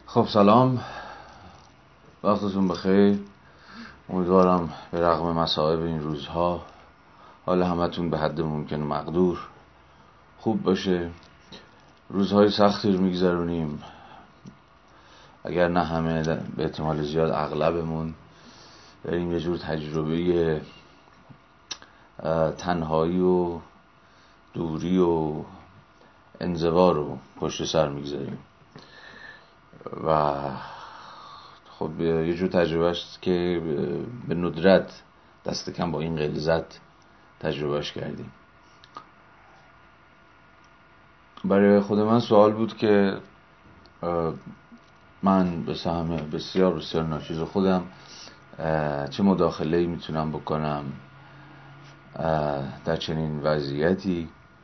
خب سلام، وقتتون بخیر. امیدوارم به رغم مصائب این روزها حال همتون به حد ممکن مقدور خوب باشه. روزهای سختی رو میگذرونیم، اگر نه همه به احتمال زیاد اغلبمون داریم یه جور تجربه تنهایی و دوری و انزوا رو پشت سر میگذاریم و خب یه جور تجربه است که به ندرت دست کم با این غلظت تجربهش کردیم. برای خود من سوال بود که من به سهم بسیار بسیار ناچیز خودم چه مداخله‌ای میتونم بکنم در چنین وضعیتی.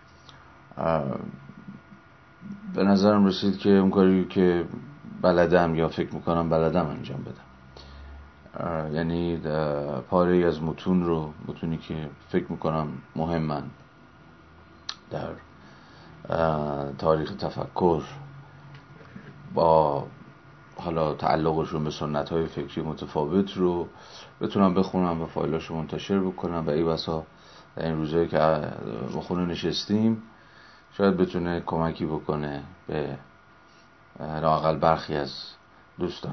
به نظرم رسید که اون کاری که بلدم یا فکر میکنم بلدم انجام بدم، یعنی پاره‌ای از متونی که فکر میکنم مهمن در تاریخ تفکر، با حالا تعلقشون به سنت‌های فکری متفاوت رو بتونم بخونم و فایلاشو منتشر بکنم و ای بسا در این روزایی که با خونه نشستیم شاید بتونه کمکی بکنه به لااقل برخی از دوستان.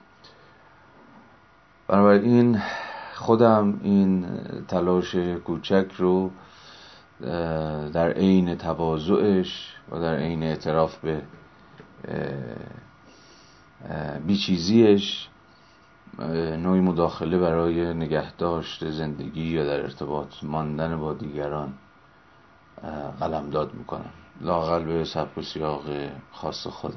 بنابراین خودم این تلاش کوچک رو در عین تواضعش و در عین اعتراف به بیچیزیش نوعی مداخله برای نگهداشت زندگی یا در ارتباط ماندن با دیگران قلمداد میکنم، لااقل به سبک و سیاق خاص خودم.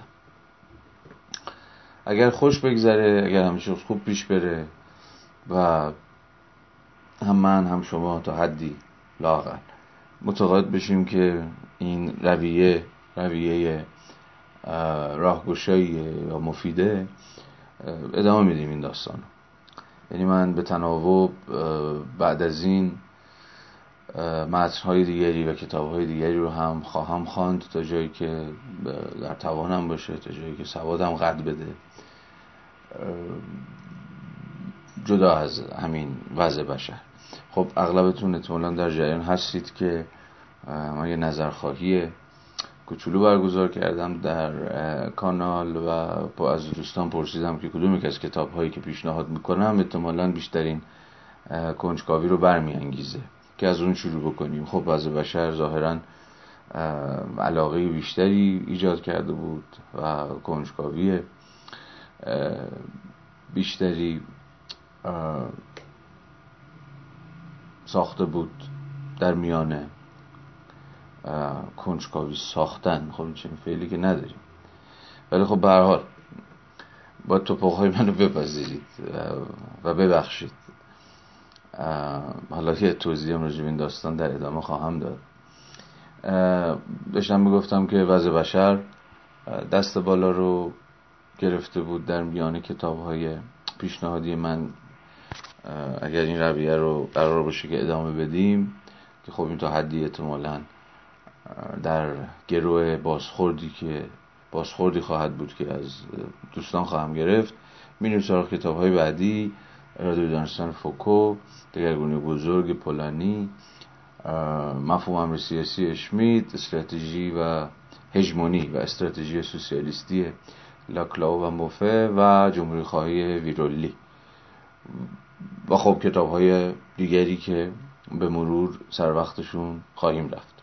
اگر خوش بگذره، اگر همیشه خوب پیش بره و هم من هم شما تا حدی لااقل متقاعد بشیم که این رویه راهگشایی و مفیده، ادامه میدیم این داستانو. یعنی من به تناوب بعد از این متن‌های دیگری و کتاب‌های دیگری رو هم خواهم خواند تا جایی که در توانم باشه، تا جایی که سوادم قد بده، جدا از همین وضع بشر. خب اغلبتون احتمالاً در جریان هستید که من یه نظرخواهی کوچولو برگزار کردم در کانال و از دوستان پرسیدم که کدوم یک از کتاب‌هایی که پیشنهاد میکنم احتمالاً بیشترین کنجکاوی رو برمی‌انگیزه که از اون شروع بکنیم. خب وضع بشر ظاهراً علاقه بیشتری ایجاد کرده بود و کنجکاوی بیشتری ساخته بود در میانه کنجکاوی ساختن. خب چنین فعلی که نداریم، ولی خب به هر حال با توپق‌های منو بپذیرید و ببخشید. حالا یه توضیحم راجع به این داستان در ادامه خواهم داد. داشتم میگفتم که وضع بشر دست بالا رو گرفته بود در میان کتاب‌های پیشنهادی من. اگر این رویه رو قرار باشه که ادامه بدیم، که خب این تا حدی احتمالاً در گروه بازخوردی خواهد بود که از دوستان خواهم گرفت، میریم سراغ کتاب‌های بعدی: اراده دانستن فوکو، دگرگونی بزرگ پولانی، مفهوم امر سیاسی اشمیت، استراتژی و هژمونی و استراتژی سوسیالیستی لاکلاو و موفه و جمهوری خواهی ویرولی و خب کتاب‌های دیگری که به مرور سر وقتشون خواهیم رفت.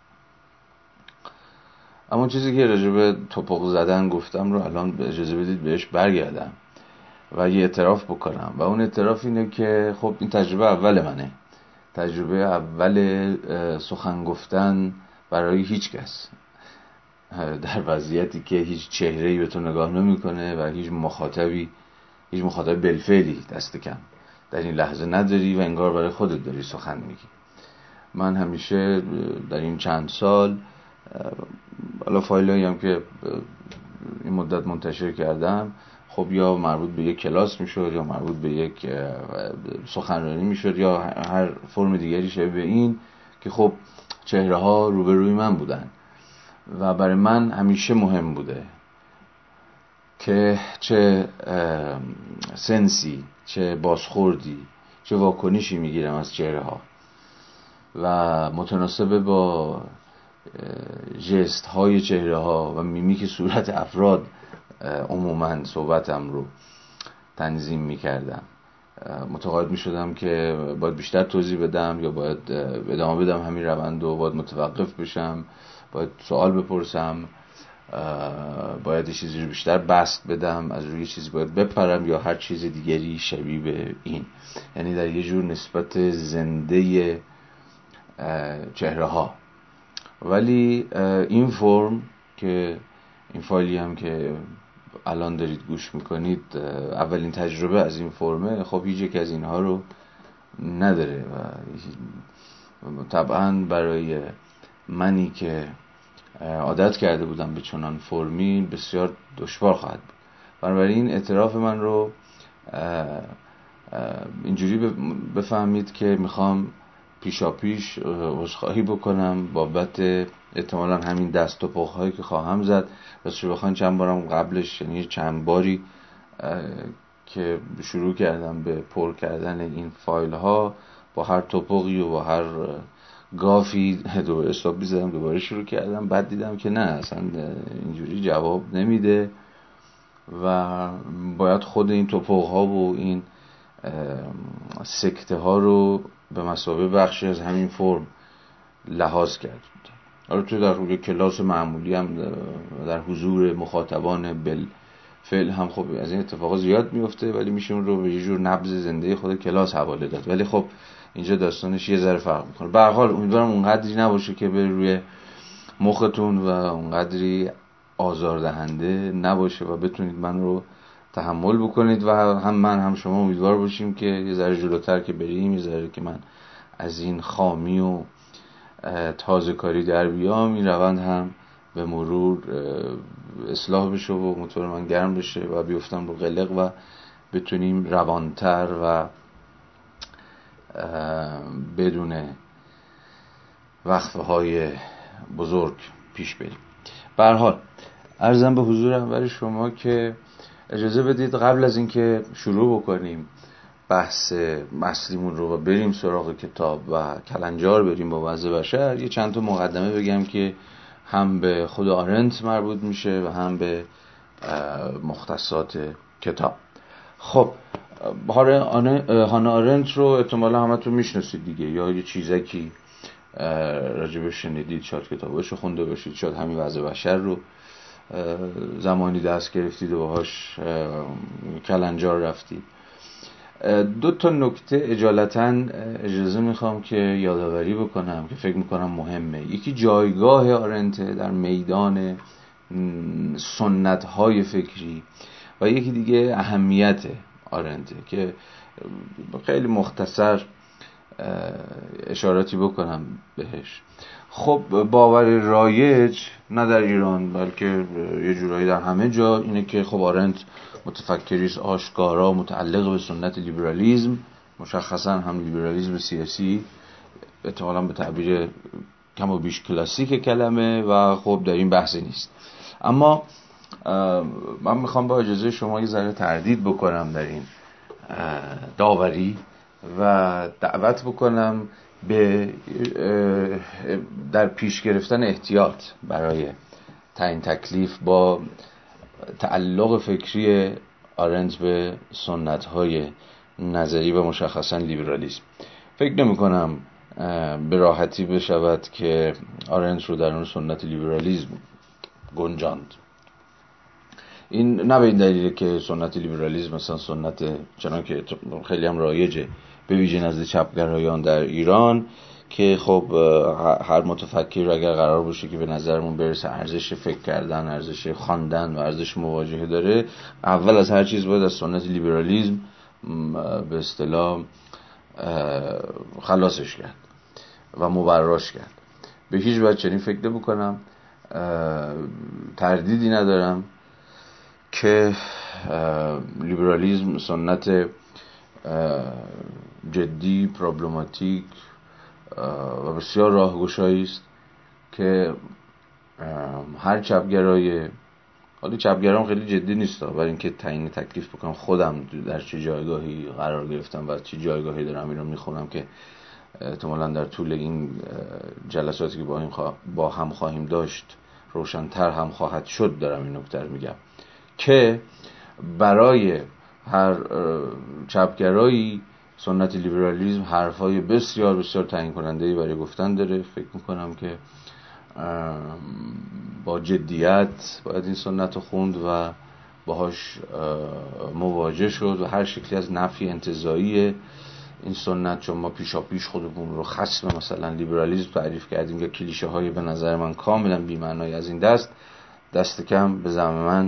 اما چیزی که راجع به توپق زدن گفتم رو الان اجازه بدید بهش برگردم و یه اعتراف بکنم، و اون اعتراف اینه که خب این تجربه اول منه، تجربه اول سخن گفتن برای هیچ کس در وضعیتی که هیچ چهره‌ای به تو نگاه نمی‌کنه و هیچ مخاطب بالفعلی دست کم در این لحظه نداری و انگار برای خودت داری سخن میگی. من همیشه در این چند سال، حالا فایلایی هم که این مدت منتشر کردم، خب یا مربوط به یک کلاس میشد یا مربوط به یک سخنرانی میشد یا هر فرم دیگری شبیه به این، که خب چهره ها روبروی من بودن و برای من همیشه مهم بوده که چه سنسی، چه بازخوردی، چه واکنشی میگیرم از چهره ها و متناسب با ژست های چهره ها و میمیک صورت افراد عموما صحبتم رو تنظیم میکردم. متقاعد میشدم که باید بیشتر توضیح بدم یا باید ادامه بدم همین روند و باید متوقف بشم، باید سوال بپرسم، باید چیزی رو بیشتر بسط بدم، از روی چیزی باید بپرم یا هر چیز دیگری شبیه به این. یعنی در یه جور نسبت زنده چهره ها. ولی این فرم که این فایلی هم که الان دارید گوش میکنید اولین تجربه از این فرمه، خب هیچ یک از اینها رو نداره و طبعا برای منی که عادت کرده بودم به چنان فرمی بسیار دشوار خواهد بود. بنابراین اعتراف من رو اینجوری بفهمید که میخوام پیشاپیش عذرخواهی بکنم بابت احتمالاً همین دست و پاهایی که خواهم زد. راستش بخواین چند بارم قبلش، یعنی چند باری که شروع کردم به پر کردن این فایل ها، با هر توپقی و با هر گافی دوباره استاپ می‌زدم، دوباره شروع کردم. بعد دیدم که نه، اصلا اینجوری جواب نمیده و باید خود این توپق ها و این سکته ها رو به مثابه بخشی از همین فرم لحاظ کرد. البته در روی کلاس معمولی هم در حضور مخاطبان بالفعل هم خب از این اتفاقات زیاد میفته، ولی میشه اون رو به یه جور نبض زنده خود کلاس حواله داد. ولی خب اینجا داستانش یه ذره فرق میکنه. به هر حال امیدوارم اونقدری نباشه که بره روی مختون و اونقدری آزاردهنده نباشه و بتونید من رو تحمل بکنید و هم من هم شما امیدوار باشیم که یه ذره جلوتر که بریم، یه ذره که من از این خامی و تازه کاری در بیام، این روند هم به مرور اصلاح بشه و موتور من گرم بشه و بیفتم رو قلق و بتونیم روانتر و بدون وقفه های بزرگ پیش بریم. به هر حال عرضم به حضور اول شما که اجازه بدید قبل از اینکه شروع بکنیم بحث اصلیمون رو و بریم سراغ کتاب و کلنجار بریم با وضع بشر، یه چند تا مقدمه بگم که هم به خود آرنت مربوط میشه و هم به مختصات کتاب. خب هانا آرنت رو احتمالا همتون میشناسید دیگه، یا یه چیزکی راجبش شنیدید، شاید کتابش رو خونده باشید، شاید همین وضع بشر رو زمانی دست گرفتید و باهاش کلنجار رفتید. دو تا نکته اجالتا اجازه میخوام که یادآوری بکنم که فکر میکنم مهمه. یکی جایگاه آرنت در میدان سنت‌های فکری و یکی دیگه اهمیت آرنت که خیلی مختصر اشاراتی بکنم بهش. خب باور رایج نه در ایران بلکه یه جورایی در همه جا اینه که خب آرنت متفکریست آشکارا متعلق به سنت لیبرالیسم، مشخصا هم لیبرالیسم سیاسی، احتمالاً به تعبیر کم و بیش کلاسیک کلمه، و خب در این بحثی نیست. اما من میخوام با اجازه شما یه ذره تردید بکنم در این داوری و دعوت بکنم به در پیش گرفتن احتیاط برای تعیین تکلیف با تعلق فکری آرنت به سنت‌های نظری و مشخصا لیبرالیسم. فکر نمی‌کنم به راحتی بشود که آرنت رو در اون سنت لیبرالیسم گنجاند. این نه به این دلیله که سنت لیبرالیسم مثلا سنت چنان که خیلی هم رایجه به ویژه نزد چپگرایان در ایران، که خب هر متفکر اگر قرار باشه که به نظرمون برسه ارزش فکر کردن، ارزش خواندن و ارزش مواجهه داره، اول از هر چیز باید از سنت لیبرالیسم به اصطلاح خلاصش کرد و مبراش کرد. به هیچ وجه چنین فکر نمی‌کنم. تردیدی ندارم که لیبرالیسم سنت جدی، پروبلماتیک و بسیار راهگشایی است که هر چپگرای، حالا چپگرام خیلی جدی نیست برای اینکه تعیین تکلیف بکنم خودم در چه جایگاهی قرار گرفتم و چه جایگاهی دارم این رو میخونم که احتمالاً در طول این جلساتی که با هم خواهیم داشت روشن‌تر هم خواهد شد. دارم این نکته رو میگم که برای هر چپگرایی سنت لیبرالیسم حرفای بسیار بسیار تعیین کننده‌ای برای گفتن داره. فکر میکنم که با جدیت باید این سنت رو خوند و باهاش مواجه شد و هر شکلی از نفی انتزاعی این سنت، چون ما پیشا پیش خودمون رو خصم مثلا لیبرالیسم تعریف کردیم یا کلیشه های به نظر من کاملا بی‌معنای از این دست کم به زعم من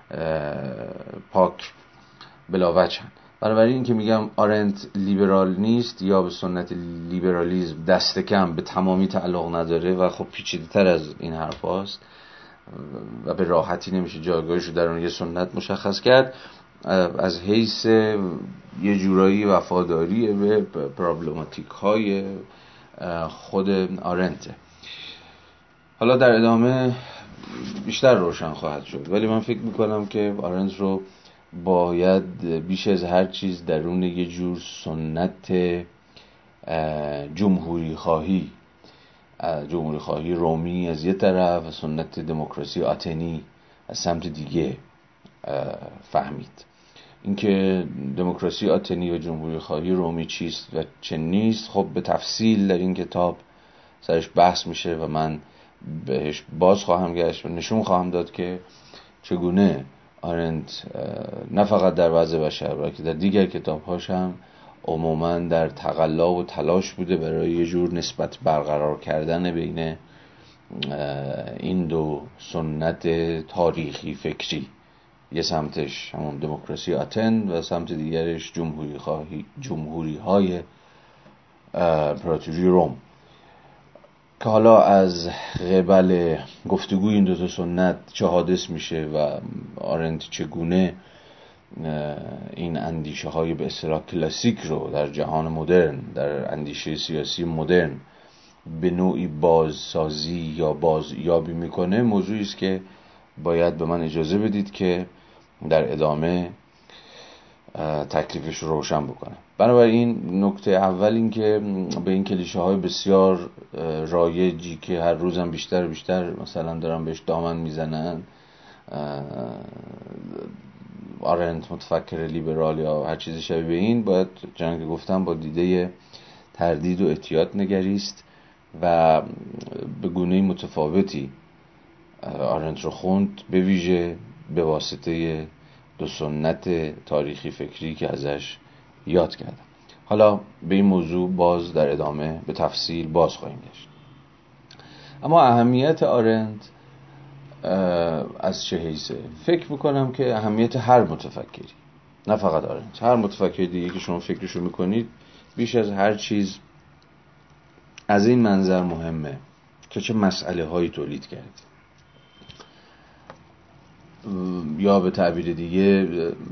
پاک بلاوجهن. برای این که میگم آرنت لیبرال نیست یا به سنت لیبرالیسم دست کم به تمامی تعلق نداره و خب پیچیده تر از این حرف هاست و به راحتی نمیشه جایگاهش رو در اون یه سنت مشخص کرد، از حیث یه جورایی وفاداری به پرابلماتیک های خود آرنته. حالا در ادامه بیشتر روشن خواهد شد، ولی من فکر میکنم که آرنت رو باید بیش از هر چیز درون یه جور سنت جمهوری خواهی رومی از یه طرف و سنت دموکراسی آتنی از سمت دیگه فهمید. اینکه دموکراسی آتنی و جمهوری خواهی رومی چیست و چه نیست خب به تفصیل در این کتاب سرش بحث میشه و من بهش باز خواهم گشت و نشون خواهم داد که چگونه آرنت نه فقط در وضع بشر بلکه در دیگر کتاب‌هاش هم عموماً در تقلا و تلاش بوده برای یه جور نسبت برقرار کردن بین این دو سنت تاریخی فکری، یه سمتش همون دموکراسی آتن و سمت دیگرش جمهوری های امپراتوری روم، که حالا از قبل گفتگوی این دو تا سنت چه حادث میشه و آرنت چگونه این اندیشه های به اصطلاح کلاسیک رو در جهان مدرن، در اندیشه سیاسی مدرن به نوعی بازسازی یا بازیابی میکنه، موضوعی است که باید به من اجازه بدید که در ادامه تکلیفش رو روشن بکنم. بنابراین نکته اول این که به این کلیشه های بسیار رایجی که هر روزم بیشتر و بیشتر مثلا دارن بهش دامن میزنن، آرنت متفکر لیبرال یا هر چیزی شبیه به این، باید چنانکه که گفتم با دیده تردید و احتیاط نگریست و به گونه متفاوتی آرنت رو خوند، به ویژه به واسطه دو سنت تاریخی فکری که ازش یاد کردم. حالا به این موضوع باز در ادامه به تفصیل باز خواهیم گشت. اما اهمیت آرنت از چه حیثه؟ فکر میکنم که اهمیت هر متفکری، نه فقط آرنت، هر متفکر دیگه که شما فکرشو میکنید بیش از هر چیز از این منظر مهمه که چه مسئله هایی تولید کرد، یا به تعبیر دیگه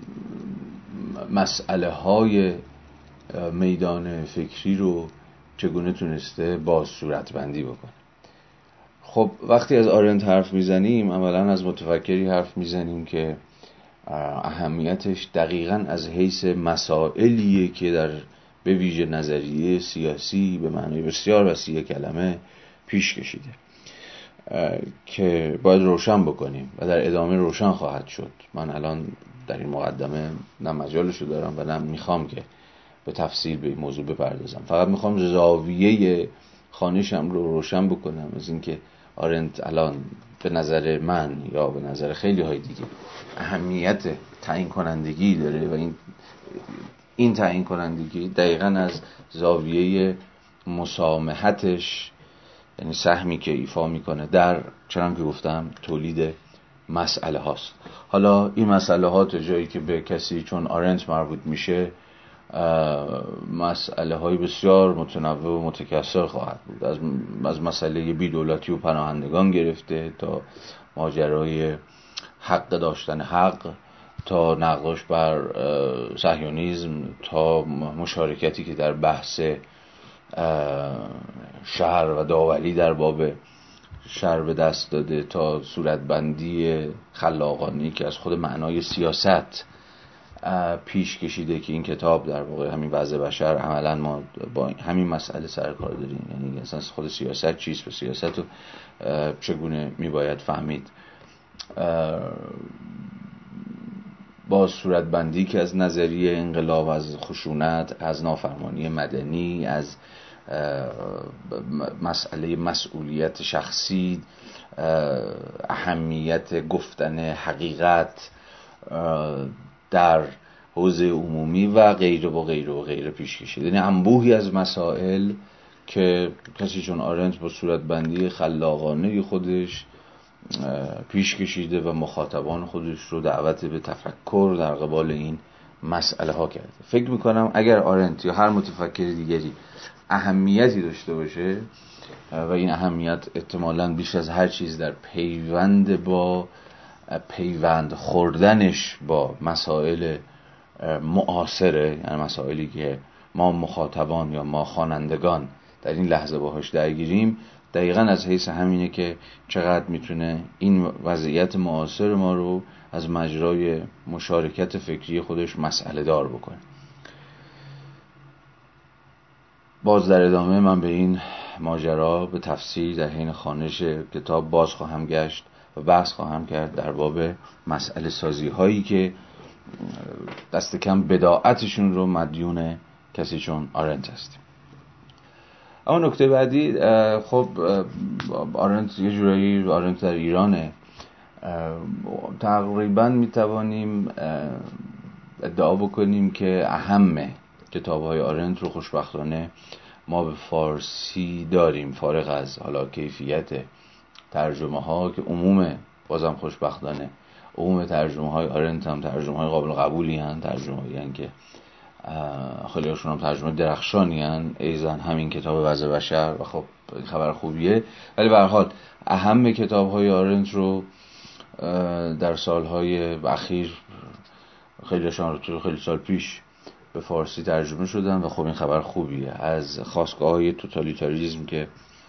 مسئله های میدان فکری رو چگونه تونسته باز صورتبندی بکنه. خب وقتی از آرنت حرف میزنیم عملاً از متفکری حرف میزنیم که اهمیتش دقیقاً از حیث مسائلیه که در به ویژه نظریه سیاسی به معنی بسیار وسیع کلمه پیش کشیده که باید روشن بکنیم و در ادامه روشن خواهد شد. من الان در این مقدمه نه مجالشو دارم و نه میخوام که به تفصیل به این موضوع بپردازم، فقط میخوام زاویه خوانشم رو روشن بکنم از اینکه آرنت الان به نظر من یا به نظر خیلی های دیگه اهمیت تعیین کنندگی داره و این تعیین کنندگی دقیقاً از زاویه مسامحتش، یعنی سهمی که ایفا میکنه در چنان که گفتم تولید مسئله هاست. حالا این مسئله ها تا جایی که به کسی چون آرنت مربوط میشه مسئله های بسیار متنوع و متکثر خواهد بود، از مسئله بی‌دولتی و پناهندگان گرفته تا ماجرای حق داشتن حق، تا نقاش بر صهیونیسم، تا مشارکتی که در بحث شهر و داوری در باب شر به دست داده تا صورتبندی خلاقانه‌ای که از خود معنای سیاست پیش کشیده که این کتاب در واقع همین وضع بشر عملا ما با همین مسئله سر کار داریم. یعنی اصلا خود سیاست چیست و سیاست رو چگونه میباید فهمید. با صورتبندی که از نظریه انقلاب، از خشونت، از نافرمانی مدنی، از مسئله مسئولیت شخصی، اهمیت گفتن حقیقت در حوزه عمومی و غیره و غیره و غیره پیش کشید. یعنی انبوهی از مسائل که کسی چون آرنت با صورتبندی خلاقانه خودش پیش کشیده و مخاطبان خودش رو دعوت به تفکر در قبال این مسئله ها کرده. فکر میکنم اگر آرنت یا هر متفکر دیگری اهمیتی داشته باشه و این اهمیت احتمالاً بیش از هر چیز در پیوند خوردنش با مسائل معاصره، یعنی مسائلی که ما مخاطبان یا ما خوانندگان در این لحظه باهاش درگیریم، دقیقاً از حیث همینه که چقدر میتونه این وضعیت معاصر ما رو از مجرای مشارکت فکری خودش مسئله دار بکنه. باز در ادامه من به این ماجرا به تفصیل در حین خوانش کتاب باز خواهم گشت و بحث خواهم کرد در باب مسئله سازی هایی که دست کم بداعتشون رو مدیون کسی چون آرنت هستیم. اما نکته بعدی، خب آرنت یه جورایی آرنت در ایرانه، تقریبا میتوانیم ادعا بکنیم که اهم کتاب‌های آرنت رو خوشبختانه ما به فارسی داریم، فارغ از حالا کیفیت ترجمه ها که بازم خوشبختانه عموم ترجمه های آرنت هم ترجمه های قابل قبولی هستند، ترجمه هایی که خیلی هاشون هم ترجمه درخشانی هستند، ایزن همین کتاب وضع بشر و خب این خبر خوبیه. ولی به هر حال اهم کتاب های آرنت رو در سالهای اخیر خیلی سال پیش به فارسی ترجمه شدن و خب این خبر خوبیه. از خاستگاه‌های توتالیتاریسم که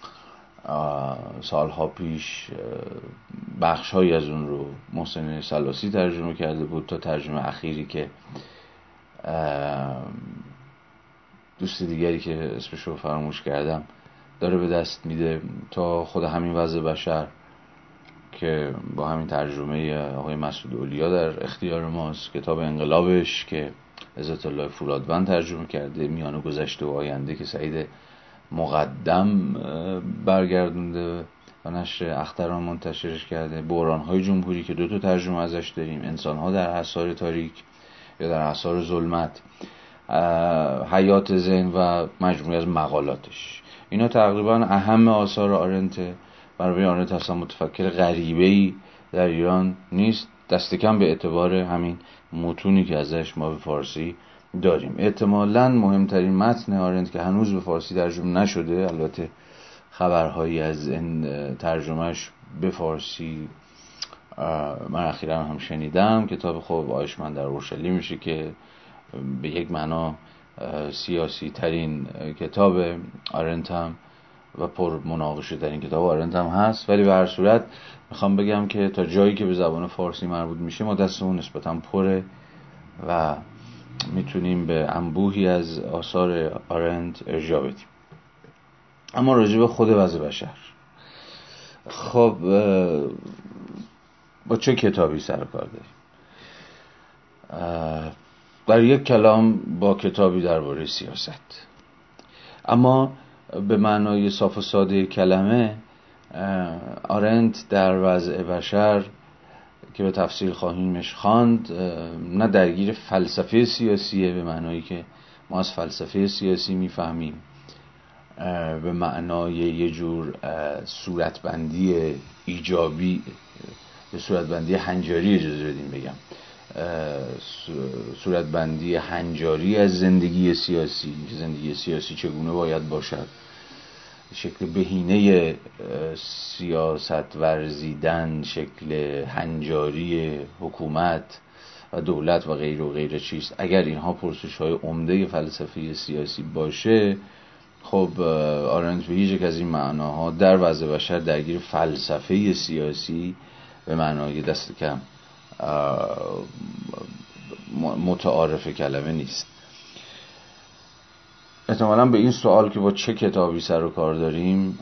سالها پیش بخش‌هایی از اون رو محسن سلاسی ترجمه کرده بود تا ترجمه اخیری که دوست دیگری که اسمش رو فراموش کردم داره به دست میده، تا خود همین وضع بشر که با همین ترجمه آقای مسعود اولیا در اختیار ماست، کتاب انقلابش که عزت الله فولادوند ترجمه کرده، میان گذشته و آینده که سعید مقدم برگردونده و نشر اختران منتشرش کرده، بحران‌های جمهوری که 2 ترجمه ازش داریم، انسان‌ها در اثار تاریک یا در اثار ظلمت، حیات ذهن و مجموعه از مقالاتش. اینا تقریبا اهم آثار آرنت. برای آرنت اصلا متفکر غریبه‌ای در ایران نیست، دست کم به اعتبار همین متونی که ازش ما به فارسی داریم. احتمالاً مهمترین متن آرنت که هنوز به فارسی ترجمه نشده، البته خبرهایی از این ترجمهش به فارسی من اخیراً هم شنیدم، کتاب خوب آیشمن در اورشلیم میشه که به یک معنا سیاسی ترین کتاب آرنت هم و پر مناقشه ترین کتاب آرنت هم هست. ولی به هر صورت میخوام بگم که تا جایی که به زبان فارسی مربوط میشه ما دستمون نسبتاً پره و میتونیم به انبوهی از آثار آرنت ارجاع بدیم. اما راجع به خود وضع بشر، خب با چه کتابی سر کار داریم؟ در یک کلام با کتابی درباره سیاست، اما به معنای صاف و ساده کلمه آرنت در وضع بشر که به تفصیل خواهیمش خواند نه درگیر فلسفه سیاسیه به معنایی که ما از فلسفه سیاسی میفهمیم، به معنای یه جور صورتبندی ایجابی، به صورتبندی هنجاری اجازه بدیم بگم، صورتبندی هنجاری از زندگی سیاسی، که زندگی سیاسی چگونه باید باشد، شکل بهینه سیاست ورزیدن، شکل هنجاری حکومت و دولت و غیره و غیره چیست. اگر اینها پرسش های عمده فلسفی سیاسی باشه، خب آرنت به هیچ یک از این معناها در وضع بشر درگیر فلسفه سیاسی به معنای دست کم متعارف کلمه نیست. احتمالاً به این سوال که با چه کتابی سر و کار داریم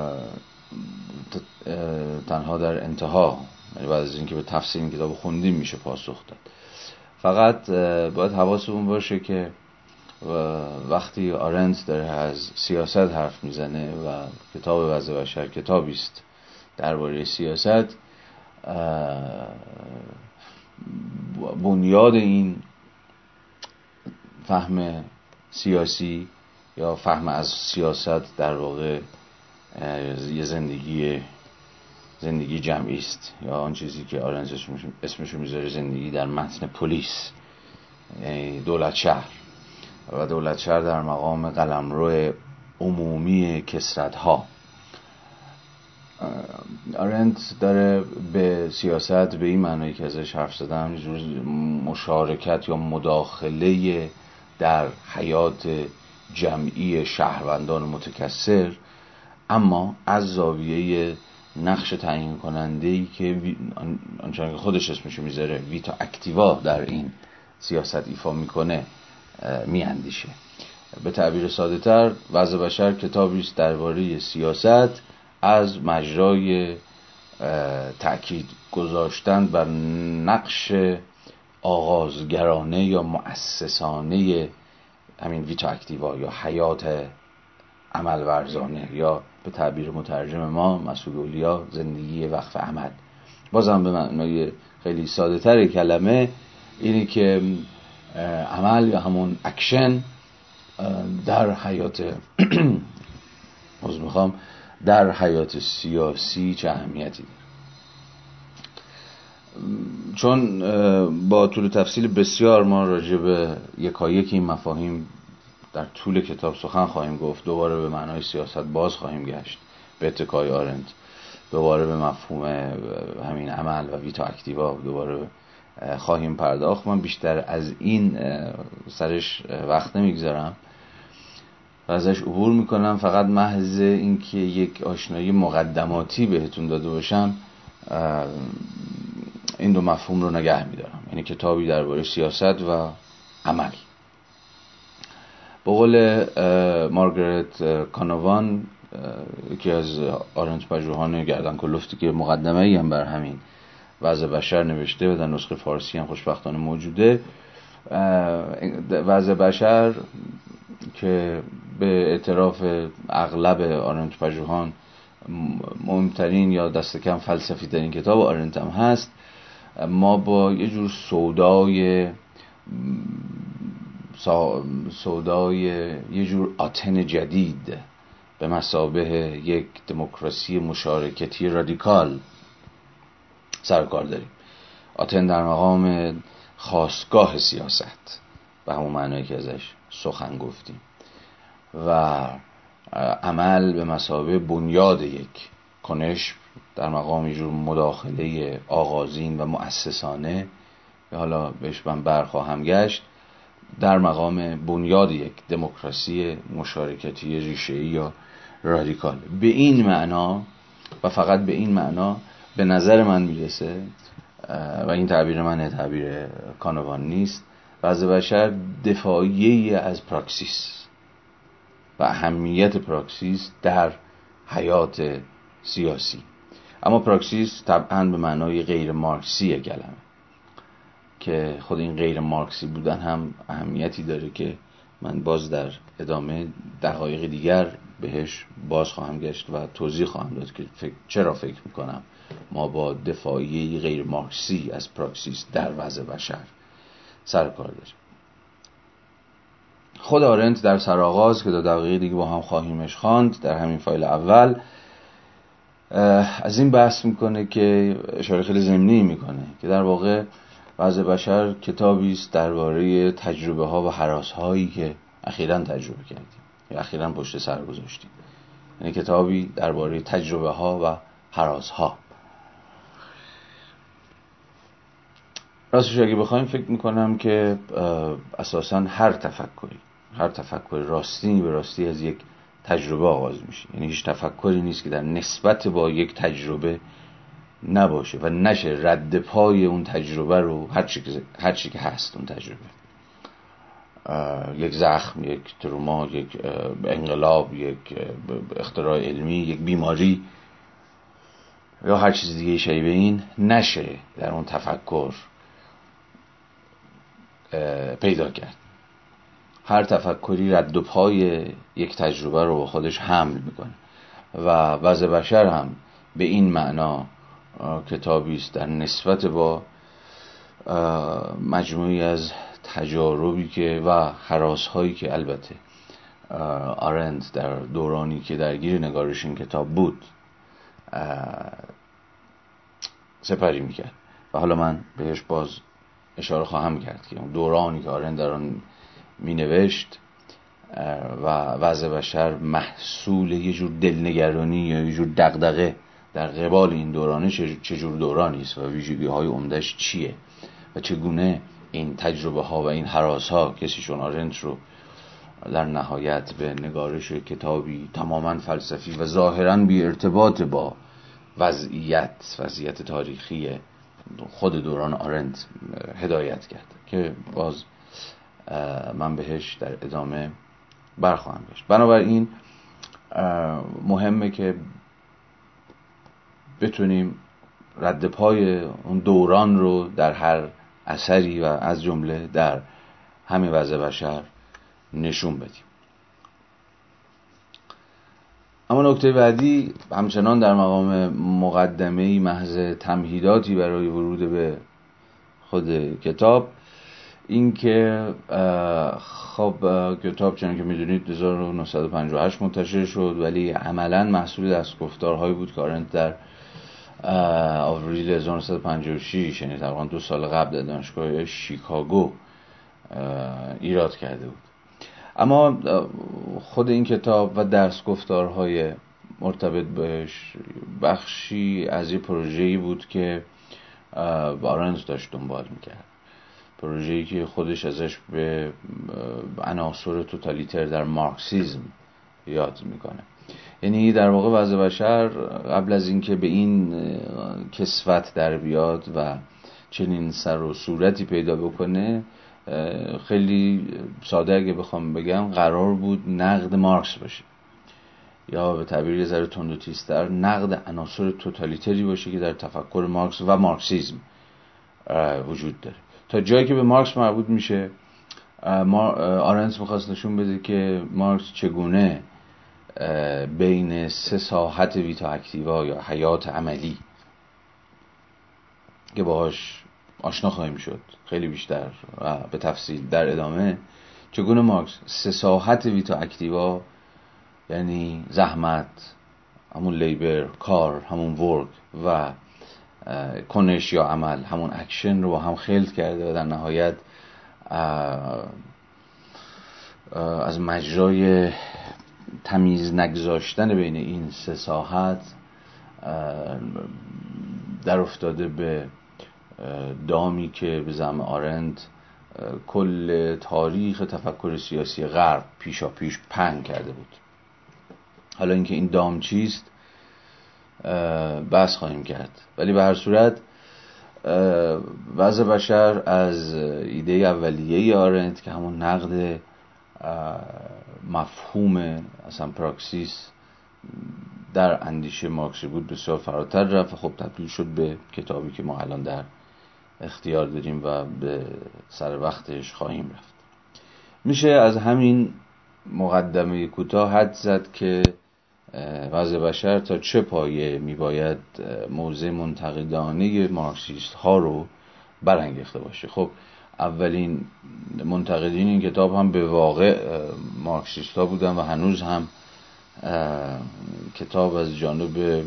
تنها در انتها، یعنی بعد از اینکه به تفسیر این کتاب خوندیم، میشه پاسخ داد. فقط باید حواسمون باشه که وقتی آرنت داره از سیاست حرف میزنه و کتاب وضع بشر کتابی است درباره سیاست، بنیاد این فهم سیاسی یا فهم از سیاست در واقع یه زندگی جمعی است، یا آن چیزی که آرنت اسمشو میذاره زندگی در متن پلیس، یعنی دولت شهر و دولت شهر در مقام قلمرو عمومی کثرت‌ها. آرنت داره به سیاست به این معنی که ازش حرف زدم یه جور مشارکت یا مداخله در حیات جمعی شهروندان متکثر، اما از زاویه نقش تعیین کننده‌ای که آنچنان که خودش اسمشو میذاره ویتا اکتیوا در این سیاست ایفا میکنه میاندیشه. به تعبیر ساده تر، وضع بشر کتابی است درباره سیاست از مجرای تأکید گذاشتن بر نقش آغازگرانه یا مؤسسانه همین ویتا اکتیوا یا حیات عمل ورزانه، یا به تعبیر مترجم ما مسعود اولیا زندگی وقف عمل. بازم به معنای خیلی ساده تر کلمه اینی که عمل یا همون اکشن در حیات در حیات سیاسی چه اهمیتی داره. چون با طول تفصیل بسیار ما راجع به یکایک این مفاهیم در طول کتاب سخن خواهیم گفت، دوباره به معنای سیاست باز خواهیم گشت به اتکای آرنت، دوباره به مفهوم همین عمل و ویتا اکتیوا دوباره خواهیم پرداخت. من بیشتر از این سرش وقت نمیگذارم و ازش عبور میکنم. فقط محض اینکه یک آشنایی مقدماتی بهتون داده باشم این دو مفهوم رو نگه میدارم، یعنی کتابی درباره سیاست و عمل. به قول مارگارت کانوان، یکی از آرنت پژوهان گردن کلفتی که مقدمه‌ای هم بر همین وضع بشر نوشته و در نسخه فارسی هم خوشبختانه موجوده، وضع بشر که به اعتراف اغلب آرنت پژوهان مهمترین یا دست کم فلسفی ترین کتاب آرنت هم هست، ما با یه جور سودای یه جور آتن جدید به مثابه یک دموکراسی مشارکتی رادیکال سر کار داریم. آتن در مقام خاستگاه سیاست به همون معنی که ازش سخن گفتیم، و عمل به مثابه بنیاد یک کنش در مقام یه جور مداخله آغازین و مؤسسانه، حالا بهش من برخواهم گشت، در مقام بنیاد یک دموکراسی مشارکتی ریشه‌ای یا رادیکال. به این معنا و فقط به این معنا به نظر من میرسه، و این تعبیر من تعبیر کانوان نیست، وضع بشر دفاعیه از پراکسیس و اهمیت پراکسیس در حیات سیاسی. اما پراکسیس طبعاً به معنای غیر مارکسی کلمه، که خود این غیر مارکسی بودن هم اهمیتی داره که من باز در ادامه دقایق دیگر بهش باز خواهم گشت و توضیح خواهم داد که چرا فکر میکنم ما با دفاعیه غیر مارکسی از پراکسیس در وضع بشر سر کار داریم. خود آرنت در سرآغاز که 2 دقیقه دیگه با هم خواهیمش خواند در همین فایل اول، از این بحث میکنه که اشاره خیلی ضمنی میکنه که در واقع وضع بشر کتابی است درباره تجربه ها و هراس هایی که اخیراً تجربه کردیم یا اخیراً پشت سر گذاشتیم، یعنی کتابی درباره تجربه ها و هراس ها. راستش اگه بخوایم فکر میکنم که اساساً هر تفکر راستینی به راستی از یک تجربه آغاز میشه. یعنی هیچ تفکری نیست که در نسبت با یک تجربه نباشه و نشه رد پای اون تجربه رو هر چی که هست اون تجربه، یک زخم، یک تروما، یک انقلاب، یک اختراع علمی، یک بیماری یا هر چیز دیگه شبیه این نشه در اون تفکر پیدا کرد. هر تفکری رد و پای یک تجربه رو با خودش حمل میکنه و وضع بشر هم به این معنا کتابی است در نسبت با مجموعی از تجاربی که و هراس‌هایی که البته آرند در دورانی که درگیر نگارش این کتاب بود سپری میکرد و حالا من بهش باز اشاره خواهم کرد که اون دورانی که آرند در آن مینوشت و وضع بشر محصول یه جور دلنگرانی یا یه جور دغدغه در قبال این دورانه چه جور دورانی است و ویژگی‌های عمده‌اش چیه و چگونه این تجربه ها و این هراس ها کسیشون آرنت رو در نهایت به نگارش کتابی تماما فلسفی و ظاهراً بی ارتباط با وضعیت تاریخی خود دوران آرنت هدایت کرد که باز من بهش در ادامه برخواهم گشت. بنابراین مهمه که بتونیم رد پای اون دوران رو در هر اثری و از جمله در همین وضع بشر نشون بدیم. اما نکته بعدی همچنان در مقام مقدمه‌ای محض تمهیداتی برای ورود به خود کتاب این که خب کتاب چون که میدونید 1958 منتشر شد ولی عملاً محصول دستگفتارهایی بود که آرنت در آوریل 1956 یعنی تقریباً 2 سال قبل در دانشگاه شیکاگو ایراد کرده بود. اما خود این کتاب و درسگفتارهای مرتبط بهش بخشی از یه پروژه‌ای بود که آرنت داشت دنبال میکرد، پروژه‌ای که خودش ازش به عناصر توتالیتر در مارکسیسم یاد میکنه. یعنی در واقع وضع بشر قبل از اینکه به این کسوت در بیاد و چنین سر و صورتی پیدا بکنه خیلی ساده اگه بخوام بگم قرار بود نقد مارکس باشه یا به تعبیر یه ذره تند و تیزتر نقد عناصر توتالیتری باشه که در تفکر مارکس و مارکسیسم وجود داره. تا جایی که به مارکس مربوط میشه آرنت میخواست نشون بده که مارکس چگونه بین 3 ساحت ویتا اکتیوا یا حیات عملی که باهاش آشنا خواهیم شد خیلی بیشتر و به تفصیل در ادامه، چگونه مارکس 3 ساحت ویتا اکتیوا یعنی زحمت، همون لیبر، کار، همون ورک و کنش یا عمل، همون اکشن رو با هم خلط کرده و در نهایت از مجرای تمیز نگذاشتن بین این 3 ساحت در افتاده به دامی که به زعم آرنت کل تاریخ تفکر سیاسی غرب پیشا پیش پهن کرده بود. حالا اینکه این دام چیست بحث خواهیم کرد، ولی به هر صورت وضع بشر از ایده اولیه آرنت که همون نقد مفهوم اصلا پراکسیس در اندیشه مارکسی بود بسیار فراتر رفت و خب تبدیل شد به کتابی که ما الان در اختیار داریم و به سر وقتش خواهیم رفت. میشه از همین مقدمه کوتاه حد زد که وضع بشر تا چه پایه میباید موضع منتقدانه مارکسیست ها رو برانگیخته باشه. خب اولین منتقدین این کتاب هم به واقع مارکسیست ها بودن و هنوز هم کتاب از جانب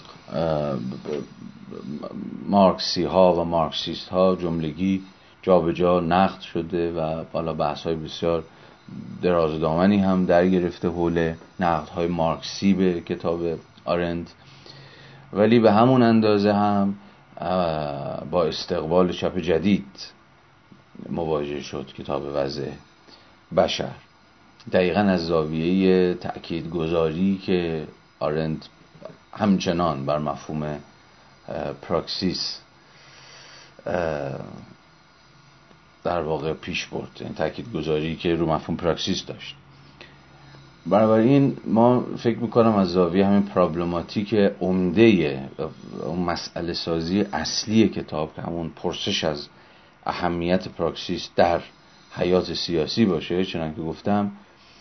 مارکسی ها و مارکسیست ها جملگی جا به جا نقد شده و بالا بحث های بسیار درازدامنی هم در گرفته حول نقد های مارکسی به کتاب آرنت، ولی به همون اندازه هم با استقبال چپ جدید مواجه شد کتاب وضع بشر. دقیقاً از زاویه تأکید گذاری که آرنت همچنان بر مفهوم پراکسیس در واقع پیش برد، این تأکید گذاری که رو مفهوم پراکسیس داشت. بنابراین ما فکر میکنم از زاویه همین پرابلماتیک عمده اون مسئله سازی اصلی کتاب که همون پرسش از اهمیت پراکسیس در حیات سیاسی باشه، چنانکه گفتم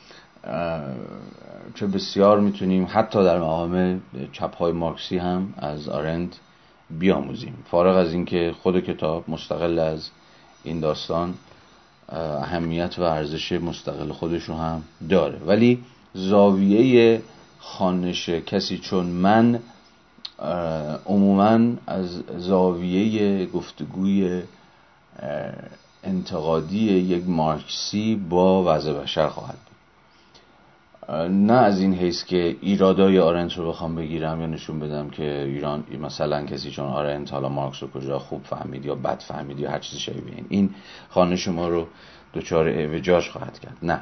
چه بسیار میتونیم حتی در مقام چپ‌های مارکسی هم از آرنت بیاموزیم، فارغ از اینکه خود کتاب مستقل از این داستان اهمیت و ارزش مستقل خودش رو هم داره. ولی زاویه خوانش کسی چون من عموماً از زاویه گفتگوی انتقادی یک مارکسی با وضع بشر خواهد بود، نه از این حیث که ایرادای آرنت رو بخوام بگیرم یا نشون بدم که ایران مثلا کسی چون آرنت حالا مارکس رو کجا خوب فهمید یا بد فهمید یا هر چیزی شبیه این خوانش ما رو دچار اعوجاج خواهد کرد. نه،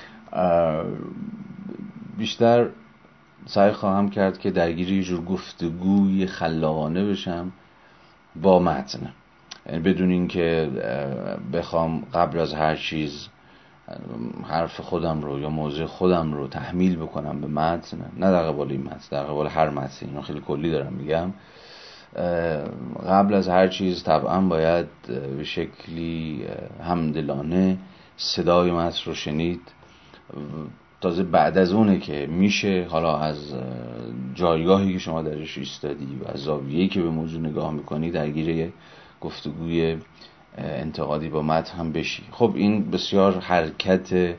بیشتر سعی خواهم کرد که درگیر یه جور گفتگوی خلاقانه بشم با متن، یعنی بدون اینکه بخوام قبل از هر چیز حرف خودم رو یا موضوع خودم رو تحمیل بکنم به متن، نه در قبال این متن، در قبال هر متن، اینو خیلی کلی دارم میگم. قبل از هر چیز طبعا باید به شکلی همدلانه صدای متن رو شنید، تازه بعد از اونه که میشه حالا از جایگاهی که شما درش ایستادی و از زاویه‌ای که به موضوع نگاه میکنی درگیر گفتگوی انتقادی با متن هم بشی. خب این بسیار حرکت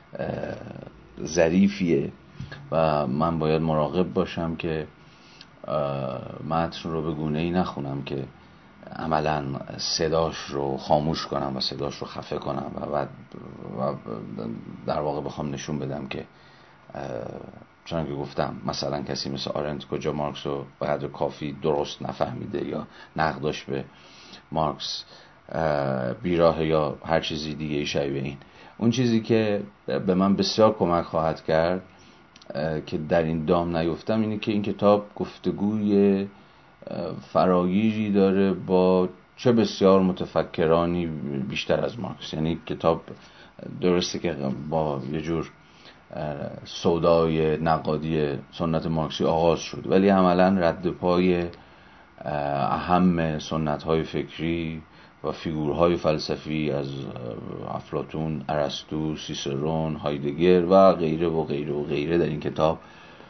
ظریفیه و من باید مراقب باشم که متن رو به گونه‌ای نخونم که عملا صداش رو خاموش کنم و صداش رو خفه کنم و در واقع بخوام نشون بدم که چون که گفتم مثلا کسی مثل آرنت کجا مارکس رو به قدر کافی درست نفهمیده یا نقدش به مارکس بیراه یا هر چیزی دیگه شبیه این. اون چیزی که به من بسیار کمک خواهد کرد که در این دام نیفتم اینه که این کتاب گفتگوی فراگیری داره با چه بسیار متفکرانی بیشتر از مارکس. یعنی کتاب درسته که با یه جور سودای نقادی سنت مارکسی آغاز شد، ولی عملا رد پای اهم سنت‌های فکری و فیگورهای فلسفی از افلاطون، ارسطو، سیسرون، هایدگر و غیره و غیره و غیره در این کتاب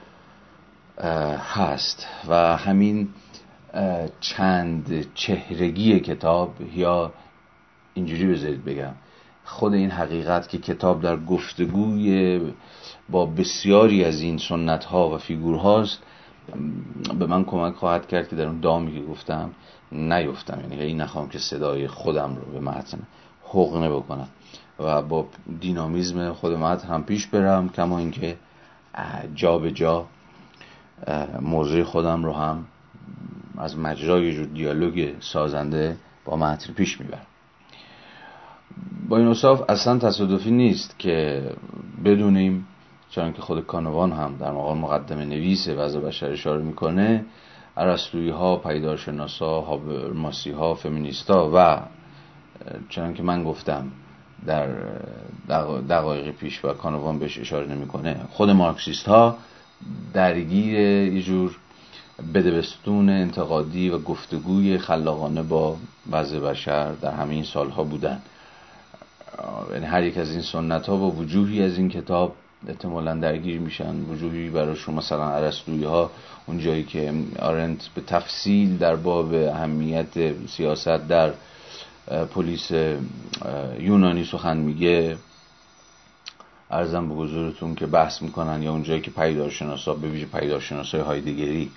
هست و همین چند چهرگی کتاب، یا اینجوری بذارید بگم خود این حقیقت که کتاب در گفتگوی با بسیاری از این سنت‌ها و فیگورهاست به من کمک خواهد کرد که در اون دامی که گفتم نیفتم، یعنی این نخواهم که صدای خودم رو به متن حقنه بکنم و با دینامیزم خود متن هم پیش برم، کما اینکه جا به جا موضوع خودم رو هم از مجرای یه جور دیالوگ سازنده با متن پیش میبرم. با این اوصاف اصلا تصادفی نیست که بدونیم، چون که خود کانوان هم در مقام مقدمه نویس وضع بشر اشاره میکنه، ارسطویی ها، پدیدارشناسا، هابرماسی ها، فمینیستا و چون که من گفتم در دقایق پیش و کانوان بهش اشاره نمیکنه، خود مارکسیست ها درگیر یه جور بدبستون انتقادی و گفتگوی خلاقانه با وضع بشر در همین سالها بودن. یعنی هر یک از این سنت ها با وجوهی از این کتاب احتمالاً درگیر میشن، وجوهی براشون مثلا ارسطویی ها اون جایی که آرنت به تفصیل در باب اهمیت سیاست در پلیس یونانی سخن میگه، عرضم به حضورتون که بحث میکنن، یا اون جایی که پدیدارشناسا به ویژه پدیدارشناسای هایدگری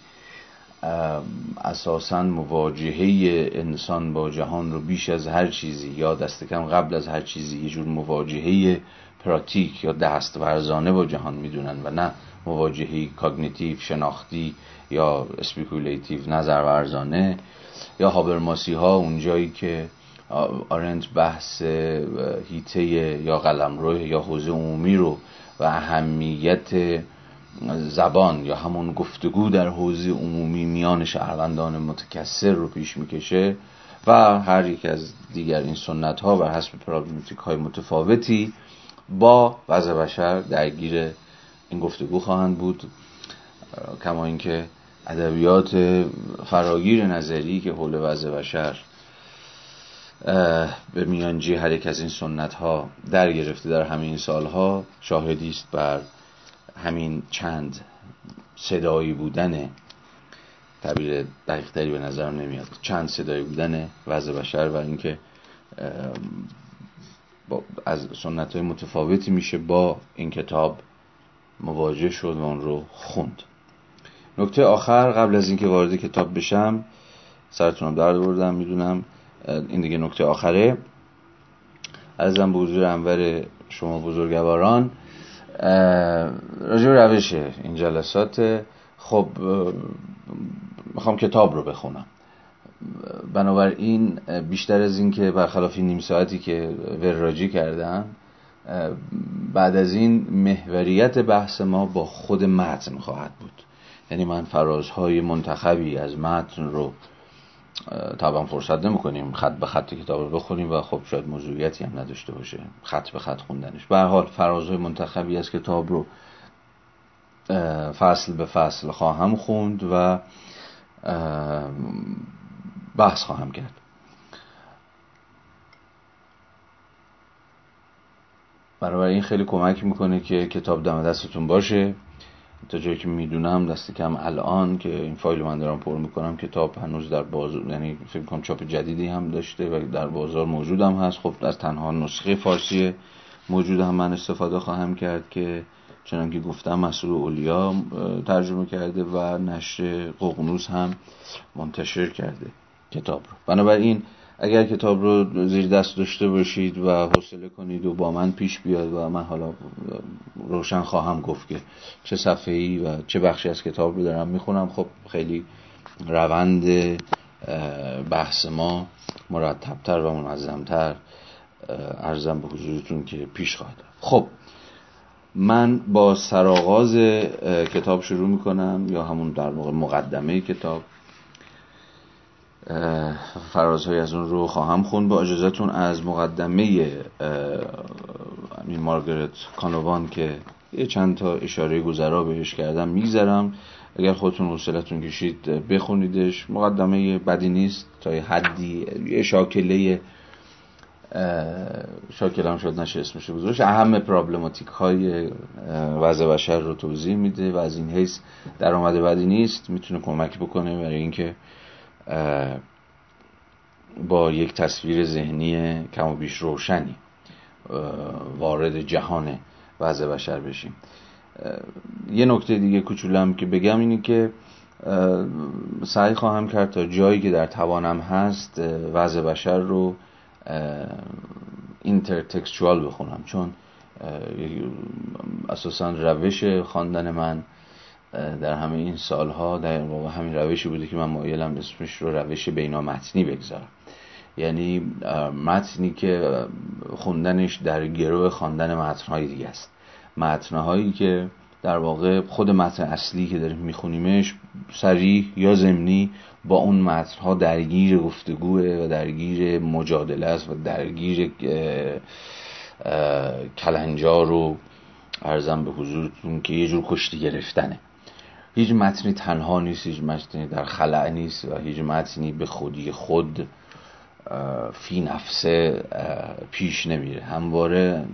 اساساً مواجهه انسان با جهان رو بیش از هر چیزی یا دست کم قبل از هر چیزی یه جور مواجهه پراتیک یا دستورزانه با جهان میدونن و نه مواجهه کاگنیتیو شناختی یا اسپیکولیتیو نظرورزانه. یا هابرماسی ها اون جایی که آرنت بحث هیته یا قلمرو یا حوزه عمومی رو و اهمیت زبان یا همون گفتگو در حوزه عمومی میان شهروندان متکثر رو پیش میکشه و هر یک از دیگر این سنت ها بر حسب پراگماتیک های متفاوتی با وضع بشر درگیر این گفتگو خواهند بود. کما اینکه ادبیات فراگیر نظری که حول وضع بشر به میانجی هر یک از این سنت ها در گرفته در همین سالها شاهدی است بر همین چند صدایی بودن، تعبیر دقیق‌تری به نظرم نمیاد، چند صدایی بودن وضع بشر و اینکه از سنت های متفاوتی میشه با این کتاب مواجه شد و اون رو خوند. نکته آخر قبل از اینکه وارد کتاب بشم، سرتونم درد بردم میدونم، این دیگه نکته آخره، عرضم به حضور انور شما بزرگواران راجع به روش این جلسات. خب میخوام کتاب رو بخونم، بنابراین بیشتر از این که برخلاف نیم ساعتی که وراجی کردم، بعد از این محوریت بحث ما با خود متن خواهد بود. یعنی من فرازهای منتخبی از متن رو طبعا فرصت نمی‌کنیم خط به خط کتاب رو بخونیم و خب شاید موضوعیتی هم نداشته باشه خط به خط خوندنش. به هر حال فرازهای منتخبی از کتاب رو فصل به فصل خواهم خوند و بحث خواهم کرد. برای این خیلی کمک میکنه که کتاب دم دستتون باشه. تا جایی که میدونم دست کم الان که این فایل من دارم پر میکنم کتاب هنوز در بازار، یعنی فکر کنم چاپ جدیدی هم داشته و در بازار موجود هم هست. خب از تنها نسخه فارسی موجود هم من استفاده خواهم کرد که چنانکه گفتم مسئول اولیا ترجمه کرده و نشر ققنوس هم منتشر کرده کتاب رو. بنابراین اگر کتاب رو زیر دست داشته باشید و حوصله کنید و با من پیش بیاد و من حالا روشن خواهم گفت که چه صفحه‌ای و چه بخشی از کتاب رو دارم میخونم، خب خیلی روند بحث ما مرتبتر و منظمتر عرضم به حضورتون که پیش خواهد رفت. خب من با سرآغاز کتاب شروع میکنم یا همون در واقع مقدمه کتاب. فرازهای از اون رو خواهم خوند. با اجازهتون از مقدمه مارگارت کانوان که یه چند تا اشاره گذرا بهش کردم میگذرم. اگر خودتون حوصلتون کشید بخونیدش. مقدمه بدی نیست، تا یه حدی یه شاکله هم شد نشه اسمش بذارش، اهم پرابلماتیک های وضع بشر رو توضیح میده و از این حیث درآمد بدی نیست، میتونه کمک بکنه برای اینکه با یک تصویر ذهنی کم و بیش روشنی وارد جهان وضع بشر بشیم. یه نکته دیگه کوچولم که بگم اینه که سعی خواهم کرد تا جایی که در توانم هست وضع بشر رو اینترتکستوال بخونم، چون اساساً روش خواندن من در همه این سالها در واقع همین روشی بوده که من مایلم اسمش رو روش بینامتنی بگذارم. یعنی متنی که خوندنش در گرو خواندن متن‌های دیگه است، متن‌هایی که در واقع خود متن اصلی که داریم میخونیمش صریح یا ضمنی با اون متن‌ها درگیر گفتگوه و درگیر مجادله است و درگیر کلنجار و عرضم به حضورتون که یه جور کشتی گرفتنه. هیچ متنی تنها نیست، هیچ متنی در خلأ نیست و هیچ متنی به خودی خود فی نفسه پیش نمیره، همواره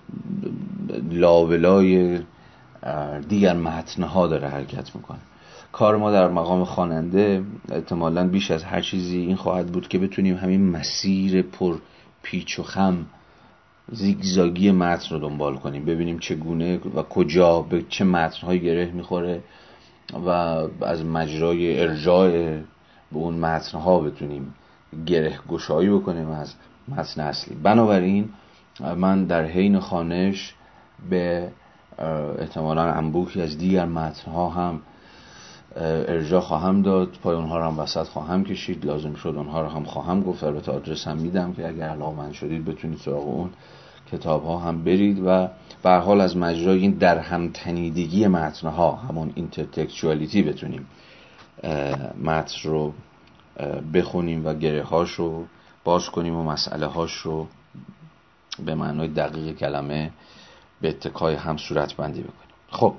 لابلای دیگر متنها داره حرکت میکنه. کار ما در مقام خواننده احتمالاً بیش از هر چیزی این خواهد بود که بتونیم همین مسیر پر پیچ و خم زیگزاگی متن رو دنبال کنیم، ببینیم چگونه و کجا به چه متن‌هایی گره میخوره و از مجرای ارجاع به اون متن‌ها بتونیم گره گشایی بکنیم از متن اصلی. بنابراین من در حین خوانش به احتمالاً انبوهی از دیگر متن‌ها هم ارجاع خواهم داد، پای اونها رو هم وسط خواهم کشید، لازم شد اونها رو هم خواهم گفت، البته آدرس هم میدم که اگر علاقه‌مند شدید بتونید سراغ اون کتاب ها هم برید و به هر حال از مجرای این در هم تنیدگی متن ها، همون اینترتکچوالیتی، بتونیم متن رو بخونیم و گره هاش رو باز کنیم و مسئله هاش رو به معنای دقیق کلمه به اتکای هم صورت بندی بکنیم. خب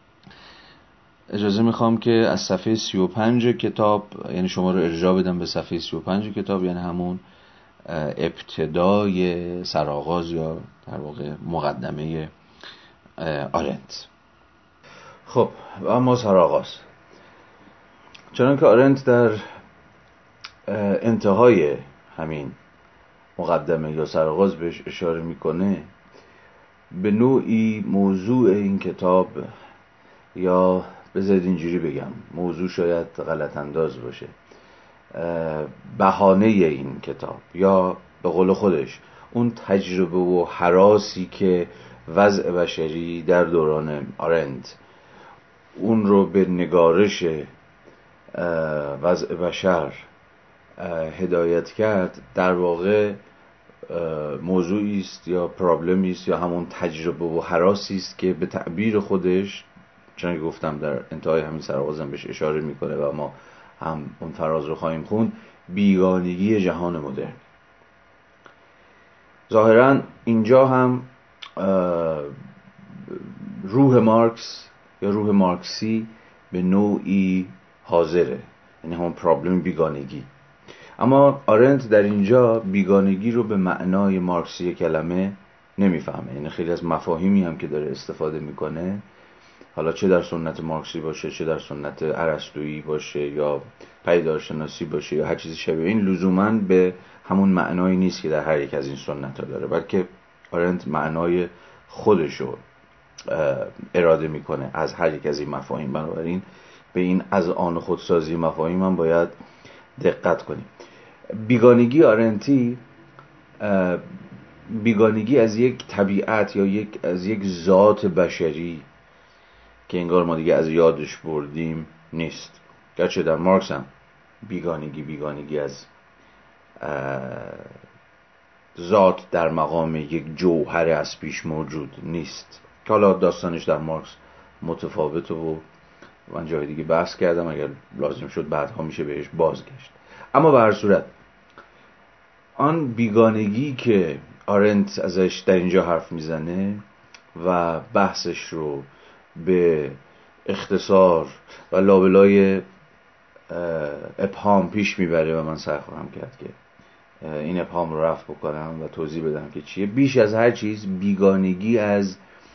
اجازه میخوام که از صفحه 35 کتاب، یعنی شما رو ارجاع بدم به صفحه 35 کتاب، یعنی همون ابتدای سرآغاز یا در واقع مقدمه آرنت. خب اما سرآغاز، چنانکه آرنت در انتهای همین مقدمه یا سرآغاز بهش اشاره میکنه، به نوعی موضوع این کتاب، یا بذارید اینجوری بگم، موضوع شاید غلط انداز باشه، بهانه این کتاب، یا به قول خودش اون تجربه و هراسی که وضع بشری در دوران آرنت اون رو به نگارش وضع بشر هدایت کرد، در واقع موضوعی است یا پرابلمی است یا همون تجربه و هراسی است که به تعبیر خودش، چون که گفتم در انتهای همین سرآغازم بهش اشاره میکنه و ما هم اون فراز رو خواهیم خوند، بیگانگی جهان مدرن. ظاهرا اینجا هم روح مارکس یا روح مارکسی به نوعی حاضره، یعنی همون پرابلم بیگانگی. اما آرنت در اینجا بیگانگی رو به معنای مارکسی کلمه نمیفهمه، یعنی خیلی از مفاهیمی هم که داره استفاده میکنه، حالا چه در سنت مارکسی باشه، چه در سنت ارسطویی باشه، یا پدیدارشناسی باشه، یا هر چیزی شبیه این، لزوماً به همون معنایی نیست که در هر یک از این سنت‌ها داره، بلکه آرنت معنای خودشو اراده میکنه از هر یک از این مفاهیم. بنابراین به این از آن خودسازی مفاهیم هم باید دقت کنیم. بیگانگی آرنتی، بیگانگی از یک طبیعت یا از یک ذات بشری که انگار ما دیگه از یادش بردیم نیست. گرچه در مارکس هم بیگانگی از ذات در مقام یک جوهر از پیش موجود نیست، که حالا داستانش در مارکس متفاوته و من جای دیگه بحث کردم، اگر لازم شد بعدها میشه بهش بازگشت. اما به هر صورت آن بیگانگی که آرنت ازش در اینجا حرف میزنه و بحثش رو به اختصار و لابلای ابهام پیش میبره و من سعی خواهم کرد که این ابهام رو رفع بکنم و توضیح بدم که چیه. بیش از هر چیز بیگانگی از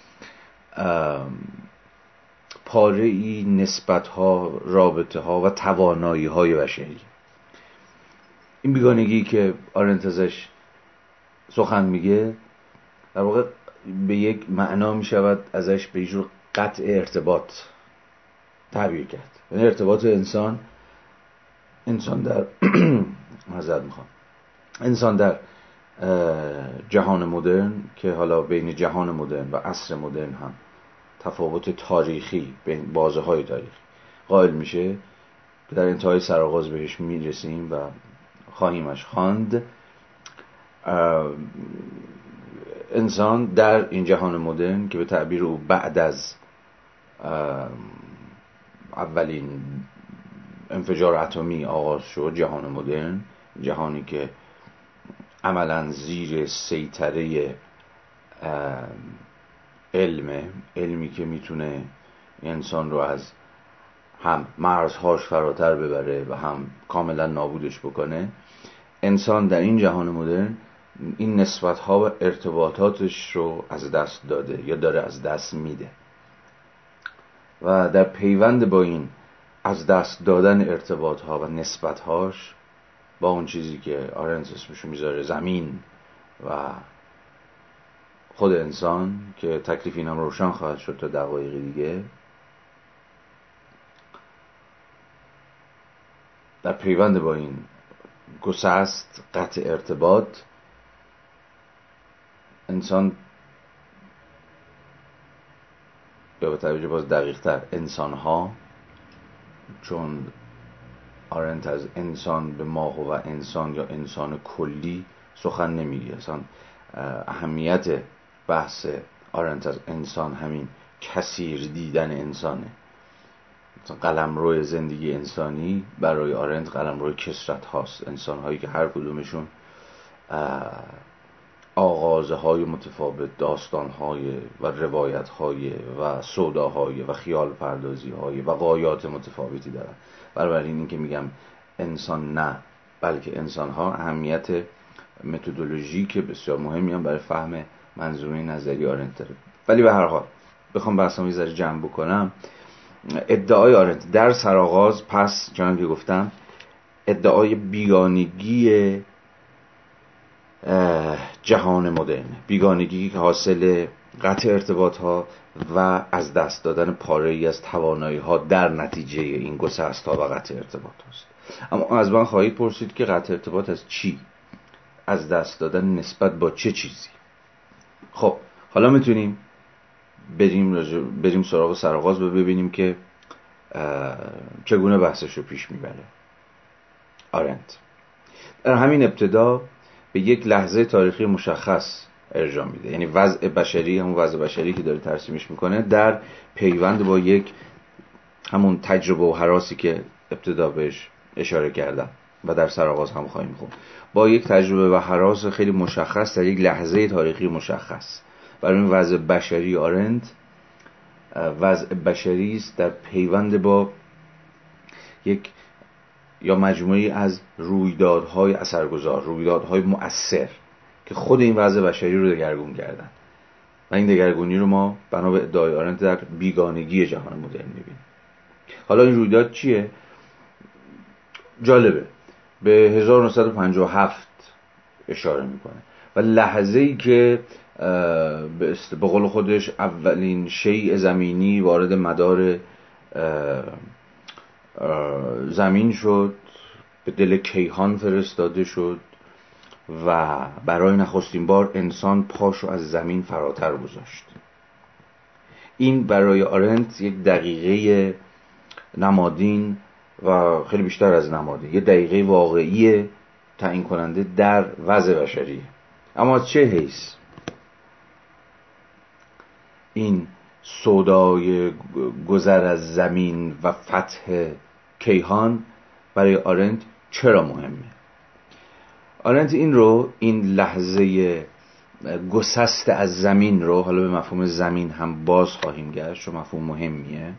پاره‌ای نسبت‌ها، رابطه‌ها و توانایی‌های بشری. این بیگانگی که آرنت ازش سخن میگه در واقع به یک معنا میشود ازش به جور قطع ارتباط تعبیر کرد. یعنی ارتباط انسان در انسان در جهان مدرن، که حالا بین جهان مدرن و عصر مدرن هم تفاوت تاریخی بین بازه‌های تاریخی قائل میشه که در انتهای سرآغاز بهش میرسیم و خواهیمش خواند. انسان در این جهان مدرن که به تعبیر او بعد از اولین انفجار اتمی آغاز شد، جهان مدرن، جهانی که عملاً زیر سیطره علمی که میتونه انسان رو از هم مرزهاش فراتر ببره و هم کاملا نابودش بکنه. انسان در این جهان مدرن این نسبت‌ها و ارتباطاتش رو از دست داده یا داره از دست میده و در پیوند با این از دست دادن ارتباط‌ها و نسبت‌هاش با اون چیزی که آرنت اسمشو میذاره زمین و خود انسان، که تکلیف اینم روشن خواهد شد تا دقایق دیگه، در پیوند با این گسست قطع ارتباط، انسان یا به تعبیر باز دقیق تر انسان‌ها چون آرنت از انسان به ما و انسان یا انسان کلی سخن نمیگه. اصلا اهمیت بحث آرنت از انسان همین کثیر دیدن انسانه. قلمرو زندگی انسانی برای آرنت قلمرو کثرت هاست، انسان هایی که هر کدومشون آغازهای متفاوت، داستانهای و روایتهای و سوداهای و خیال پردازیهای و غایات متفاوتی دارن. بنابراین این که میگم انسان نه، بلکه انسانها اهمیت متدولوژیک بسیار مهمی هم برای فهم منظومه نظری آرنت داره. ولی به هر حال بخوام بحثم یه ذره جمع بکنم، ادعای آرنت در سرآغاز پس چنانکه که گفتم ادعای بیگانگی جهان مدرن، بیگانگی که حاصل قطع ارتباط ها و از دست دادن پاره‌ای از توانایی ها در نتیجه این گسست ها و قطع ارتباط هاست. اما از من خواهید پرسید که قطع ارتباط از چی؟ از دست دادن نسبت با چه چیزی؟ خب حالا میتونیم بریم سراغ سرآغاز و ببینیم که چگونه بحثش رو پیش میبره. آرنت در همین ابتدا به یک لحظه تاریخی مشخص ارجاع میده، یعنی وضع بشری، همون وضع بشری که داره ترسیمش میکنه در پیوند با یک همون تجربه و هراسی که ابتدا بهش اشاره کردم و در سرآغاز هم خواهیم خوند، با یک تجربه و هراس خیلی مشخص در یک لحظه تاریخی مشخص. برای این وضع بشری آرنت وضع بشری است در پیوند با یک یا مجموعی از رویدادهای اثرگذار، رویدادهای مؤثر که خود این وضع بشری رو دگرگون کردن و این دگرگونی رو ما بنا به ادعای آرنت در بیگانگی جهان مدرن می‌بینیم. حالا این رویداد چیه؟ جالبه، به 1957 اشاره میکنه و لحظه‌ای که به قول خودش اولین شیء زمینی وارد مدار زمین شد، به دل کیهان فرستاده شد و برای نخستین بار انسان پاشو از زمین فراتر گذاشت. این برای آرنت یک دقیقه نمادین و خیلی بیشتر از نمادین، یه دقیقه واقعی تعیین کننده در وضع بشری. اما از چه حیث این سودای گذر از زمین و فتح کیهان برای آرنت چرا مهمه؟ آرنت این لحظه گسست از زمین رو، حالا به مفهوم زمین هم باز خواهیم گشت چون مفهوم مهمیه،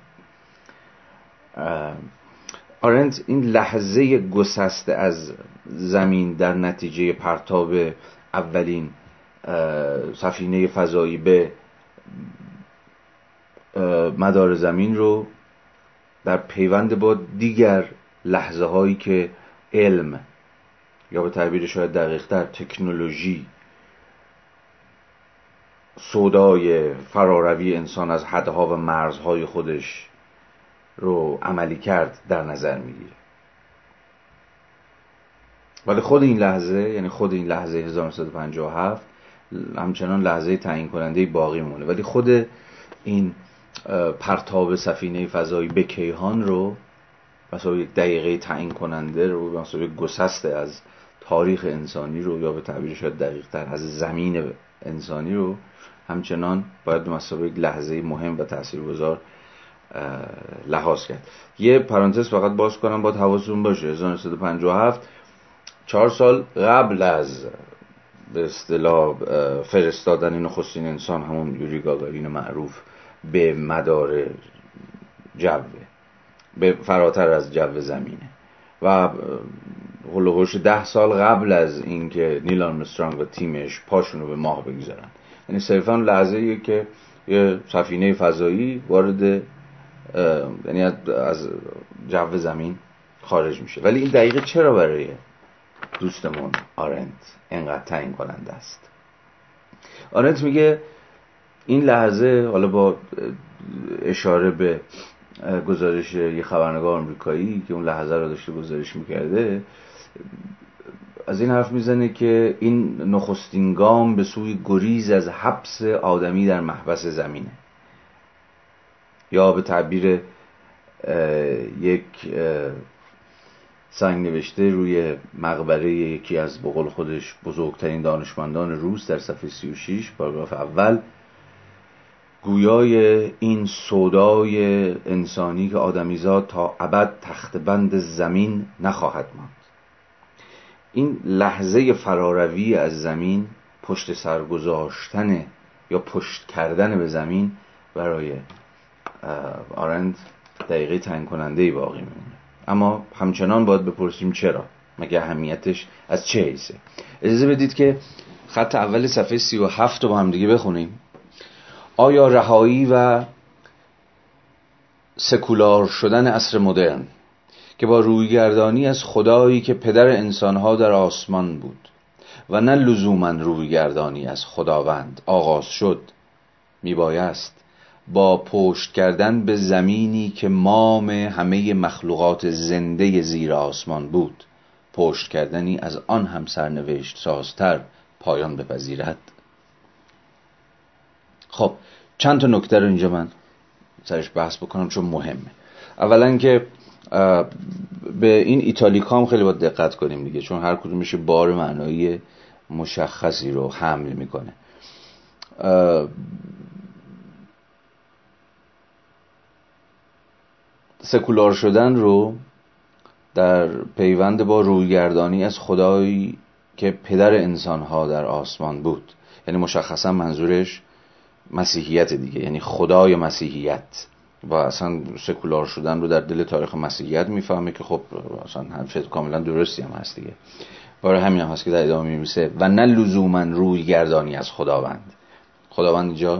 آرنت این لحظه گسست از زمین در نتیجه پرتاب اولین سفینه فضایی به مدار زمین رو در پیوند با دیگر لحظه هایی که علم یا به تعبیر شاید دقیق‌تر تکنولوژی سودای فراروی انسان از حدها و مرزهای خودش رو عملی کرد در نظر میگیره. ولی خود این لحظه، یعنی خود این لحظه 1957 همچنان لحظه تعیین کننده باقی مونه، ولی خود این پرتاب سفینه فضایی به کیهان رو مثلا یک دقیقه تعیین کننده رو، مثلا یک گسست از تاریخ انسانی رو یا به تعبیر شاید دقیق‌تر از زمین انسانی رو همچنان باید مثلا یک لحظه مهم و تاثیرگذار لحاظ کرد. یه پرانتز فقط باز کنم باید حواستون باشه 1957 4 سال قبل از به اصطلاح فرستادن نخستین انسان همون یوری گاگارین معروف به مدار جو، به فراتر از جو زمینه و هولوش 10 سال قبل از اینکه نیل آرمسترانگ و تیمش پاشونو به ماه بگذارن. یعنی صرفا لحظه‌ایه که یه سفینه فضایی وارد یعنی از جو زمین خارج میشه. ولی این دقیقه چرا برای دوستمون آرنت اینقدر تعیین کننده است؟ آرنت میگه این لحظه، حالا با اشاره به گزارش یه خبرنگار آمریکایی که اون لحظه رو داشته گزارش میکرده، از این حرف میزنه که این نخستین گام به سوی گریز از حبس آدمی در محبس زمینه، یا به تعبیر یک سنگ نوشته روی مقبره یکی از به قول خودش بزرگترین دانشمندان روس در صفحه 36 پاراگراف اول، گویای این سودای انسانی که آدمیزاد تا ابد تخت بند زمین نخواهد ماند. این لحظه فراروی از زمین، پشت سر گذاشتن یا پشت کردن به زمین، برای آرند دقیقه تعیین کننده‌ای باقی میمونه. اما همچنان باید بپرسیم چرا؟ مگه اهمیتش از چه حیثه؟ اجازه بدید که خط اول صفحه 37 رو با هم دیگه بخونیم. آیا رهایی و سکولار شدن عصر مدرن که با رویگردانی از خدایی که پدر انسانها در آسمان بود و نه لزوماً رویگردانی از خداوند آغاز شد، میبایست با پشت کردن به زمینی که مام همه مخلوقات زنده زیر آسمان بود، پشت کردنی از آن هم سرنوشت سازتر پایان بپذیرد؟ خب چند تا نکته رو اینجا من سرش بحث بکنم چون مهمه. اولا که به این ایتالیکام خیلی باید دقت کنیم دیگه، چون هر کدومش بار معنایی مشخصی رو حمل میکنه. سکولار شدن رو در پیوند با رویگردانی از خدایی که پدر انسانها در آسمان بود، یعنی مشخصا منظورش مسیحیت دیگه، یعنی خدای مسیحیت، و اصلا سکولار شدن رو در دل تاریخ مسیحیت میفهمه که خب اصلا حرف کاملا درستی هم هست دیگه. برای همین هم هست که در ادامه می‌نویسه و نه لزوماً رویگردانی از خداوند. خداوند اینجا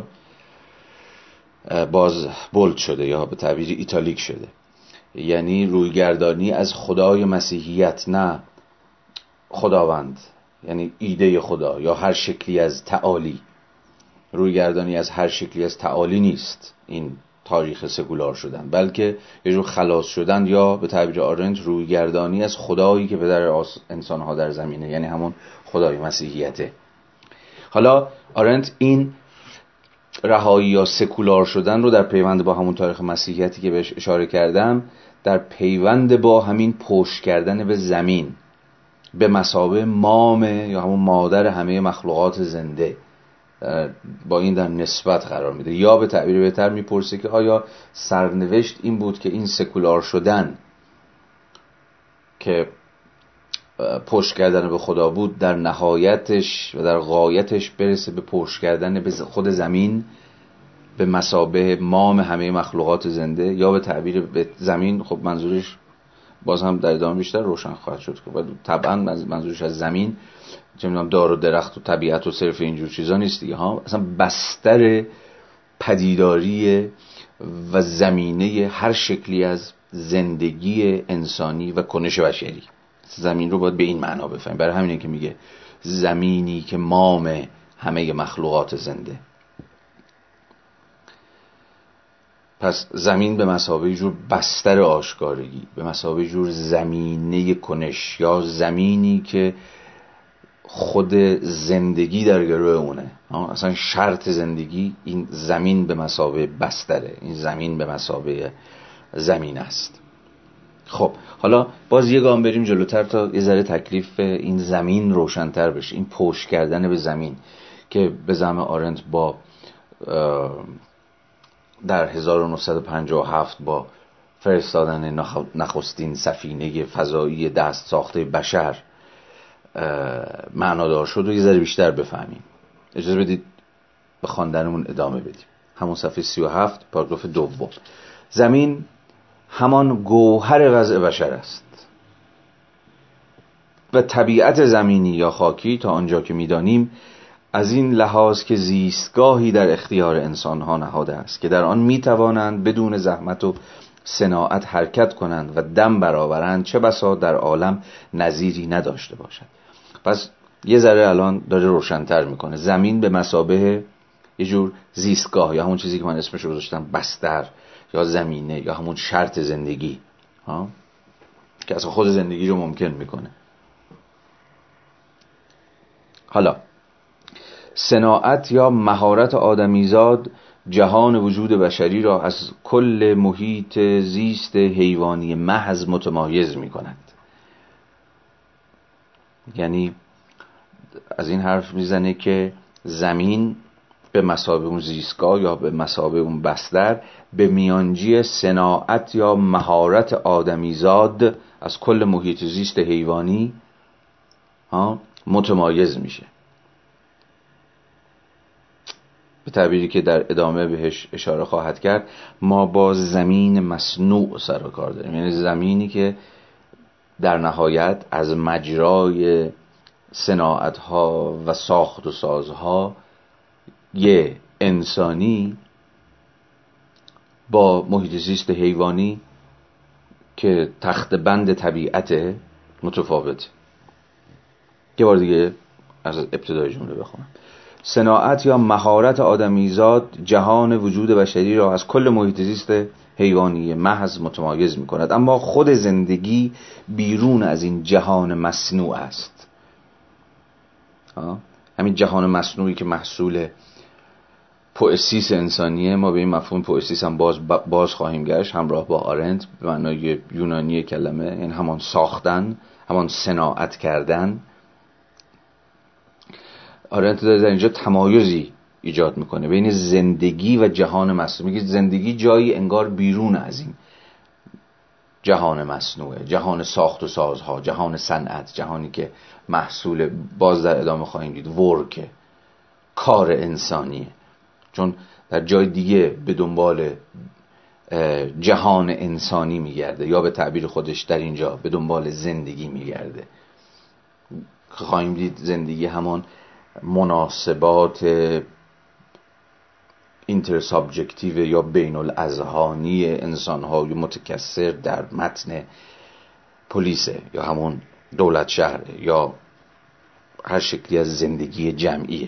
باز بولد شده یا به تعبیر ایتالیک شده، یعنی رویگردانی از خدای مسیحیت، نه خداوند، یعنی ایده خدا یا هر شکلی از تعالی. رویگردانی از هر شکلی از تعالی نیست این تاریخ سکولار شدن، بلکه یه جور خلاص شدن یا به تعبیر آرنت رویگردانی از خدایی که پدر انسانها در زمینه، یعنی همون خدای مسیحیته. حالا آرنت این رهایی یا سکولار شدن رو در پیوند با همون تاریخ مسیحیتی که بهش اشاره کردم، در پیوند با همین پشت کردن به زمین به مثابه مام یا همون مادر همه مخلوقات زنده، با این در نسبت قرار میده. یا به تعبیر بهتر میپرسه که آیا سرنوشت این بود که این سکولار شدن که پشت کردن به خدا بود در نهایتش و در غایتش برسه به پشت کردن به خود زمین به مثابه مام همه مخلوقات زنده؟ یا به تعبیر به زمین، خب منظورش باز هم در ادامه بیشتر روشن خواهد شد که طبعا منظورش از زمین چه میدونم دار و درخت و طبیعت و صرف اینجور چیزا نیست دیگه ها، اصلا بستر پدیداری و زمینه هر شکلی از زندگی انسانی و کنش بشری. زمین رو باید به این معنا بفهمیم. برای همینه که میگه زمینی که مام همه مخلوقات زنده. پس زمین به مثابه جور بستر آشکارگی، به مثابه جور زمینه کنش، یا زمینی که خود زندگی در گروه اونه، اصلا شرط زندگی این زمین به مثابه بستره، این زمین به مثابه زمین است. خب حالا باز یه گام بریم جلوتر تا یه ذره تکلیف این زمین روشن‌تر بشه. این پشت کردن به زمین که به زعم آرنت با در 1957 با فرستادن نخستین سفینه فضایی دست ساخته بشر معنادار شد و یه ذره بیشتر بفهمیم. اجازه بدید به خواندنمون ادامه بدیم. همون صفحه 37 پاراگراف دوم. زمین همان گوهر وضع بشر است و طبیعت زمینی یا خاکی تا آنجا که می‌دانیم از این لحاظ که زیستگاهی در اختیار انسان‌ها نهاده است که در آن می‌توانند بدون زحمت و صناعت حرکت کنند و دم برآورند، چه بسا در عالم نظیری نداشته باشد. پس یه ذره الان داره روشن‌تر میکنه. زمین به مثابه یه جور زیستگاه یا همون چیزی که من اسمش رو گذاشتم بستر یا زمینه یا همون شرط زندگی که اصلا خود زندگی رو ممکن میکنه. حالا صناعت یا مهارت آدمیزاد جهان وجود بشری را از کل محیط زیست حیوانی محض متمایز می کند. یعنی از این حرف میزنه که زمین به مثابه اون زیستگاه یا به مثابه اون بستر به میانجی صناعت یا مهارت آدمیزاد از کل محیط زیست حیوانی متمایز میشه. به تعبیری که در ادامه بهش اشاره خواهد کرد، ما با زمین مصنوع سر و کار داریم. یعنی زمینی که در نهایت از مجرای صناعت‌ها و ساخت و سازها یه انسانی با محیط زیست حیوانی که تخت بند طبیعت متفاوت. یه بار دیگه از ابتدای جمله بخونم. صناعت یا مهارت آدمیزاد جهان وجود بشری را از کل محیط زیست حیوانی محض متمایز می کند، اما خود زندگی بیرون از این جهان مصنوع است. همین جهان مصنوعی که محصول پوئسیس انسانیه، ما به این مفهوم پوئسیس هم باز خواهیم گشت همراه با آرنت به معنای یونانی کلمه، یعنی همان ساختن، همان صناعت کردن. آرنت داره در اینجا تمایزی ایجاد میکنه بین زندگی و جهان مصنوع. میگه زندگی جایی انگار بیرون از این جهان مصنوعه، جهان ساخت و سازها، جهان صنعت، جهانی که محصول، باز در ادامه خواهیم دید، ورک، کار انسانیه. چون در جای دیگه به دنبال جهان انسانی میگرده، یا به تعبیر خودش در اینجا به دنبال زندگی میگرده. خواهیم دید زندگی همان مناسبات اینترسابجکتیو یا بین الاذهانی انسان‌های متکثر در متن پلیسه، یا همون دولت شهره، یا هر شکلی از زندگی جمعیه.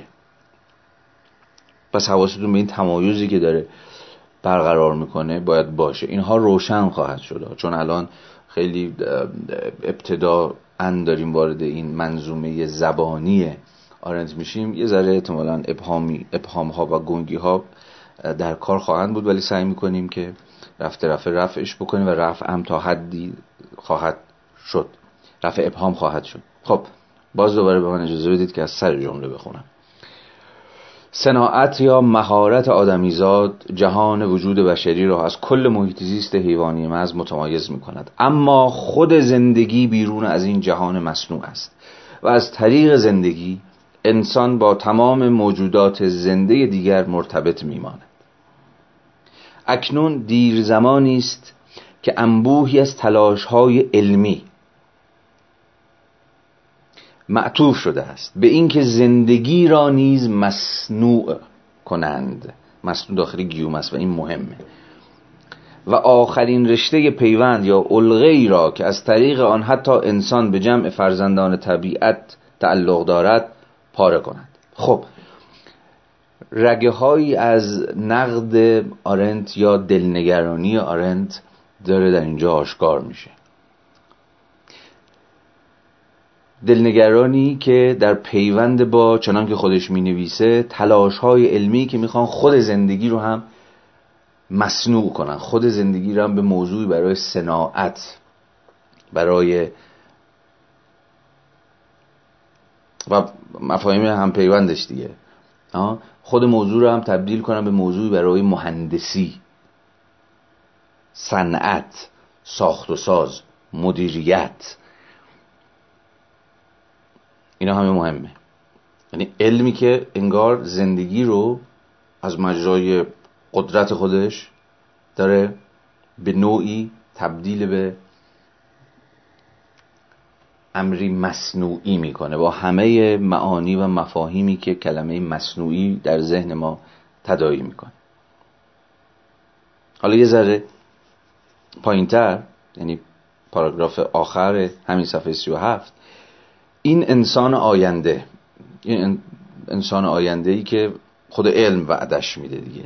پس حواستون به این تمایزی که داره برقرار میکنه باید باشه. اینها روشن خواهد شد، چون الان خیلی ابتداءً داریم وارد این منظومه زبانی آرنت میشیم. یه ذره احتمالاً ابهام ها و گنگی ها در کار خواهند بود، ولی سعی میکنیم که رفته رفعش بکنیم و رفع هم تا حدی خواهد شد، رفع ابهام خواهد شد. خب باز دوباره به من اجازه بدید که از سر جمله بخونم. صناعت یا مهارت آدمیزاد جهان وجود بشری را از کل محیط زیست حیوانی محض متمایز میکند، اما خود زندگی بیرون از این جهان مصنوع است و از طریق زندگی انسان با تمام موجودات زنده دیگر مرتبط میماند. اکنون دیر زمانی است که انبوهی از تلاش‌های علمی معطوف شده است به اینکه زندگی را نیز مصنوع کنند. مصنوع داخل گیوم است و این مهمه. و آخرین رشته پیوند یا علقه‌ای را که از طریق آن حتی انسان به جمع فرزندان طبیعت تعلق دارد پاره کند. خب رگه هایی از نقد آرنت یا دلنگرانی آرنت داره در اینجا آشکار میشه. دلنگرانی که در پیوند با، چنان که خودش می نویسه، تلاش های علمی که میخوان خود زندگی رو هم مصنوع کنن، خود زندگی رو هم به موضوعی برای صناعت، برای و مفاهیم هم پیوندش دیگه، خود موضوع رو هم تبدیل کنن به موضوعی برای مهندسی، صنعت، ساخت و ساز، مدیریت. اینا همه مهمه. یعنی علمی که انگار زندگی رو از مجرای قدرت خودش داره به نوعی تبدیل به امری مصنوعی میکنه، با همه معانی و مفاهیمی که کلمه مصنوعی در ذهن ما تداعی میکنه. حالا یه ذره پایینتر، یعنی پاراگراف آخر همین صفحه 37، این انسان آینده، این انسان آینده‌ای که خود علم وعدش میده دیگه،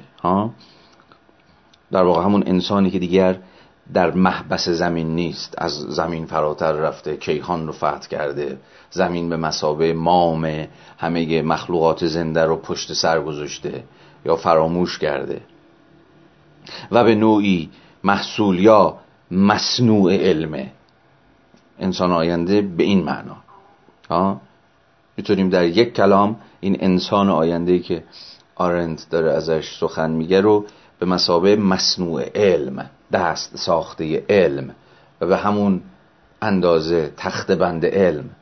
در واقع همون انسانی که دیگر در محبس زمین نیست، از زمین فراتر رفته، کیهان رو فتح کرده، زمین به مثابه مام همه مخلوقات زنده رو پشت سر گذاشته، یا فراموش کرده و به نوعی محصول یا مصنوع علمه. انسان آینده به این معنا میتونیم در یک کلام این انسان آینده که آرنت داره ازش سخن میگه رو به مثابه مصنوع علم، دست ساخته علم و به همون اندازه تخته‌بند علم،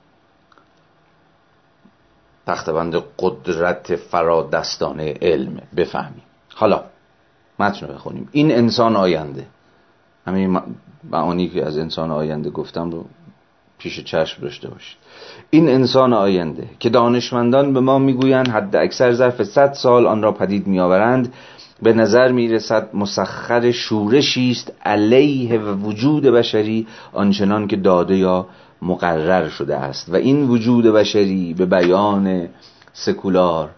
تخته‌بند قدرت فرادستانه علم بفهمیم. حالا متن رو بخونیم. این انسان آینده، همین معانی که از انسان آینده گفتم رو پیش چشم داشته باشید. این انسان آینده که دانشمندان به ما میگویند حد اکثر ظرف 100 سال آن را پدید میآورند، به نظر میرسد مسخر شورشی است علیه وجود بشری آنچنان که داده یا مقرر شده است و این وجود بشری به بیان سکولار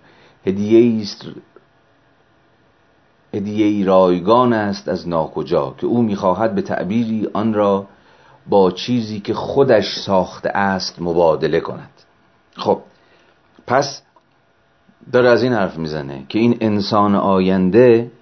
هدیه‌ای رایگان است از ناکجا که او میخواهد به تعبیری آن را با چیزی که خودش ساخته است مبادله کند. خب پس داره از این حرف میزنه که این انسان آینده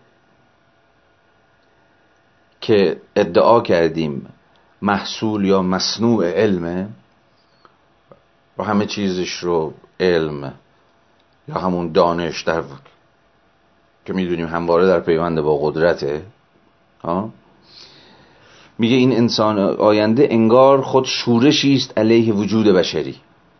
که ادعا کردیم محصول یا مصنوع علمه و همه چیزش رو علم یا همون دانش در که میدونیم همواره در پیوند با قدرته، میگه این انسان آینده انگار خود شورشی است علیه وجود بشری.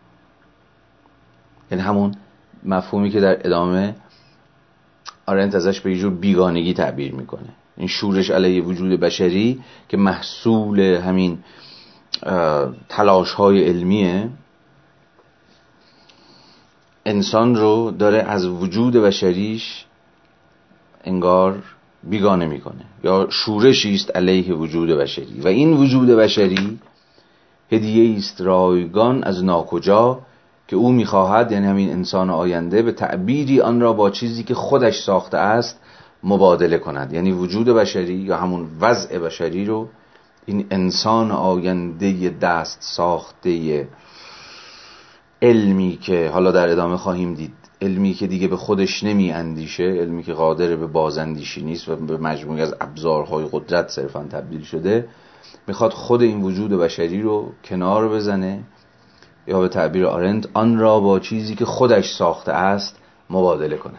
یعنی همون مفهومی که در ادامه آرنت ازش به یه جور بیگانگی تعبیر میکنه. این شورش علیه وجود بشری که محصول همین تلاش‌های علمیه، انسان رو داره از وجود بشریش انگار بیگانه میکنه یا شورشی است علیه وجود بشری و این وجود بشری هدیه‌ای است رایگان از ناکجا که او میخواهد، یعنی همین انسان آینده، به تعبیری آن را با چیزی که خودش ساخته است مبادله کند. یعنی وجود بشری یا همون وضع بشری رو این انسان آینده دست ساخته علمی که حالا در ادامه خواهیم دید، علمی که دیگه به خودش نمی اندیشه، علمی که قادر به بازاندیشی نیست و به مجموعی از ابزارهای قدرت صرفاً تبدیل شده، میخواد خود این وجود بشری رو کنار بزنه یا به تعبیر آرنت آن را با چیزی که خودش ساخته است مبادله کند.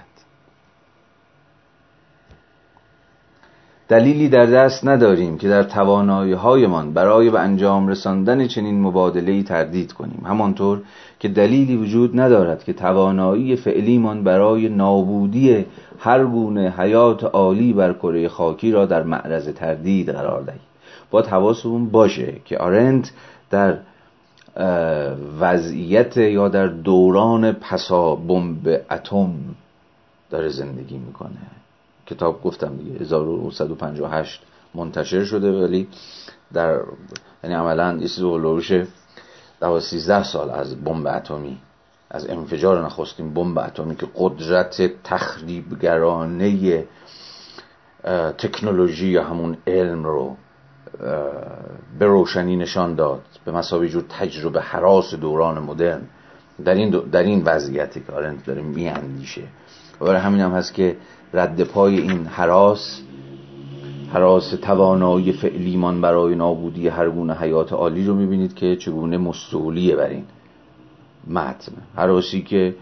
دلیلی در دست نداریم که در توانایی‌هایمان برای به انجام رساندن چنین مبادله‌ای تردید کنیم، همانطور که دلیلی وجود ندارد که توانایی فعلیمان برای نابودی هر گونه حیات عالی بر کره خاکی را در معرض تردید قرار دهیم. باید حواسمون باشه که آرنت در وضعیت یا در دوران پسا بمب اتم داره زندگی میکنه. کتاب گفتم دیگه 1958 منتشر شده، ولی یعنی عملاً یه چیز هولوش 13 سال از بمب اتمی، از انفجار نخستین بمب اتمی که قدرت تخریبگرانه تکنولوژی یا همون علم رو به روشنی نشان داد، به مثابه جور تجربه هراس دوران مدرن. در این وضعیتی که آرنت داره میاندیشه و برای همین هم هست که رد پای این هراس توانایی فعلیمان برای نابودی هر گونه حیات عالی رو میبینید که چگونه مستولیه بر این متن، هراسی که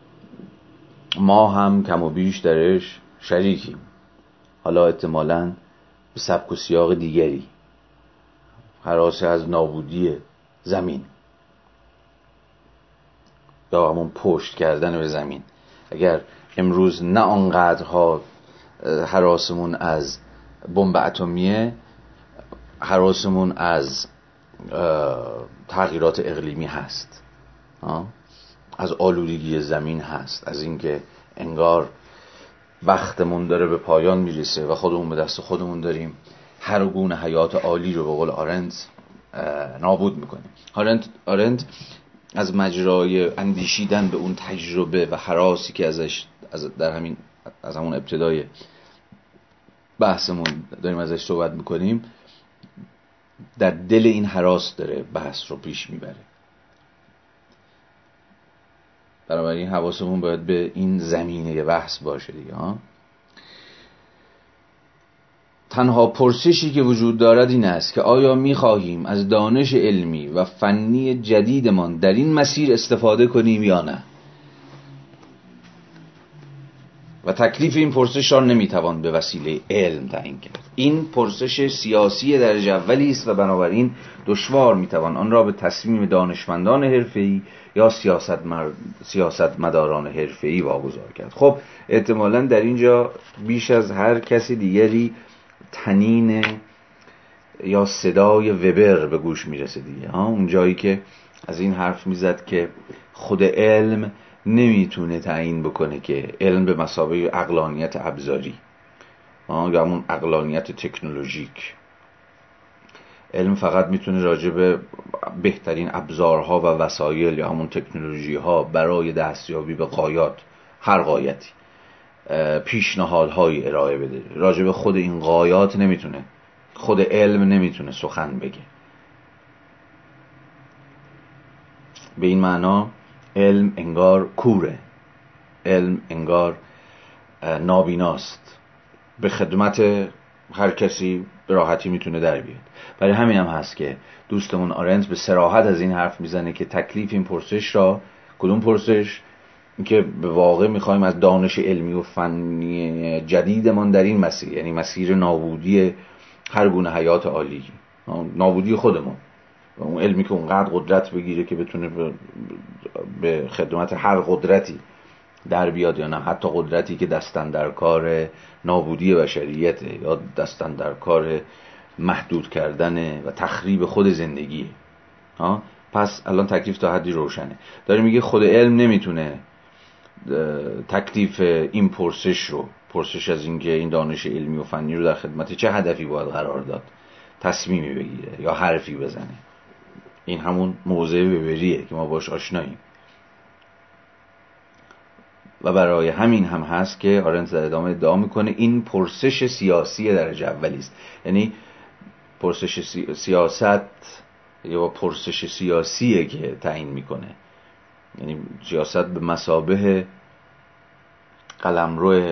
ما هم کم و بیش درش شریکیم، حالا احتمالاً به سبک و سیاق دیگری، هراس از نابودی زمین یا همون پشت کردن به زمین. اگر امروز نه آنقدرها هراسمون از بمب اتمیه، هراسمون از تغییرات اقلیمی هست، از آلودگی زمین هست، از اینکه انگار وقتمون داره به پایان میرسه و خودمون به دست خودمون داریم هر گونه حیات عالی رو به قول آرنت نابود میکنیم. آرنت از مجرای اندیشیدن به اون تجربه و هراسی که از همون ابتدای بحثمون داریم ازش صحبت میکنیم، در دل این هراس داره بحث رو پیش میبره. بنابراین حواسمون باید به این زمینه بحث باشه دیگه ها. تنها پرسشی که وجود دارد این است که آیا می‌خواهیم از دانش علمی و فنی جدیدمان در این مسیر استفاده کنیم یا نه؟ و تکلیف این پرسش را نمیتوان به وسیله علم تعیین کرد. این پرسش سیاسی درجه اولی است و بنابراین دشوار میتوان آن را به تصمیم دانشمندان حرفه‌ای یا سیاستمداران حرفه‌ای واگذار کرد. خب احتمالاً در اینجا بیش از هر کسی دیگری طنین یا صدای وبر به گوش میرسه دیگه ها، اون جایی که از این حرف میزد که خود علم نمیتونه تعیین بکنه که علم به مثابه عقلانیت ابزاری یا همون عقلانیت تکنولوژیک، علم فقط میتونه راجع به بهترین ابزارها و وسایل یا همون تکنولوژی ها برای دستیابی به غایات، هر غایتی، پیشنهادهایی ارائه بده. راجع به خود این غایات نمیتونه، خود علم نمیتونه سخن بگه. به این معنا علم انگار کوره، علم انگار نابیناست، به خدمت هر کسی به راحتی میتونه در بیاد. برای همین هم هست که دوستمون آرنت به صراحت از این حرف میزنه که تکلیف این پرسش را، کدوم پرسش؟ که به واقع میخوایم از دانش علمی و فنی جدیدمان در این مسیر، یعنی مسیر نابودی هر گونه حیات عالی، نابودی خودمون، اون علمی که اونقدر قدرت بگیره که بتونه به خدمت هر قدرتی در بیاد یا نه، حتی قدرتی که دستن در کار نابودی بشریته یا دستن در کار محدود کردن و تخریب خود زندگیه. پس الان تکلیف تا حدی روشنه. داره میگه خود علم نمیتونه تکلیف این پرسش از اینکه این دانش علمی و فنی رو در خدمت چه هدفی باید قرار داد تصمیمی بگیره یا حرفی بزنه. این همون موضع وبریه که ما باش آشناییم و برای همین هم هست که آرنت در ادامه ادعا میکنه این پرسش سیاسی درجه اولی است. یعنی پرسش سیاست یا پرسش سیاسیه که تعیین میکنه، یعنی سیاست به مثابه قلمرو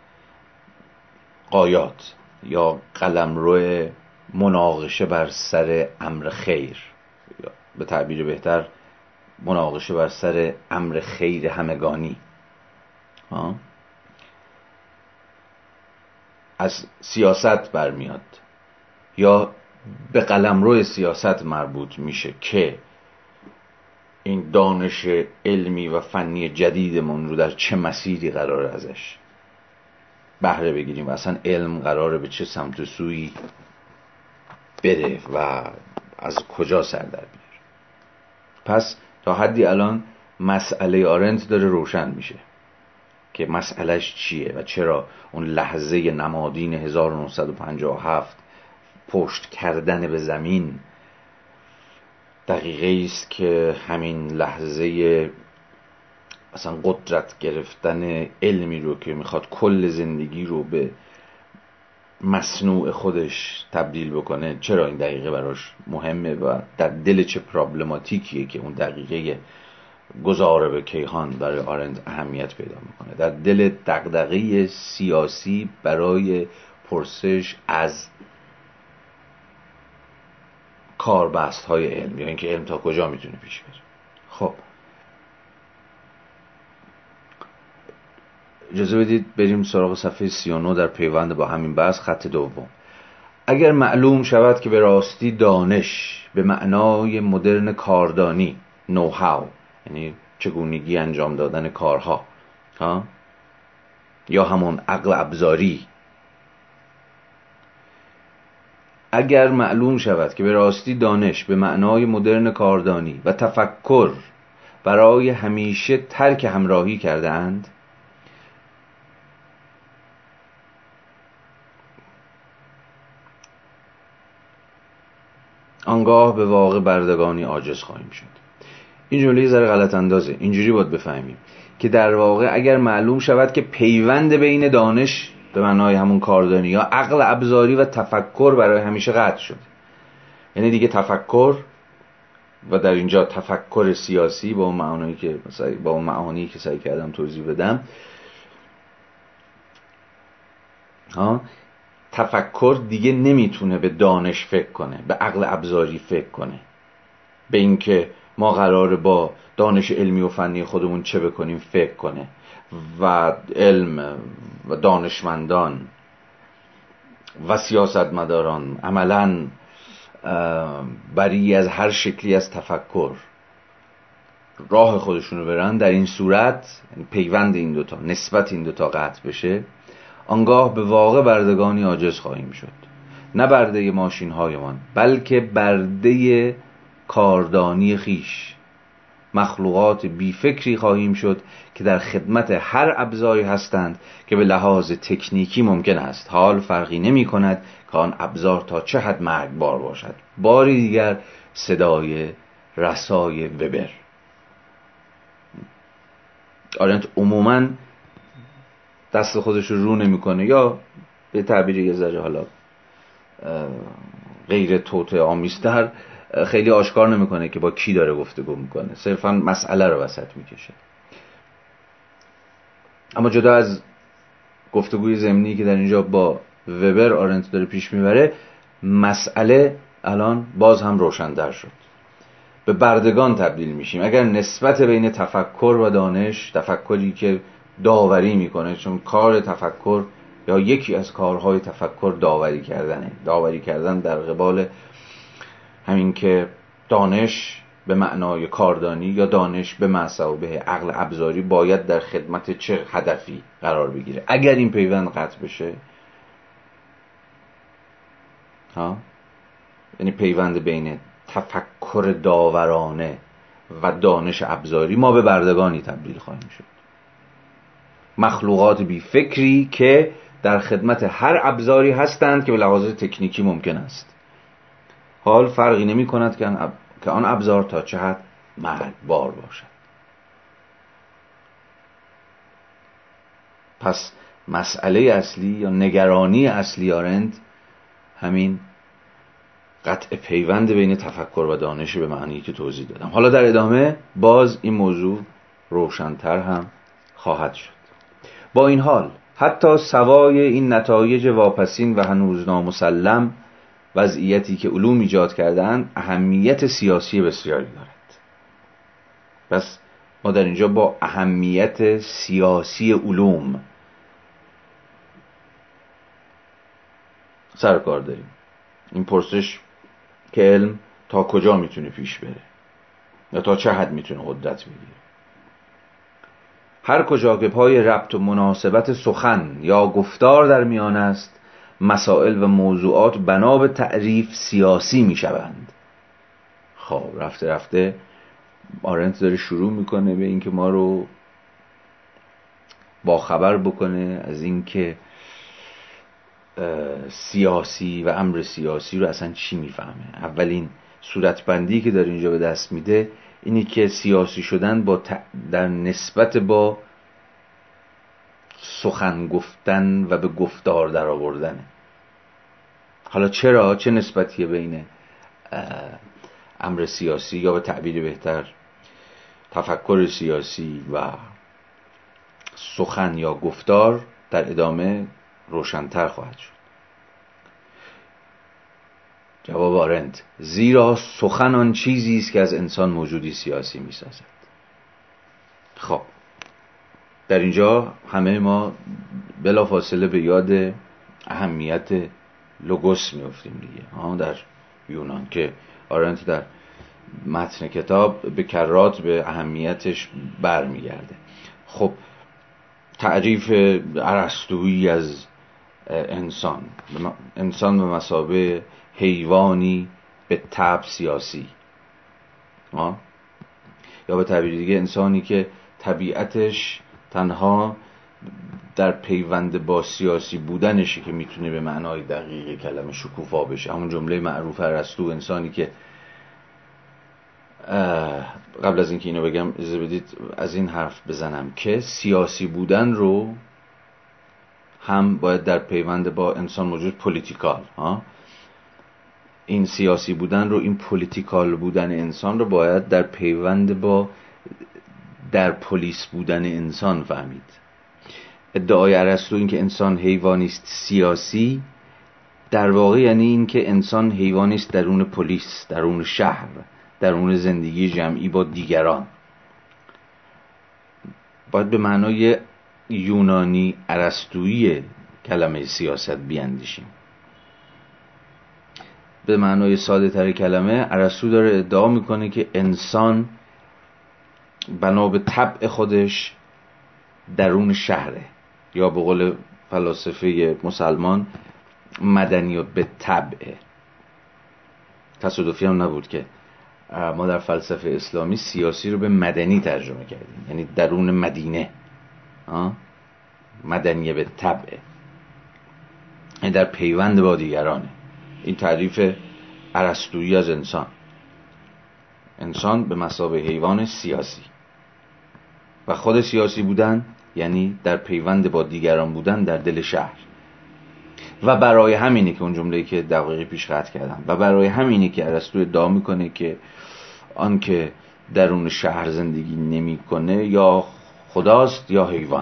غایات یا قلمرو مناقشه بر سر امر خیر، یا به تعبیر بهتر مناقشه بر سر امر خیر همگانی از سیاست برمیاد یا به قلمرو سیاست مربوط میشه که این دانش علمی و فنی جدیدمون رو در چه مسیری قراره ازش بهره بگیریم و اصلا علم قراره به چه سمت و سوی بره و از کجا سر در بیاره. پس تا حدی الان مسئله آرنت داره روشن میشه که مسئلهش چیه و چرا اون لحظه نمادین 1957 پشت کردن به زمین دقیقه است که همین لحظه اصلا قدرت گرفتن علمی رو که میخواد کل زندگی رو به مصنوع خودش تبدیل بکنه، چرا این دقیقه براش مهمه و در دل چه پرابلماتیکیه که اون دقیقه گذاره به کیهان برای آرنت اهمیت پیدا میکنه، در دل دغدغه سیاسی برای پرسش از کاربست های علم یا اینکه علم تا کجا میتونه پیش بره. خب اجازه بدید بریم سراغ صفحه 39 در پیوند با همین بحث، خط دوم. اگر معلوم شود که به راستی دانش به معنای مدرن کاردانی، نوهاو، یعنی چگونگی انجام دادن کارها یا همون عقل ابزاری، اگر معلوم شود که به راستی دانش به معنای مدرن کاردانی و تفکر برای همیشه ترک همراهی کردند، آنگاه به واقع بردگانی عاجز خواهیم شد. این جمله ذره غلط اندازه، اینجوری باید بفهمیم که در واقع اگر معلوم شود که پیوند بین دانش به معنای همون کاردانی یا عقل ابزاری و تفکر برای همیشه قطع شد، یعنی دیگه تفکر و در اینجا تفکر سیاسی با اون معانی که سعی کردم توضیح بدم، تفکر دیگه نمیتونه به دانش فکر کنه، به عقل ابزاری فکر کنه، به اینکه ما قراره با دانش علمی و فنی خودمون چه بکنیم فکر کنه و علم و دانشمندان و سیاستمداران عملاً بری از هر شکلی از تفکر راه خودشونو برن. در این صورت پیوند این دوتا، نسبت این دوتا قطع بشه، آنگاه به واقع بردگانی عاجز خواهیم شد، نه برده ماشین هایمان بلکه برده کاردانی خیش، مخلوقات بی فکری خواهیم شد که در خدمت هر ابزاری هستند که به لحاظ تکنیکی ممکن است، حال فرقی نمی کند که آن ابزار تا چه حد مرگبار باشد. باری دیگر صدای رسای وبر. آرنت عموماً دست خودش رو نمیکنه، یا به تعبیر یه ذره حالا غیر توطئه آمیزتر خیلی آشکار نمیکنه که با کی داره گفتگو میکنه، صرفا مسئله رو وسط میکشه. اما جدا از گفتگوی ضمنی که در اینجا با وبر آرنت داره پیش میبره، مسئله الان باز هم روشن‌تر شد. به بردگان تبدیل میشیم اگر نسبت بین تفکر و دانش، تفکری که داوری میکنه، چون کار تفکر یا یکی از کارهای تفکر داوری کردنه، داوری کردن در قبال همین که دانش به معنای کاردانی یا دانش به مثابه عقل ابزاری باید در خدمت چه هدفی قرار بگیره. اگر این پیوند قطع بشه، یعنی پیوند بین تفکر داورانه و دانش ابزاری، ما به بردگانی تبدیل خواهیم شد، مخلوقات بی فکری که در خدمت هر ابزاری هستند که به لحاظ تکنیکی ممکن است، حال فرقی نمی کند که آن ابزار تا چه حد مرگبار باشد. پس مسئله اصلی یا نگرانی اصلی آرنت همین قطع پیوند بین تفکر و دانش به معنی که توضیح دادم. حالا در ادامه باز این موضوع روشن‌تر هم خواهد شد. با این حال حتی سوای این نتایج واپسین و هنوز نامسلم، وضعیتی که علوم ایجاد کردن اهمیت سیاسی بسیاری دارد. پس ما در اینجا با اهمیت سیاسی علوم سر کار داریم. این پرسش که علم تا کجا میتونه پیش بره یا تا چه حد میتونه قدرت بگیره. هر کجا که پای ربط و مناسبت سخن یا گفتار در میان است، مسائل و موضوعات بنا به تعریف سیاسی میشوند. خب رفته رفته آرنت داره شروع میکنه به اینکه ما رو با خبر بکنه از اینکه سیاسی و امر سیاسی رو اصلا چی میفهمه. اولین صورتبندی که داره اینجا به دست میده اینی که سیاسی شدن در نسبت با سخن گفتن و به گفتار در آوردنه. حالا چرا؟ چه نسبتیه بین امر سیاسی یا به تعبیر بهتر تفکر سیاسی و سخن یا گفتار در ادامه روشن‌تر خواهد شد. جواب آرنت: زیرا سخن آن چیزی است که از انسان موجودی سیاسی می‌سازد. خب در اینجا همه ما بلافاصله به یاد اهمیت لوگوس میافتیم دیگه، در یونان، که آرنت در متن کتاب به کرات به اهمیتش برمیگرده. خب تعریف ارسطویی از انسان به مثابه حیوانی به طبع سیاسی، یا به تعبیر دیگه انسانی که طبیعتش تنها در پیوند با سیاسی بودنشه که میتونه به معنای دقیق کلمه شکوفا بشه. همون جمله معروف ارسطو، انسانی که قبل از اینکه اینو بگم اجازه بدید از این حرف بزنم که سیاسی بودن رو هم باید در پیوند با انسان موجود پولیتیکال، این سیاسی بودن رو، این پولیتیکال بودن انسان رو باید در پیوند با در پلیس بودن انسان فهمید. ادعای ارسطو این که انسان حیوانی است سیاسی، در واقع یعنی این که انسان حیوانی است درون پلیس، درون شهر، درون زندگی جمعی با دیگران. باید به معنای یونانی ارسطویی کلمه سیاست بیاندیشیم. به معنای ساده تر کلمه، ارسطو داره ادعا میکنه که انسان بنا به طبع خودش درون شهره، یا به قول فلاسفه مسلمان مدنی و به طبعه. تصادفی هم نبود که ما در فلسفه اسلامی سیاسی رو به مدنی ترجمه کردیم، یعنی درون مدینه، مدنی به طبعه، یعنی در پیوند با دیگرانه. این تعریف ارسطویی از انسان. انسان به مثابه حیوان سیاسی و خود سیاسی بودن یعنی در پیوند با دیگران بودن در دل شهر. و برای همینه که اون جمله‌ای که دقیقی پیش قطع کردم، و برای همینه که ارسطو ادعا میکنه که آن که درون شهر زندگی نمیکنه یا خداست یا حیوان.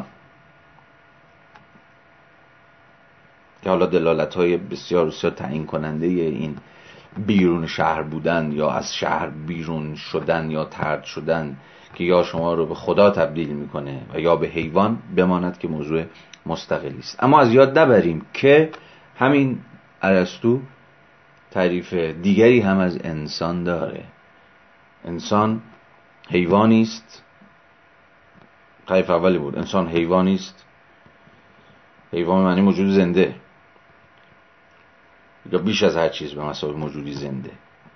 که حالا دلالت‌های بسیار بسیار تعیین کننده این بیرون شهر بودن یا از شهر بیرون شدن یا طرد شدن که یا شما رو به خدا تبدیل میکنه و یا به حیوان بماند که موضوع مستقلی است. اما از یاد نبریم که همین ارسطو تعریف دیگری هم از انسان داره. انسان حیوانی است. تعریف اولی بود، انسان حیوانی است. حیوان معنی موجود زنده یا بیش از هر چیز به مثابه موجودی زنده.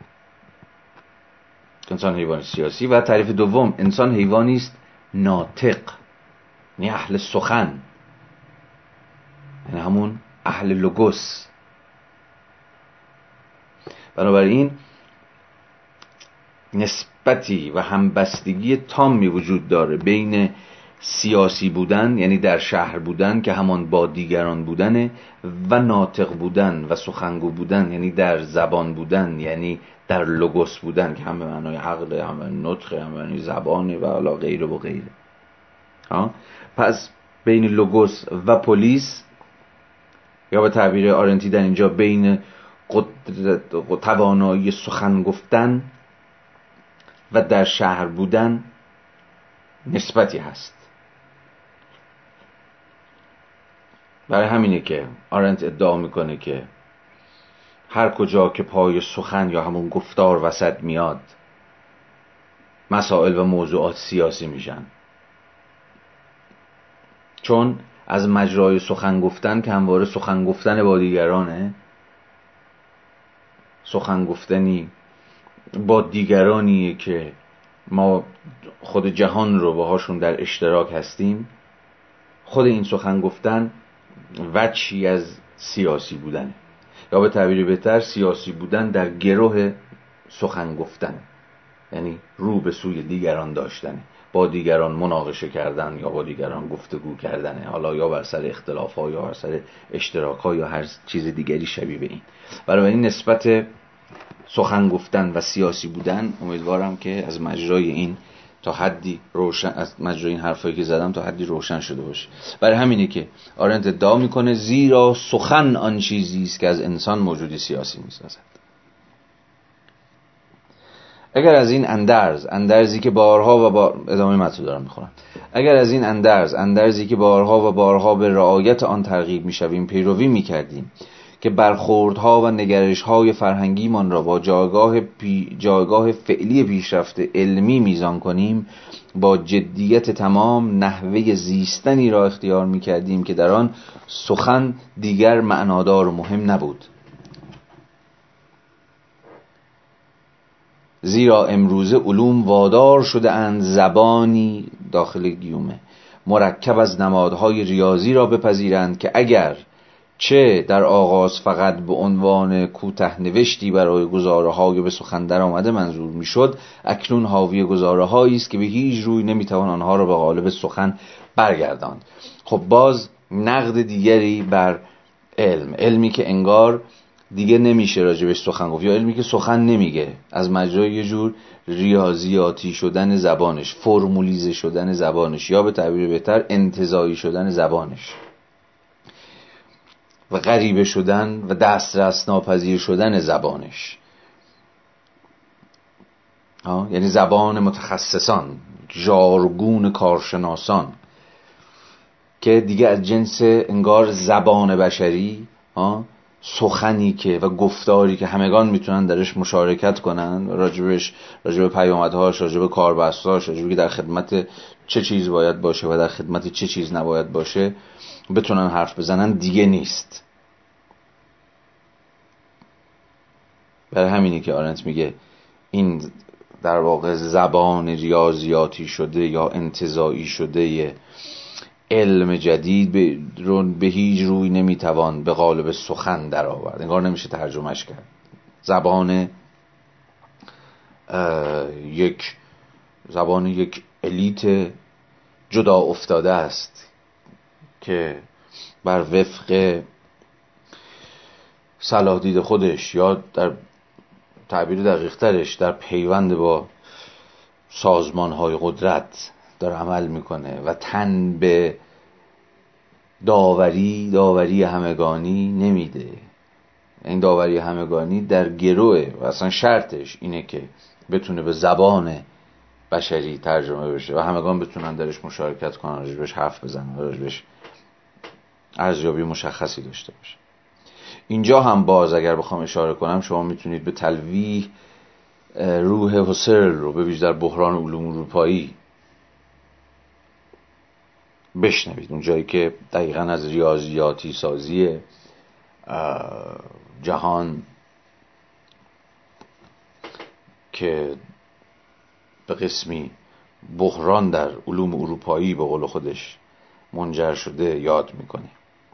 انسان حیوانی سیاسی. و تعریف دوم، انسان حیوانی است ناطق، یعنی اهل سخن، یعنی همون اهل لوگوس. بنابراین نسبتی و همبستگی تامی وجود داره بین سیاسی بودن یعنی در شهر بودن که همان با دیگران بودنه، و ناطق بودن و سخنگو بودن یعنی در زبان بودن، یعنی در لوگوس بودن که هم به معنای عقل، هم به نطق، هم به معنای زبانه و علا غیره و غیره. پس بین لوگوس و پلیس، یا به تعبیر آرنتی در اینجا بین توانایی سخن گفتن و در شهر بودن نسبتی هست. برای همینه که آرنت ادعا میکنه که هر کجا که پای سخن یا همون گفتار وسط میاد، مسائل و موضوعات سیاسی میشن، چون از مجرای سخن گفتن که همواره سخن گفتن با دیگرانه، سخن گفتنی با دیگرانیه که ما خود جهان رو باهاشون در اشتراک هستیم. خود این سخن گفتن وجهی از سیاسی بودنه، یا به تعبیر بهتر سیاسی بودن در گروه سخن گفتن، یعنی رو به سوی دیگران داشتن، با دیگران مناقشه کردن یا با دیگران گفتگو کردن، حالا یا بر سر اختلاف‌ها یا بر سر اشتراک‌ها یا هر چیز دیگری شبیه به این. برای این نسبت سخن گفتن و سیاسی بودن امیدوارم که از مجرای این تا حدی روشن، از مجرای این حرفایی که زدم تا حدی روشن شده باشه. برای همینه که آرنت ادعا میکنه زیرا سخن آن چیزی است که از انسان موجودی سیاسی میسازد. اگر از این اندرزی که بارها و ادامه متن دارم میخونم، اگر از این اندرزی که بارها و بارها به رعایت آن ترغیب میشویم پیروی میکردیم که برخوردها و نگرش‌های فرهنگیمان را با جایگاه فعلی پیشرفت علمی میزان کنیم، با جدیت تمام نحوه زیستنی را اختیار می‌کردیم که در آن سخن دیگر معنادار و مهم نبود. زیرا امروزه علوم وادار شده اند زبانی داخل گیومه مرکب از نمادهای ریاضی را بپذیرند که اگر چه در آغاز فقط به عنوان کوته نوشتی برای گزاره‌های به سخن در آمده منظور میشد، اکنون حاوی گزاره‌هایی است که به هیچ روی نمیتوان آنها را به قالب سخن برگرداند. خب باز نقد دیگری بر علمی که انگار دیگه نمیشه راجبش سخن گفت، یا علمی که سخن نمیگه، از مجرای یه جور ریاضیاتی شدن زبانش، فرمولیزه شدن زبانش، یا به تعبیر بهتر انتزاعی شدن زبانش و غریبه شدن و دسترس ناپذیر شدن زبانش. یعنی زبان متخصصان، ژارگون کارشناسان که دیگه از جنس انگار زبان بشری، سخنی که و گفتاری که همگان میتونن درش مشارکت کنن، راجب پیامدهاش، راجب کاربستاش، راجب که در خدمت چه چیز باید باشه و در خدمت چه چیز نباید باشه بتونن حرف بزنن، دیگه نیست. برای همینی که آرنت میگه این در واقع زبان ریاضیاتی شده یا انتزاعی شده علم جدید به هیچ روی نمیتوان به قالب سخن در آورد، انگار نمیشه ترجمهش کرد. زبان یک الیت جدا افتاده است که بر وفق صلاح دید خودش یا در تعبیر دقیق ترش در پیوند با سازمان‌های قدرت داره عمل میکنه و تن به داوری همگانی نمیده. این داوری همگانی در گروه و اصلا شرطش اینه که بتونه به زبان بشری ترجمه بشه و همگان بتونن درش مشارکت کنن، راجبش حرف بزنن، راجبش ارزیابی مشخصی داشته باشه. اینجا هم باز اگر بخوام اشاره کنم، شما میتونید به تلویح روح هوسرل رو به ویژه در بحران علوم اروپایی بشنوید، اون جایی که دقیقاً از ریاضیاتی سازی جهان که به قسمی بحران در علوم اروپایی به قول خودش منجر شده یاد میکنه.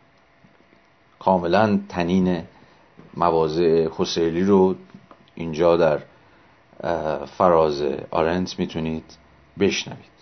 کاملا تنین مواضع هوسرلی رو اینجا در فراز آرنت میتونید بشنوید.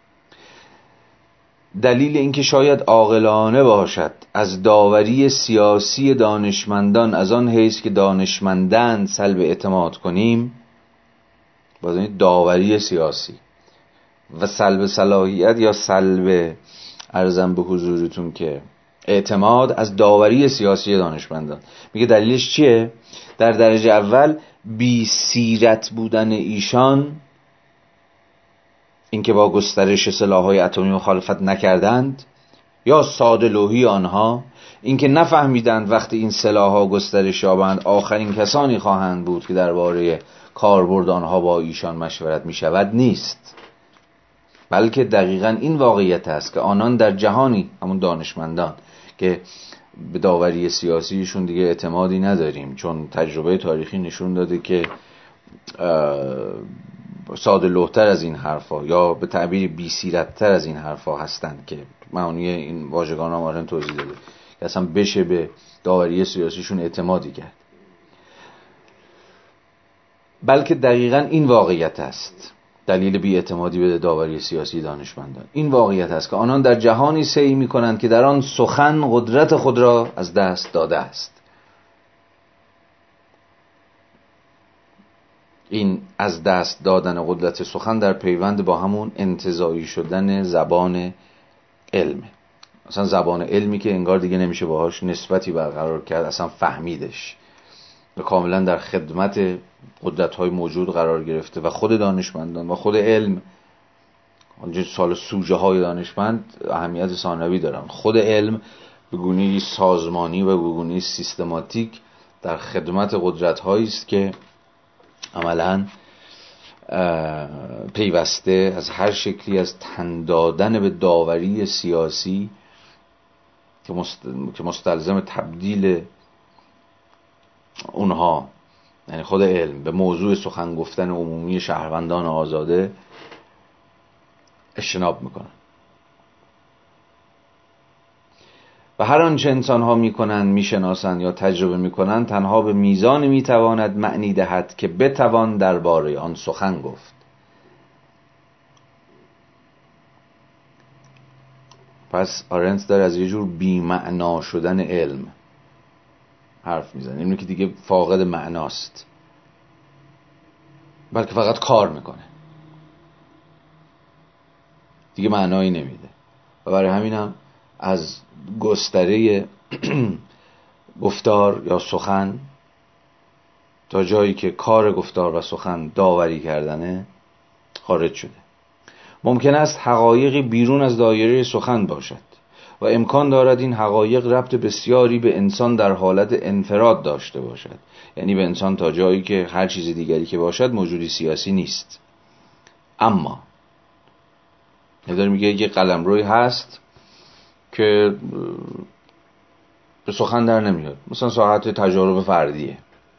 دلیل اینکه شاید عاقلانه باشد از داوری سیاسی دانشمندان از آن حیث که دانشمندان سلب اعتماد کنیم، باید داوری سیاسی و سلب صلاحیت یا سلب عرضم به حضورتون که اعتماد از داوری سیاسی دانشمندان. میگه دلیلش چیه؟ در درجه اول بی سیرت بودن ایشان، اینکه با گسترش سلاح‌های اتمی مخالفت نکردند، یا ساده لوحی آنها، اینکه نفهمیدند وقتی این سلاح‌ها گسترش یابند آخرین کسانی خواهند بود که درباره کاربرد آنها با ایشان مشورت می‌شود نیست، بلکه دقیقاً این واقعیت است که آنان در جهانی، همون دانشمندان، که به داوری سیاسیشون دیگه اعتمادی نداریم چون تجربه تاریخی نشون داده که ساده لوح‌تر از این حرفا یا به تعبیر بی‌سیرت‌تر از این حرفا هستند که معانی این واژگان هم آرنت توضیح داده که اصلا بشه به داوری سیاسیشون اعتمادی کرد. بلکه دقیقاً این واقعیت است دلیل بی‌اعتمادی به داوری سیاسی دانشمندان، این واقعیت است که آنان در جهانی سعی می‌کنند که در آن سخن قدرت خود را از دست داده است. این از دست دادن قدرت سخن در پیوند با همون انتزاعی شدن زبان علم، اصلا زبان علمی که انگار دیگه نمیشه باهاش نسبتی برقرار کرد، اصلا فهمیدش و کاملا در خدمت قدرت‌های موجود قرار گرفته و خود دانشمندان و خود علم، اونجا سال سوژه های دانشمند اهمیت ثانوی دارن، خود علم به گونه‌ای سازمانی و به گونه‌ای سیستماتیک در خدمت قدرت‌هایی است که عملاً پیوسته از هر شکلی از تن دادن به داوری سیاسی که مستلزم تبدیل اونها، یعنی خود علم، به موضوع سخن گفتن عمومی شهروندان آزاده اجتناب میکنن. و هر آنچه انسان‌ها میکنند، میشناسند یا تجربه میکنند تنها به میزان میتواند معنی دهد که بتوان درباره آن سخن گفت. پس آرنت داره از یه جور بی‌معنا شدن علم حرف میزنه، اینو که دیگه فاقد معناست، بلکه فقط کار میکنه، دیگه معنایی نمیده. و برای همینم از گستره گفتار یا سخن تا جایی که کار گفتار و سخن داوری کردنه خارج شده. ممکن است حقایقی بیرون از دایره سخن باشد و امکان دارد این حقایق ربط بسیاری به انسان در حالت انفراد داشته باشد، یعنی به انسان تا جایی که هر چیز دیگری که باشد موجودی سیاسی نیست. اما داره میگه یه قلمروی هست که به سخن در نمیاد، مثلا ساعت تجارب فردیه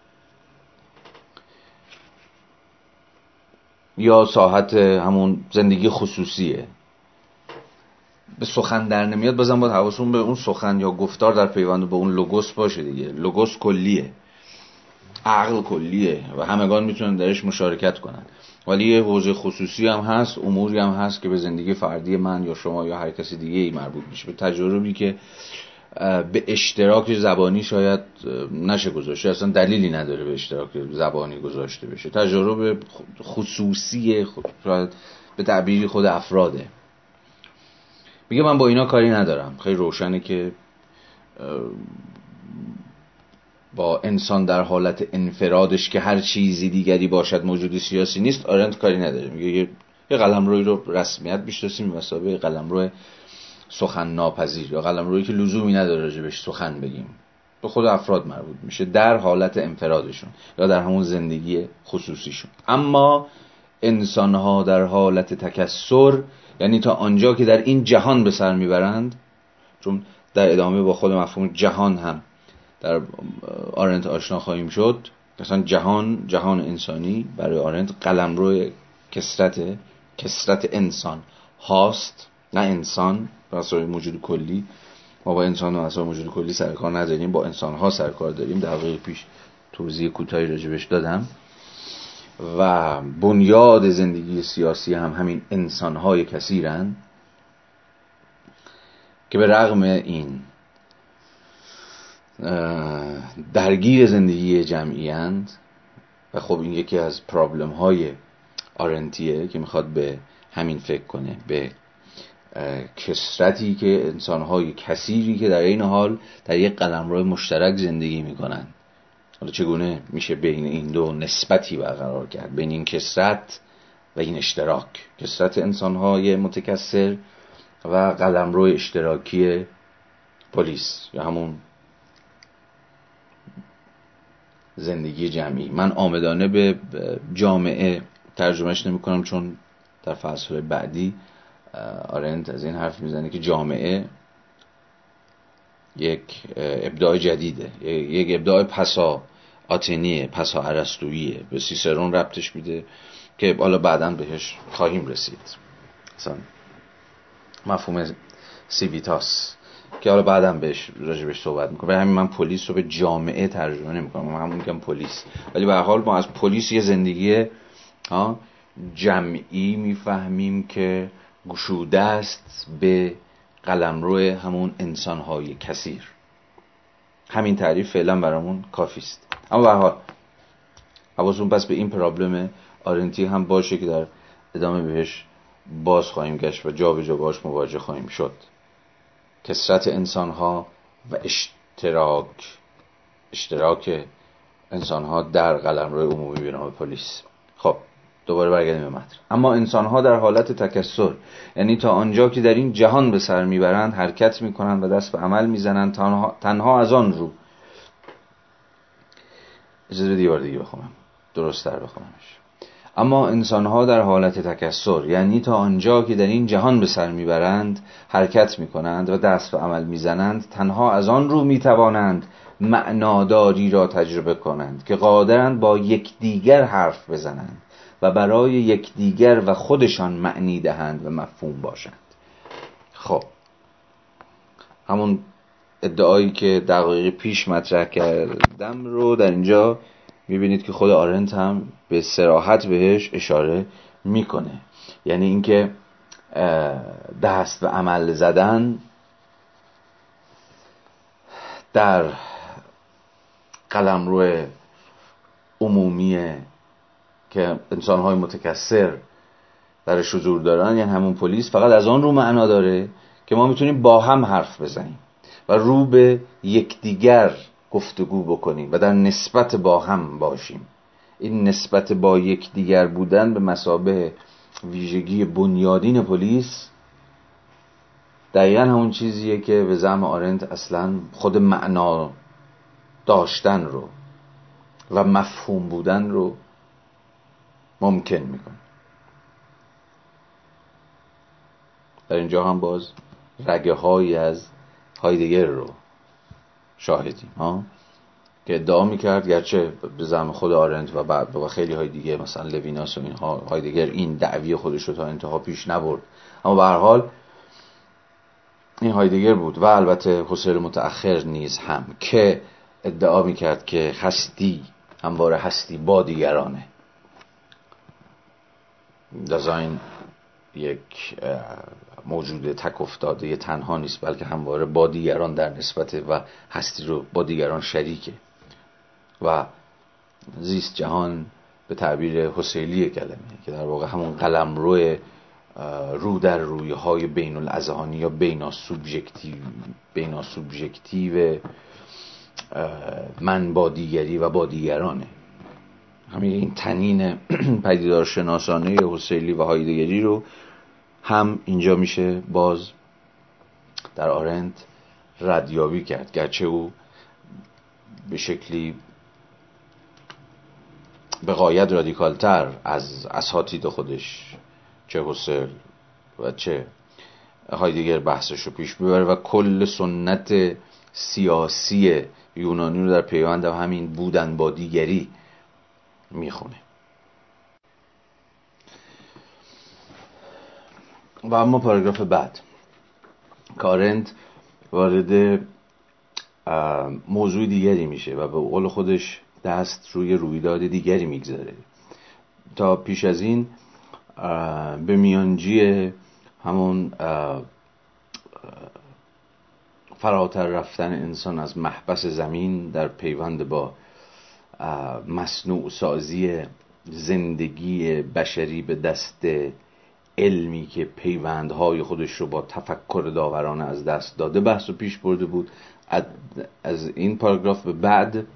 یا ساعت همون زندگی خصوصیه، به سخن در نمیاد. بازم باید حواسون به اون سخن یا گفتار در پیوند به اون لوگوس باشه دیگه. لوگوس کلیه، عقل کلیه و همگان میتونن درش مشارکت کنن، ولی یه حوزه خصوصی هم هست، اموری هم هست که به زندگی فردی من یا شما یا هر کسی دیگه ای مربوط میشه، به تجاربی که به اشتراک زبانی شاید نشه گذاشته، اصلا دلیلی نداره به اشتراک زبانی گذاشته بشه، تجارب خصوصی شاید به تعبیری خود افراده. میگه من با اینا کاری ندارم. خیلی روشنه که با انسان در حالت انفرادش که هر چیزی دیگری باشد موجودی سیاسی نیست آرنت کاری نداره. میگه یه قلمروی رو رسمیت میشناسیم به مثابه قلمرو سخن ناپذیر یا قلمرویی که لزومی نداره راجبش سخن بگیم، به خود افراد مربوط میشه در حالت انفرادشون یا در همون زندگی خصوصیشون. اما انسانها در حالت تکثر، یعنی تا آنجا که در این جهان به سر میبرند، چون در ادامه با خود مفهوم جهان هم در آرنت آشنا خواهیم شد. مثلا جهان انسانی برای آرنت قلمرو کثرت انسان هاست، نه انسان مسائل موجود کلی. ما با انسان و مسائل موجود کلی سر کار نداریم، با انسان ها سر کار داریم. دقیقه پیش توضیح کوتاهی راجبش دادم. و بنیاد زندگی سیاسی هم همین انسان های کثیرن که به رغم این درگیر زندگی جمعی‌اند. و خب این یکی از پرابلم های آرنتیه که میخواد به همین فکر کنه، به کثرتی که انسان‌های کثیری که در این حال در یک قلمرو مشترک زندگی میکنن. حالا چگونه میشه بین این دو نسبتی برقرار کرد، بین این کثرت و این اشتراک، کثرت انسان‌های متکثر و قلمرو اشتراکی پلیس یا همون زندگی جمعی. من آمدانه به جامعه ترجمهش نمی کنم، چون در فصل بعدی آرنت از این حرف میزنه که جامعه یک ابداع جدیده، یک ابداع پسا آتنیه، پسا ارسطوییه. به سیسرون ربطش میده که حالا بعداً بهش خواهیم رسید، مثلا مفهوم سیویتاس که حالا بعداً بهش راجبش صحبت میکنم. برای همین من پلیس رو به جامعه ترجمه نمیکنم، من همون میگم پلیس، ولی به هر حال ما از پلیس یه زندگی جمعی میفهمیم که گشوده است به قلمرو همون انسان‌های کثیر. همین تعریف فعلا برامون کافی است. اما به هر حال حواستون پس به این پرابلم آرنتی هم باشه که در ادامه بهش باز خواهیم گشت و جا به جا باش مواجه خواهیم شد. کثرت انسان‌ها و اشتراک انسان‌ها در قلمرو عمومی به نام پلیس. خب دوباره برگردیم به متن. اما انسان‌ها در حالت تکثر، یعنی تا آنجا که در این جهان به سر میبرند، حرکت میکنند و دست به عمل میزنند تنها از آن رو. اجازه بدید بار دیگه بخونم، درست‌تر بخونمش. اما انسان‌ها در حالت تکثر، یعنی تا آنجا که در این جهان به سر میبرند، حرکت میکنند و دست به عمل میزنند، تنها از آن رو میتوانند معناداری را تجربه کنند که قادرند با یکدیگر حرف بزنند و برای یکدیگر و خودشان معنی دهند و مفهوم باشند. خب همون ادعایی که دقایق پیش مطرح کردم رو در اینجا میبینید که خود آرنت هم به صراحت بهش اشاره میکنه. یعنی اینکه دست به عمل زدن در قلمرو عمومیه که انسان‌های متکثر درش حضور دارن، یعنی همون پلیس، فقط از آن رو معنا داره که ما میتونیم با هم حرف بزنیم و رو به یکدیگر گفتگو بکنیم و در نسبت با هم باشیم. این نسبت با یکدیگر بودن به مثابه ویژگی بنیادین پلیس دقیقاً همون چیزیه که به زعم آرنت اصلاً خود معنا داشتن رو و مفهوم بودن رو ممکن میکنه. در اینجا هم باز رگه هایی از هایدگر رو شاهدیم که ادعا میکرد، گرچه به زعم خود آرنت و بعد و خیلی های دیگه مثلا لویناس و اینها، هایدگر این دعوی خودش رو تا انتها پیش نبرد، اما به هر حال این هایدگر بود و البته حسین متأخر نیز هم که ادعا میکرد که هستی همواره هستی با دیگرانه. دزاین یک موجود تک افتاده تنها نیست، بلکه همواره با دیگران در نسبت و هستی رو با دیگران شریکه و زیست جهان به تعبیر حسیلی کلمه که در واقع همون قلمرو رو در رویهای بین الاذهانی یا بین سوبژکتیو من با دیگری و با دیگرانه. همین این تنین پدیدار شناسانه حسیلی و هایدگری رو هم اینجا میشه باز در آرنت ردیابی کرد، گرچه او به شکلی به غایت رادیکالتر از اساتید خودش چه حسل و چه هایدگر بحثش رو پیش میبره و کل سنت سیاسی یونانی رو در پیوند و همین بودن با دیگری میخونه. و اما پاراگراف بعد آرنت وارد موضوع دیگری میشه و به قول خودش دست روی رویداد دیگری میگذاره. تا پیش از این به میانجی همون فراتر رفتن انسان از محبس زمین در پیوند با مصنوع سازی زندگی بشری به دست علمی که پیوندهای خودش رو با تفکر داورانه از دست داده بحث رو پیش برده بود. از این پاراگراف به بعد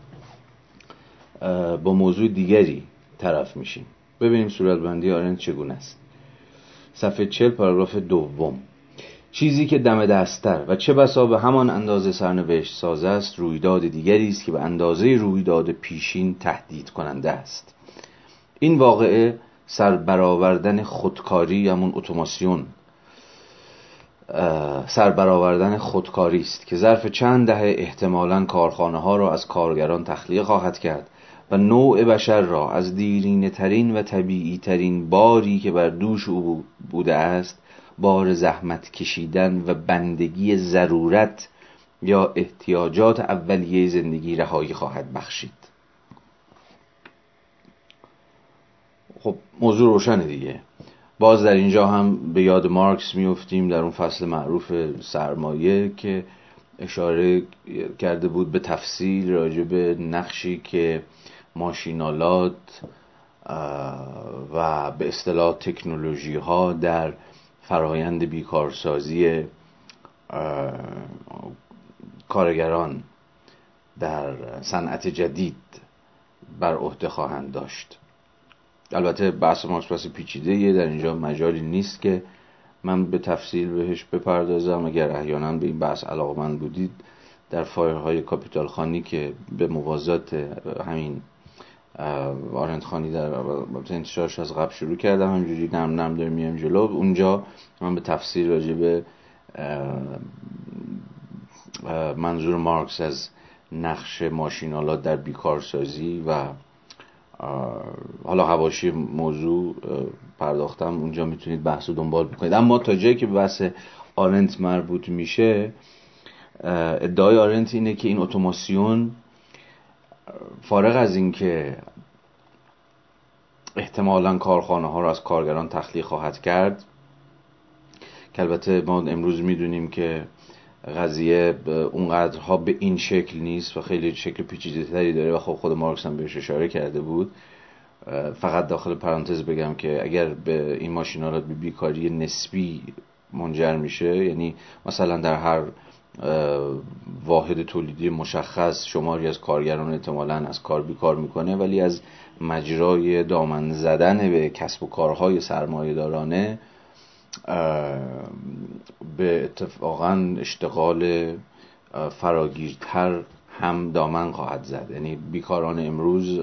با موضوع دیگری طرف میشیم. ببینیم صورتبندی آرنت چگونه است. صفحه 40 پاراگراف دوم. چیزی که دم دست‌تر و چه بسا به همان اندازه سرنوشت ساز است، رویداد دیگری است که به اندازه رویداد پیشین تهدید کننده است. این واقعه سربرآوردن خودکاری، همون اتوماسیون، سربرآوردن خودکاری است که ظرف چند دهه احتمالاً کارخانه‌ها را از کارگران تخلیه خواهد کرد و نوع بشر را از دیرینه ترین و طبیعی ترین باری که بر دوش او بوده است، بار زحمت کشیدن و بندگی ضرورت یا احتیاجات اولیه زندگی رهایی خواهد بخشید. خب موضوع روشنه دیگه. باز در اینجا هم به یاد مارکس میافتیم در اون فصل معروف سرمایه که اشاره کرده بود به تفصیل راجع به نقشی که ماشینالات و به اصطلاح تکنولوژی ها در فرایند بیکارسازی کارگران در صنعت جدید بر عهده خواهند داشت. البته بحث مارکس بحث پیچیده‌ایه، در اینجا مجالی نیست که من به تفصیل بهش بپردازم. اگر احیانا به این بحث علاقه‌مند بودید در فایل‌های کاپیتال خانی که به موازات همین آرنت خانی در انتشارش از قبل شروع کردم، همینجوری نرم داریم میام جلو، اونجا من به تفصیل راجع به منظور مارکس از نقش ماشین‌آلات در بیکارسازی و حالا حواشی موضوع پرداختم. اونجا میتونید بحث رو دنبال بکنید. اما تا جایی که به بحث آرنت مربوط میشه، ادعای آرنت اینه که این اتوماسیون فارغ از این که احتمالاً کارخانه ها رو از کارگران تخلیه خواهد کرد، که البته ما امروز میدونیم که قضیه اونقدرها به این شکل نیست و خیلی شکل پیچیده‌تری داره و خب خود مارکس هم بهش اشاره کرده بود. فقط داخل پرانتز بگم که اگر به این ماشین‌آلات به بیکاری نسبی منجر میشه، یعنی مثلا در هر واحد تولیدی مشخص شماری از کارگران احتمالاً از کار بیکار میکنه، ولی از مجرای دامن زدن به کسب و کارهای سرمایه‌دارانه به اتفاقاً اشتغال فراگیرتر هم دامن خواهد زد. یعنی بیکاران امروز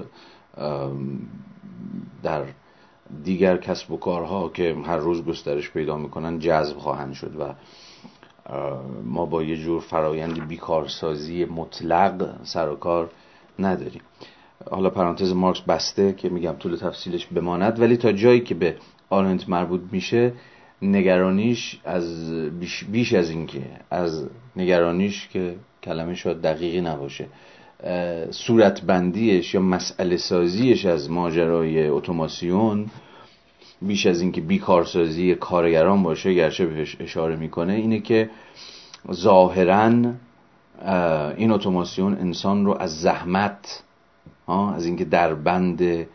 در دیگر کسب و کارها که هر روز گسترش پیدا میکنن جذب خواهند شد و ما با یه جور فرایند بیکارسازی مطلق سر و کار نداریم. حالا پرانتز مارکس بسته که میگم طول تفصیلش بماند، ولی تا جایی که به آرنت مربوط میشه نگرانیش از بیش از این که از نگرانیش که کلمه شاید دقیقی نباشه، صورتبندیش یا مسئله سازیش از ماجرای اتوماسیون بیش از این که بیکارسازی کارگران باشه، گرچه بهش اشاره میکنه، اینه که ظاهراً این اتوماسیون انسان رو از زحمت، از اینکه در بند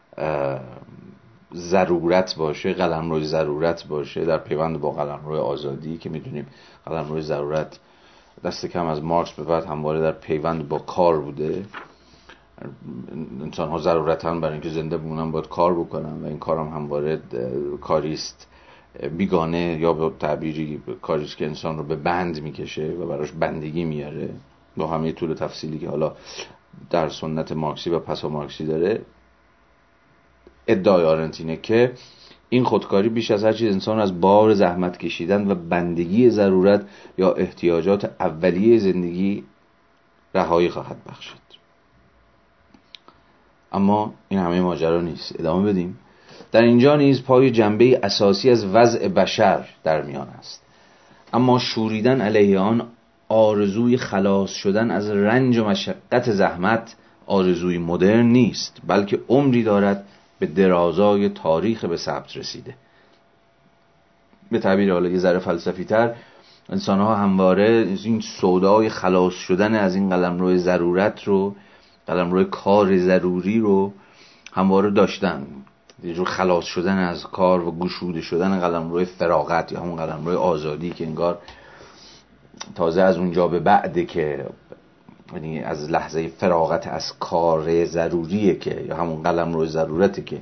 ضرورت باشه، قلمروی ضرورت باشه، در پیوند با قلمرو آزادی که میدونیم قلمروی ضرورت دست کم از مارکس به بعد همواره در پیوند با کار بوده. انسان ها ضرورتاً برای اینکه زنده بمونن باید کار بکنن و این کارم همواره کاریست بیگانه یا به تعبیری کاریست که انسان رو به بند میکشه و براش بندگی میاره، با همه طول تفصیلی که حالا در سنت مارکسی و پسا مارکسی داره. ادعای آرنت اینه که این خودکاری بیش از هر چیز انسان رو از بار زحمت کشیدن و بندگی ضرورت یا احتیاجات اولیه زندگی رهایی خواهد بخشید. اما این همه ماجرا نیست. ادامه بدیم. در اینجا نیز پای جنبه اساسی از وضع بشر در میان است، اما شوریدن علیه آن آرزوی خلاص شدن از رنج و مشقت زحمت آرزوی مدرن نیست، بلکه عمری دارد به درازای تاریخ به ثبت رسیده. به تعبیر حالا یه ذره فلسفی تر، انسان ها همواره این سودای خلاص شدن از این قلمرو ضرورت رو، قلمرو کار ضروری رو همواره داشتن، یه جور خلاص شدن از کار و گشوده شدن قلمرو فراغت یا همون قلمرو آزادی که انگار تازه از اونجا به بعده که، یعنی از لحظه فراغت از کار ضروریه که، یا همون قلمرو ضرورته که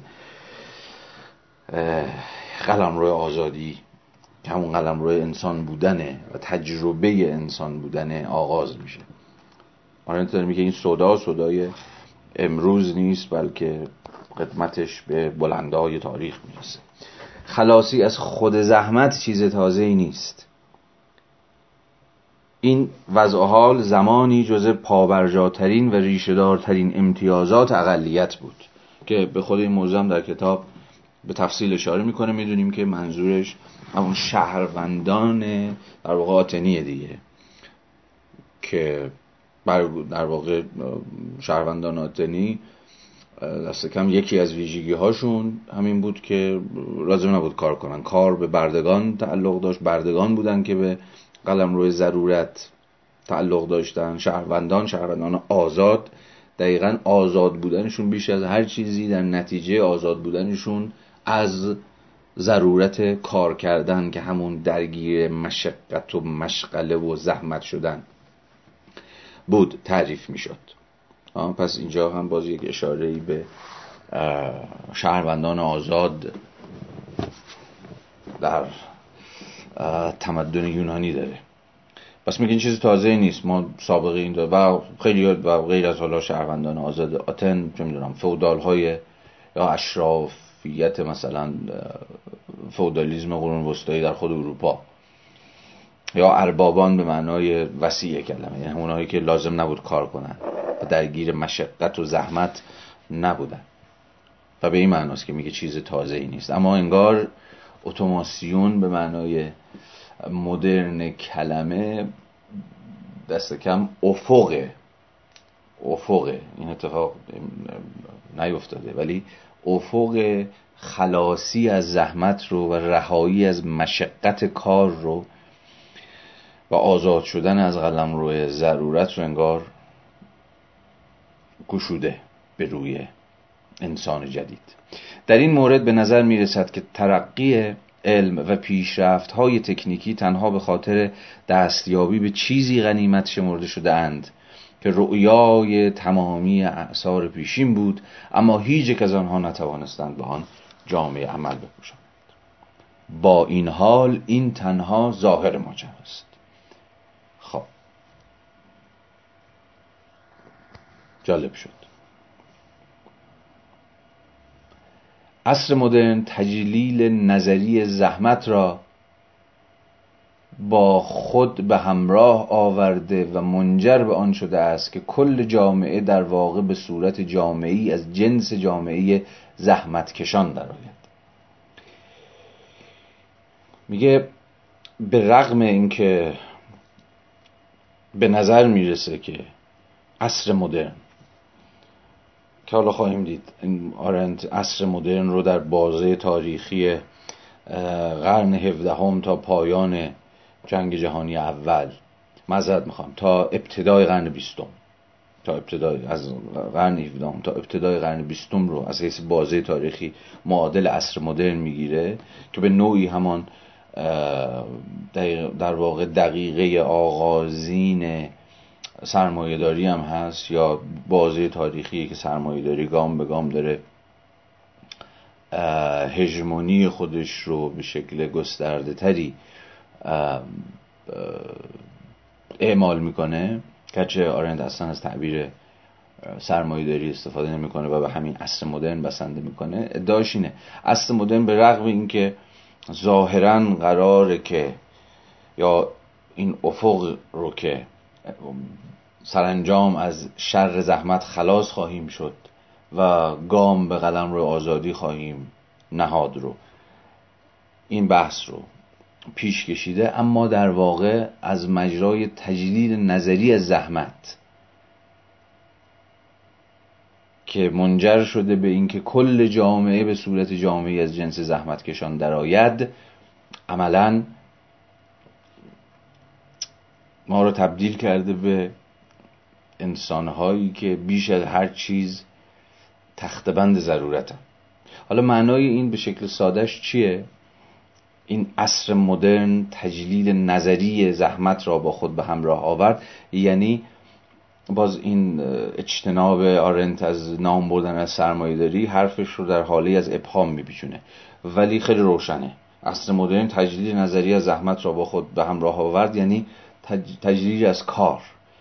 قلمرو آزادی که همون قلمرو انسان بودنه و تجربه انسان بودنه آغاز میشه. آرنت داره میگه این سودای امروز نیست، بلکه قدمتش به بلندهای تاریخ میرسه. خلاصی از خود زحمت چیز تازه‌ای نیست. این وضع حال زمانی جزء پابرجاترین و ریشه‌دارترین امتیازات اقلیت بود که به خود این موضوع هم در کتاب به تفصیل اشاره میکنه. میدونیم که منظورش همون شهروندان در واقع آتنیه دیگه، که در واقع شهروندان آتنی دست کم یکی از ویژگی هاشون همین بود که لازم نبود کار کنن. کار به بردگان تعلق داشت، بردگان بودن که به قلمرو ضرورت تعلق داشتن. شهروندان آزاد، دقیقاً آزاد بودنشون بیش از هر چیزی در نتیجه آزاد بودنشون از ضرورت کار کردن که همون درگیر مشقت و مشغله و زحمت شدن بود تعریف میشد. پس اینجا هم باز یک اشاره‌ای به شهروندان آزاد در تمدن یونانی داره. پس میگه این چیز تازه‌ای نیست، ما سابقه این داره و خیلی و غیر از حالا شهروندان آزاد آتن، چه میدونم فئودال‌های یا اشرافیت، مثلا فئودالیسم قرون وسطایی در خود اروپا، یا اربابان به معنای وسیع کلمه، یعنی اونایی که لازم نبود کار کنن و درگیر مشقت و زحمت نبودن. و به این معناست که میگه چیز تازه‌ای نیست. اما انگار اتوماسیون به معنای مدرن کلمه دست کم افقه. این اتفاق نیفتاده، ولی افق خلاصی از زحمت رو و رهایی از مشقت کار رو و آزاد شدن از قلمرو ضرورت رو انگار گشوده به روی انسان جدید. در این مورد به نظر می رسد که ترقی علم و پیشرفت‌های تکنیکی تنها به خاطر دستیابی به چیزی غنیمت شمرده شده اند که رؤیای تمامی اعصار پیشین بود، اما هیچ یک از آنها نتوانستند به آن جامعه عمل بپوشانند. با این حال این تنها ظاهر ماجرا است. خب جالب شد. عصر مدرن تجلیل نظری زحمت را با خود به همراه آورده و منجر به آن شده است که کل جامعه در واقع به صورت جامعه‌ای از جنس جامعه زحمت کشان درآید. میگه به رغم اینکه به نظر میرسه که عصر مدرن، که حالا خواهیم دید این آرنت عصر مدرن رو در بازه تاریخی قرن 17 تا پایان جنگ جهانی اول، معذرت میخوام، تا ابتدای قرن 20، تا ابتدای از قرن 17 تا ابتدای قرن 20 رو از حیث بازه تاریخی معادل عصر مدرن میگیره که به نوعی همان در واقع دقیقه آغازین سرمایه‌داری هم هست، یا بازه تاریخی که سرمایه‌داری گام به گام داره هژمونی خودش رو به شکل گسترده تری اعمال میکنه، گرچه آرند اصلا از تعبیر سرمایه‌داری استفاده نمیکنه و به همین عصر مدرن بسنده میکنه. ادعاش اینه عصر مدرن به رغم اینکه ظاهراً قراره که یا این افق رو که سرانجام از شر زحمت خلاص خواهیم شد و گام به قلمرو آزادی خواهیم نهاد رو، این بحث رو پیش کشیده، اما در واقع از مجرای تجدید نظری از زحمت که منجر شده به اینکه کل جامعه به صورت جامعه از جنس زحمت کشان درآید، عملاً ما رو تبدیل کرده به انسان‌هایی که بیش از هر چیز تخته‌بند ضرورتن. حالا معنای این به شکل سادهش چیه؟ این عصر مدرن تجلیل نظری زحمت را با خود به همراه آورد، یعنی باز این اجتناب آرنت از نام بردن از سرمایه‌داری حرفش رو در حالی از ابهام می‌پیچونه، ولی خیلی روشنه. عصر مدرن تجلیل نظری از زحمت را با خود به همراه آورد یعنی تجلیل از کار،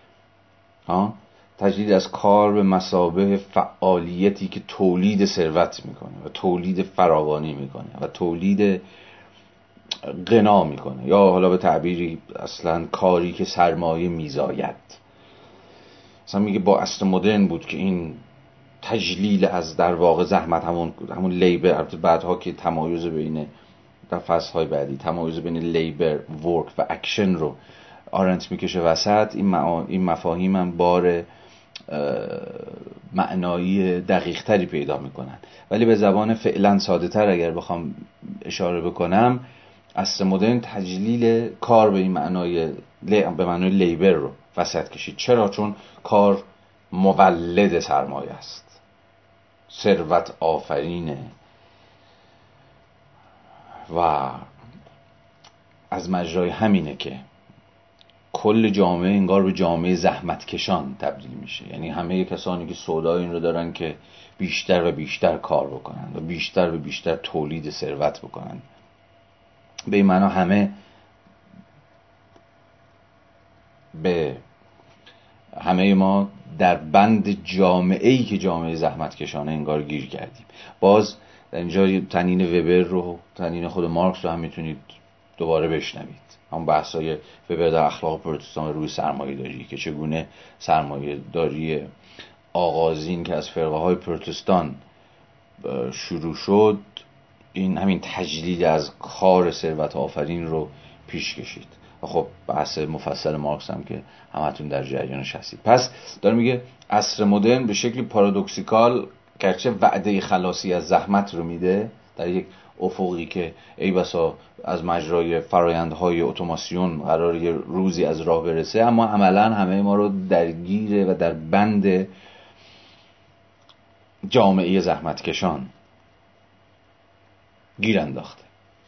تجلیل از کار به مثابه فعالیتی که تولید ثروت میکنه و تولید فراوانی میکنه و تولید غنا میکنه، یا حالا به تعبیری اصلا کاری که سرمایه میزاید. مثلا میگه با عصر مدرن بود که این تجلیل از در واقع زحمت، همون لیبر، البته بعدها که تمایز بین در فصلهای بعدی تمایز بین لیبر، ورک و اکشن رو آرنت میکشه وسط، این مفاهیم هم بار معنایی دقیق تری پیدا میکنن. ولی به زبان فعلا ساده تر اگر بخوام اشاره بکنم، عصر مدرن تجلیل کار به این معنای به معنای لیبر رو وسط کشید. چرا؟ چون کار مولد سرمایه است، ثروت آفرینه و از مجرای همینه که کل جامعه انگار به جامعه زحمت کشان تبدیل میشه. یعنی همه کسانی که سودای این رو دارن که بیشتر و بیشتر کار بکنن و بیشتر و بیشتر تولید ثروت بکنن، به این معنا همه ما در بند جامعه‌ای که جامعه زحمت کشانه انگار گیر کردیم. باز در اینجا تنین وبر رو، تنین خود مارکس رو هم میتونید دوباره بشنوید، هم بحثای وبر در اخلاق پروتستان روی سرمایه داری که چگونه سرمایه داری آغازین که از فرقه های پروتستان شروع شد، این همین تجلیل از کار ثروت آفرین رو پیش کشید. و خب بحث مفصل مارکس هم که همتون در جریانش هستید. پس داره میگه عصر مدرن به شکل پارادوکسیکال گرچه وعده خلاصی از زحمت رو میده، در یک افقی که ای بسا از مجرای فرایندهای اتوماسیون قرار یه روزی از راه برسه، اما عملا همه ما رو درگیر و در بند جامعه زحمتکشان گیر انداخته.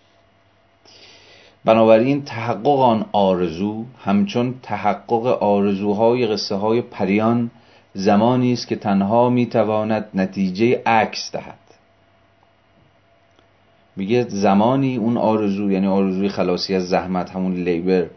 بنابراین تحقق آن آرزو همچون تحقق آرزوهای قصه های پریان زمانی است که تنها میتواند نتیجه عکس دهد. میگه زمانی اون آرزو، یعنی آرزوی خلاصی از زحمت، همون لیبر،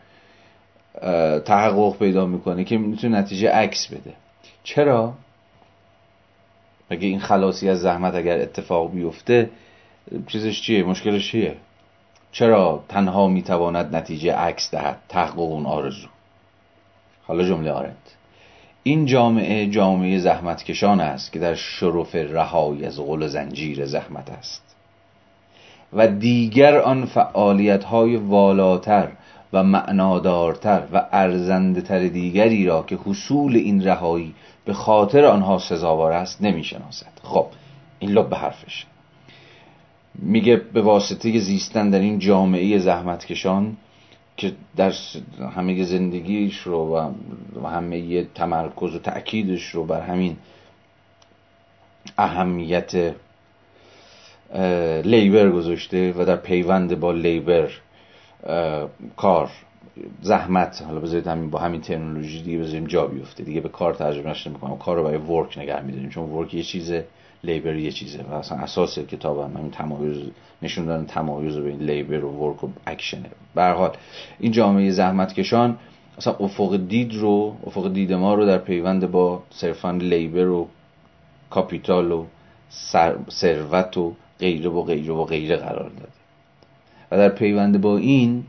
تحقق پیدا میکنه که میتونه نتیجه عکس بده. چرا؟ مگه این خلاصی از زحمت اگر اتفاق بیفته چیزش چیه؟ مشکلش چیه؟ چرا تنها میتواند نتیجه عکس دهد تحقق اون آرزو؟ حالا جمله آرنت: این جامعه زحمتکشان است که در شرف رهایی از غل و زنجیر زحمت است و دیگر آن فعالیت‌های والاتر و معنادارتر و ارزنده‌تر دیگری را که حصول این رهایی به خاطر آنها سزاوار است نمی‌شناسد. خب این لب به حرفش میگه به واسطه زیستن در این جامعه زحمتکشان که در همه زندگیش رو و همه تمرکز و تأکیدش رو بر همین اهمیت لیبر گذاشته و در پیوند با لیبر کار، زحمت، حالا بذارید همین با همین ترمینولوژی دیگه بذاریم جا بیفته، دیگه به کار ترجمه نمی‌کنم، کار رو برای ورک نگه می‌داریم، چون ورک یه چیزه، لیبر یه چیزه و اصلا اساس کتاب هم همین تمایز، نشون دادن تمایز بین لیبر و ورک و اکشنه. به هر حال این جامعه زحمتکشان اصلا افق دید ما رو در پیوند با صرفاً لیبر و کاپیتال و ثروت و غیره و غیره و غیره قرار داده و در پیوند با این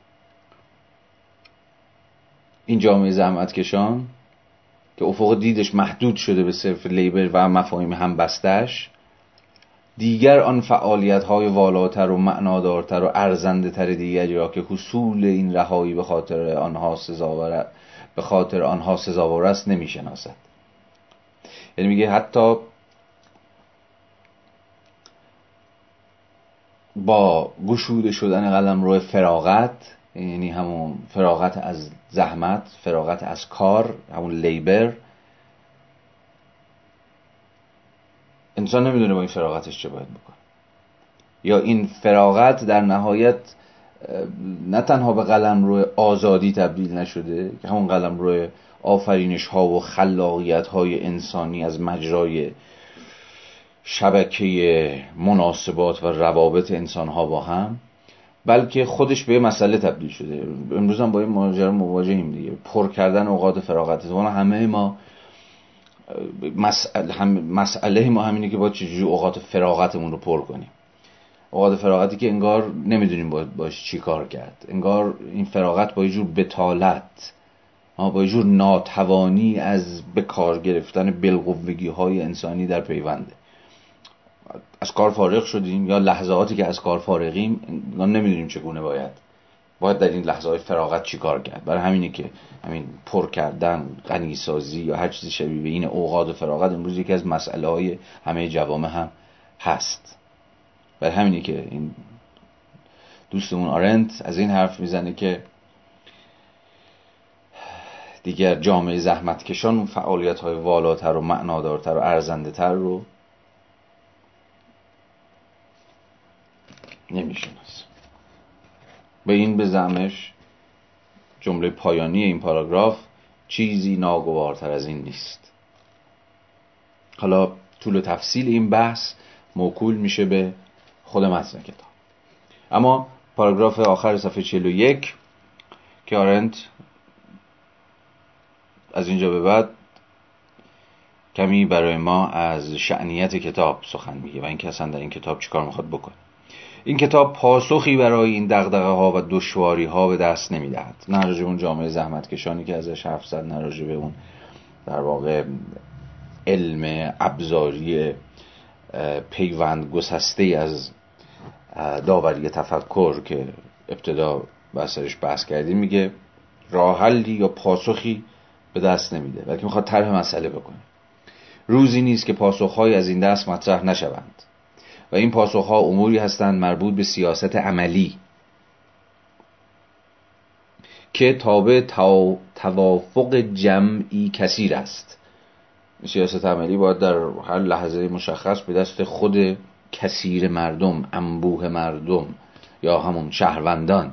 جامعه زحمتکشان که افق دیدش محدود شده به صرف لیبر و مفاهیم هم بستش، دیگر آن فعالیت‌های والاتر و معنادارتر و ارزنده‌تر دیگری را که حصول این رهایی به خاطر آنها سزاوار است نمی‌شناسد. یعنی میگه حتی با گشوده شدن قلمرو فراغت، یعنی همون فراغت از زحمت، فراغت از کار، همون لیبر، انسان نمیدونه با این فراغتش چه باید بکنه، یا این فراغت در نهایت نه تنها به قلمرو آزادی تبدیل نشده که همون قلمرو آفرینش ها و خلاقیت های انسانی از مجرای شبکه مناسبات و روابط انسان ها با هم، بلکه خودش به مسئله تبدیل شده. امروز هم با این ماجرا مواجهیم دیگه، پر کردن اوقات فراغت. همه ما مسئله ما همینه که باید چجوری اوقات فراغتمون رو پر کنیم. اوقات فراغتی که انگار نمیدونیم باش چی کار کرد، انگار این فراغت با یه جور بتالت، با یه جور ناتوانی از به کار گرفتن بالقوگی های انسانی در پیونده. از کار فارغ شدیم یا لحظاتی که از کار فارغیم نمیدونیم چگونه باید در این لحظه های فراغت چی کار کرد. برای همینه که همین پر کردن، غنی سازی یا هر چیزی شبیه به این اوقات فراغت امروز یکی از مسئله های همه جوامع هم هست. برای همینه که این دوستمون آرنت از این حرف میزنه که دیگر جامعه زحمتکشان فعالیت های والاتر و معنادارتر و ارزنده تر رو نمیشناسه. به این به زعمش جمله پایانی این پاراگراف: چیزی ناگوارتر از این نیست. حالا طول و تفصیل این بحث موکول میشه به خود متن کتاب، اما پاراگراف آخر صفحه 41 که آرنت از اینجا به بعد کمی برای ما از شأنیت کتاب سخن میگه و اینکه اصلا در این کتاب چیکار میخواد بکنه. این کتاب پاسخی برای این دغدغه ها و دشواری ها به دست نمیدهد، نه راجع به اون جامعه زحمتکشانی که ازش حرف زد، نه راجع به اون در واقع علم ابزاری پیوند گسسته از داوری تفکر که ابتدا بحثش بحث کردیم. میگه راه حلی یا پاسخی به دست نمیده، بلکه میخواد طرح مسئله بکنه. روزی نیست که پاسخهای از این دست مطرح نشوند و این پاسخها اموری هستند مربوط به سیاست عملی که تابع توافق جمعی کثیر است. سیاست عملی باید در هر لحظه مشخص به دست خود کثیر مردم، انبوه مردم یا همون شهروندان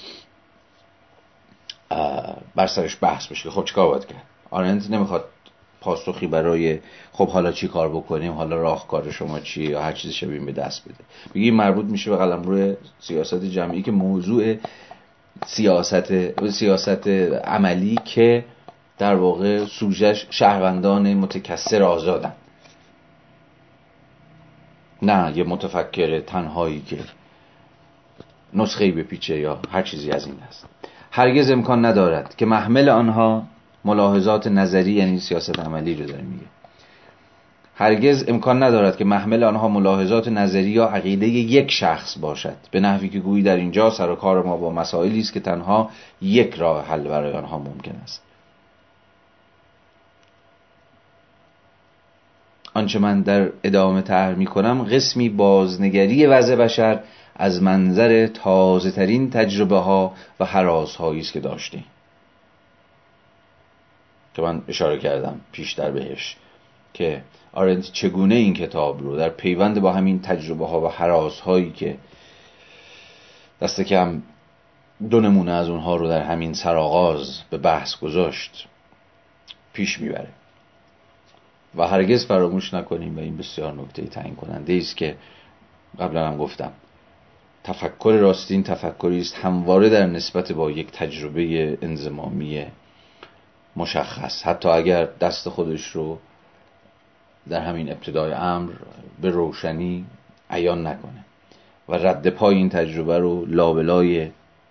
بر سرش بحث بشه. خب چیکار باید کرد؟ آرنت نمیخواد پاسخی برای خب حالا چی کار بکنیم، حالا راهکار شما چیه یا هر چیزی شبیه به دست بده. بگی مربوط میشه به قلمرو سیاست جمعی که موضوع سیاست عملی که در واقع سوژه‌اش شهروندان متکثر آزادن، نه یه متفکر تنهایی که نسخه‌ای بپیچه یا هر چیزی از این است. هرگز امکان ندارد که محمل آنها ملاحظات نظری، یعنی سیاست عملی رو داره میگه، هرگز امکان ندارد که محمل آنها ملاحظات نظری یا عقیده یک شخص باشد، به نحوی که گویی در اینجا سر و کار ما با مسائلی است که تنها یک راه حل برای آنها ممکن است. آنچه من در ادامه طرح می‌کنم قسمی بازنگری وضع بشر از منظر تازه ترین تجربه ها و هراس‌هایی است که داشتیم، که من اشاره کردم پیشتر بهش که آرنت چگونه این کتاب رو در پیوند با همین تجربه ها و هراس‌هایی که دست کم 2 نمونه از اونها رو در همین سرآغاز به بحث گذاشت پیش میبره. و هرگز فراموش نکنیم و این بسیار نکته تعیین کننده است که قبلا هم گفتم، تفکر راستین تفکری است همواره در نسبت با یک تجربه انضمامی مشخص، حتی اگر دست خودش رو در همین ابتدای امر به روشنی عیان نکنه و رد پای این تجربه رو لابلای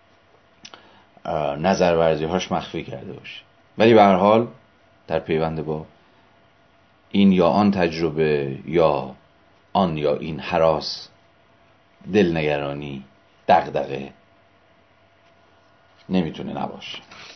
نظرورزی هاش مخفی کرده باشه، ولی به هر حال در پیوند با این یا آن تجربه یا آن یا این هراس، دلنگرانی، دغدغه نمیتونه نباشه.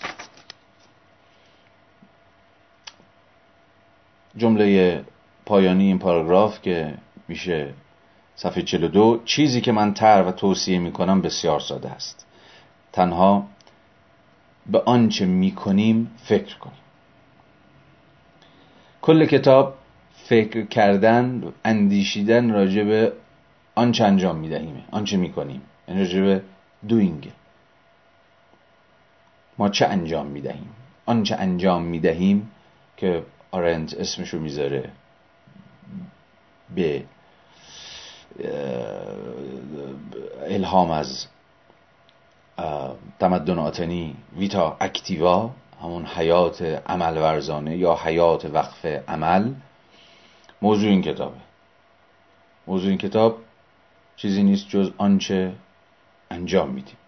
جمله پایانی این پاراگراف که میشه صفحه 42: چیزی که من طرح و توصیه میکنم بسیار ساده است، تنها به آنچه میکنیم فکر کنیم. کل کتاب فکر کردن، اندیشیدن راجع به آنچه انجام میدهیم، آنچه میکنیم، یعنی راجع به دوینگ. ما چه انجام میدهیم؟ آنچه انجام میدهیم که آرنت اسمشو میذاره به الهام از تمدن آتنی، ویتا اکتیوا، همون حیات عمل ورزانه یا حیات وقف عمل. موضوع این کتابه. موضوع این کتاب چیزی نیست جز آنچه انجام میدیم،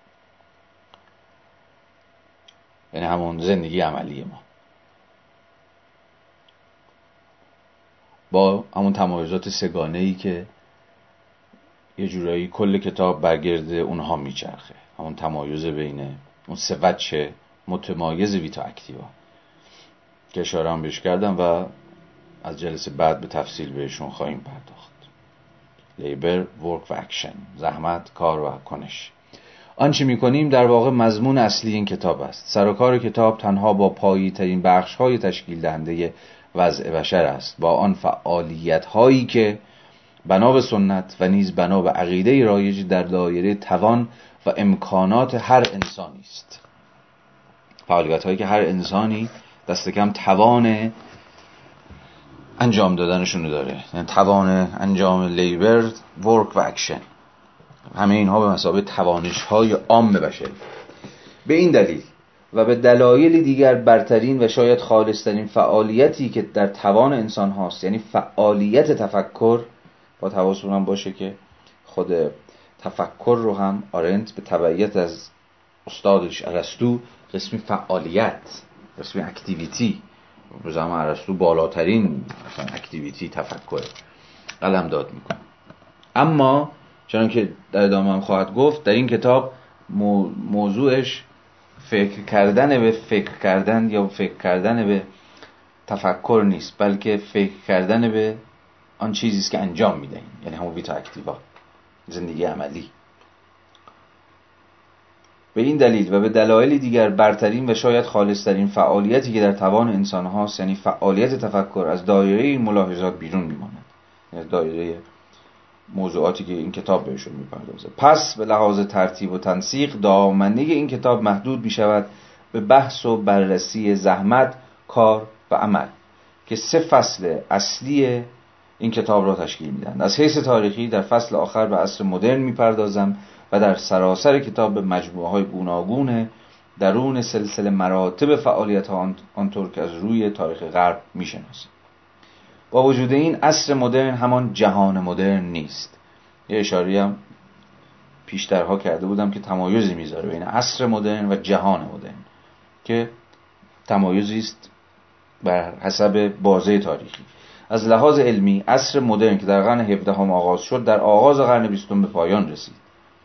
یعنی همون زندگی عملی ما، با همون تمایزات سگانه‌ای که یه جورایی کل کتاب برگرد اونها میچرخه، همون تمایز بین اون 3 وجه متمایز ویتا اکتیوا که اشاره هم بهش کردم و از جلسه بعد به تفصیل بهشون خواهیم پرداخت. لیبر، ورک و اکشن، زحمت، کار و کنش. آنچه میکنیم در واقع مضمون اصلی این کتاب است. سر و کار کتاب تنها با پایی ترین بخش های تشکیل دهنده وضع بشر است، با آن فعالیت هایی که بنا به سنت و نیز بنا به عقیده رایج در دایره توان و امکانات هر انسانی است. فعالیت هایی که هر انسانی دست کم توان انجام دادنشونو داره، یعنی توان انجام لیبر، ورک و اکشن، همه اینها به مثابه توانش های عام بشری. به این دلیل و به دلایل دیگر برترین و شاید خالصترین فعالیتی که در توان انسان هاست، یعنی فعالیت تفکر. با حواستون باشه که خود تفکر رو هم آرنت به تبعیت از استادش ارسطو قسمی فعالیت، قسمی اکتیویتی، به زمان ارسطو بالاترین اکتیویتی تفکر قلم داد میکنه. اما چون که در ادامه هم خواهد گفت، در این کتاب موضوعش فکر کردن به فکر کردن یا فکر کردن به تفکر نیست، بلکه فکر کردن به آن چیزی است که انجام میدهیم، یعنی همون ویتا اکتیوا، زندگی عملی. به این دلیل و به دلایل دیگر برترین و شاید خالصترین فعالیتی که در توان انسان هاست، یعنی فعالیت تفکر، از دایره این ملاحظات بیرون میماند، یعنی دایره موضوعاتی که این کتاب بهشون میپردازه. پس به لحاظ ترتیب و تنسیق دامنه این کتاب محدود میشود به بحث و بررسی زحمت، کار و عمل که 3 فصل اصلی این کتاب را تشکیل میدن. از حیث تاریخی در فصل آخر به عصر مدرن میپردازم و در سراسر کتاب به مجموعه‌های گوناگون درون سلسله مراتب فعالیت آنطور که از روی تاریخ غرب میشناسیم. با وجود این عصر مدرن همان جهان مدرن نیست. یه اشاری هم پیشترها کرده بودم که تمایزی میذاره بین عصر مدرن و جهان مدرن که تمایزی است بر حسب بازه تاریخی. از لحاظ علمی عصر مدرن که در قرن 17 آغاز شد در آغاز قرن 20 به پایان رسید.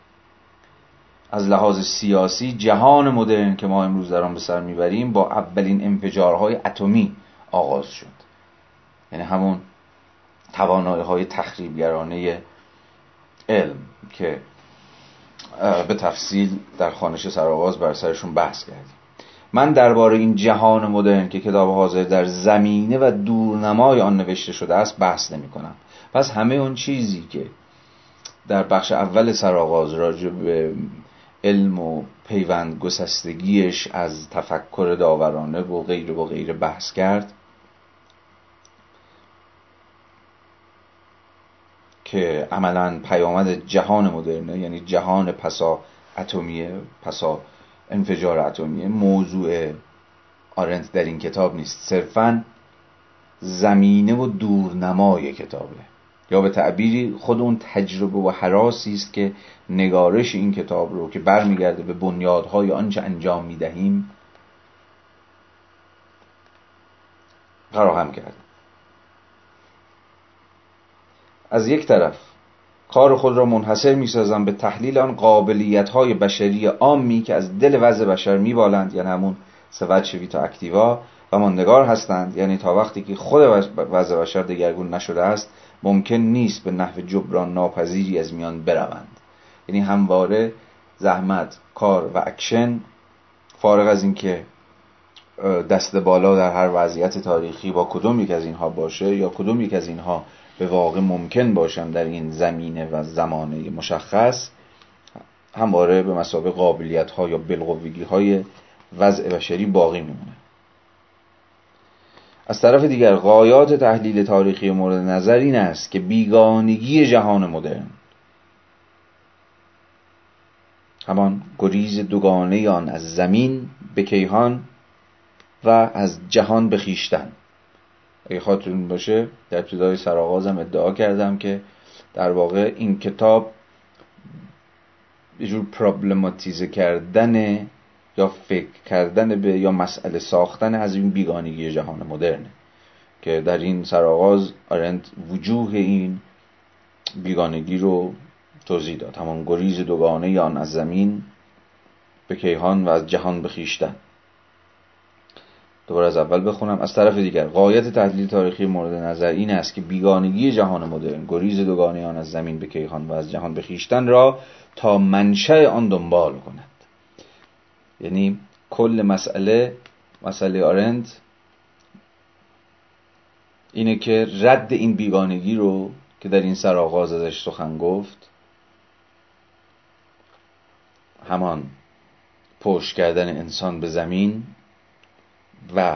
از لحاظ سیاسی جهان مدرن که ما امروز در آن به سر میبریم با اولین انفجارهای اتمی آغاز شد، یعنی همون توانایی‌های تخریبگرانه علم که به تفصیل در خوانش سرآغاز بر سرشون بحث کردیم. من درباره این جهان مدرن که کتاب حاضر در زمینه و دورنمای آن نوشته شده است بحث نمی کنم. پس همه اون چیزی که در بخش اول سرآغاز راجع به علم و پیوند گسستگیش از تفکر داورانه و غیره بحث کرد که عملاً پیامد جهان مدرنه، یعنی جهان پسا اتمیه، پسا انفجار اتمیه، موضوع آرنت در این کتاب نیست، صرفاً زمینه و دورنمای کتابه، یا به تعبیری خود اون تجربه و هراسی است که نگارش این کتاب رو که برمیگرده به بنیادهای آنچه انجام میدهیم فراهم کرده. از یک طرف کار خود را منحصر می‌سازم به تحلیل آن قابلیت‌های بشری عامی که از دل وضع بشر می‌بالند، یعنی همون 3 وجه ویتا اکتیوا و ماندگار هستند، یعنی تا وقتی که خود وضع بشر دگرگون نشده است ممکن نیست به نحو جبران ناپذیری از میان بروند. یعنی همواره زحمت، کار و اکشن، فارغ از این که دست بالا در هر وضعیت تاریخی با کدوم یک از اینها باشه یا کدوم یک از اینها به واقع ممکن باشن در این زمینه و زمانه مشخص، همواره به مثابه قابلیت‌ها یا بالقوگی‌های وضع بشری باقی میمونه. از طرف دیگر غایات تحلیل تاریخی مورد نظر این است که بیگانگی جهان مدرن، همان گریز دوگانه آن از زمین به کیهان و از جهان به خویشتن. اگه خاطرون باشه در ابتدای سرآغازم ادعا کردم که در واقع این کتاب یه جور پرابلماتیزه کردن یا فکر کردن به یا مسئله ساختن از این بیگانگی جهان مدرنه که در این سرآغاز آرنت وجوه این بیگانگی رو توضیح داد، همان گریز دوگانه آن از زمین به کیهان و از جهان به خویشتن. دوباره از اول بخونم. از طرف دیگر غایت تحلیل تاریخی مورد نظر این است که بیگانگی جهان مدرن، گریز دوگانه آن از زمین به کیهان و از جهان به خویشتن را تا منشأ آن دنبال کند. یعنی کل مسئله آرنت اینه که رد این بیگانگی رو که در این سرآغاز ازش سخن گفت، همان پشت کردن انسان به زمین و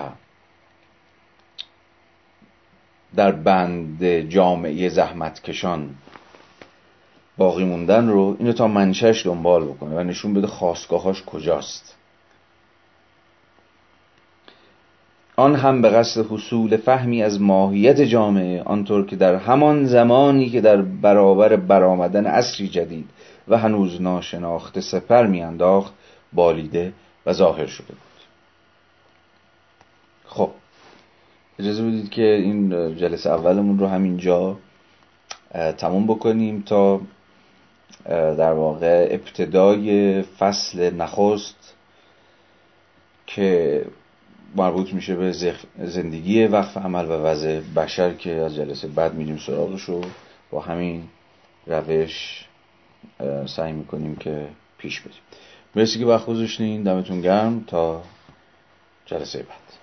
در بند جامعه زحمتکشان باقی موندن رو، اینو تا منشأش دنبال بکنه و نشون بده خاستگاهاش کجاست. آن هم به قصد حصول فهمی از ماهیت جامعه، آنطور که در همان زمانی که در برابر برآمدن عصری جدید و هنوز ناشناخته سپر میانداخت بالیده و ظاهر شده بود. خب اجازه بدید که این جلسه اولمون رو همینجا تموم بکنیم تا در واقع ابتدای فصل نخست که مربوط میشه به زندگی وقف عمل و وضع بشر که از جلسه بعد میریم سراغش رو با همین روش سعی میکنیم که پیش بریم. مرسی که وقت گذاشتین، دمتون گرم، تا جلسه بعد.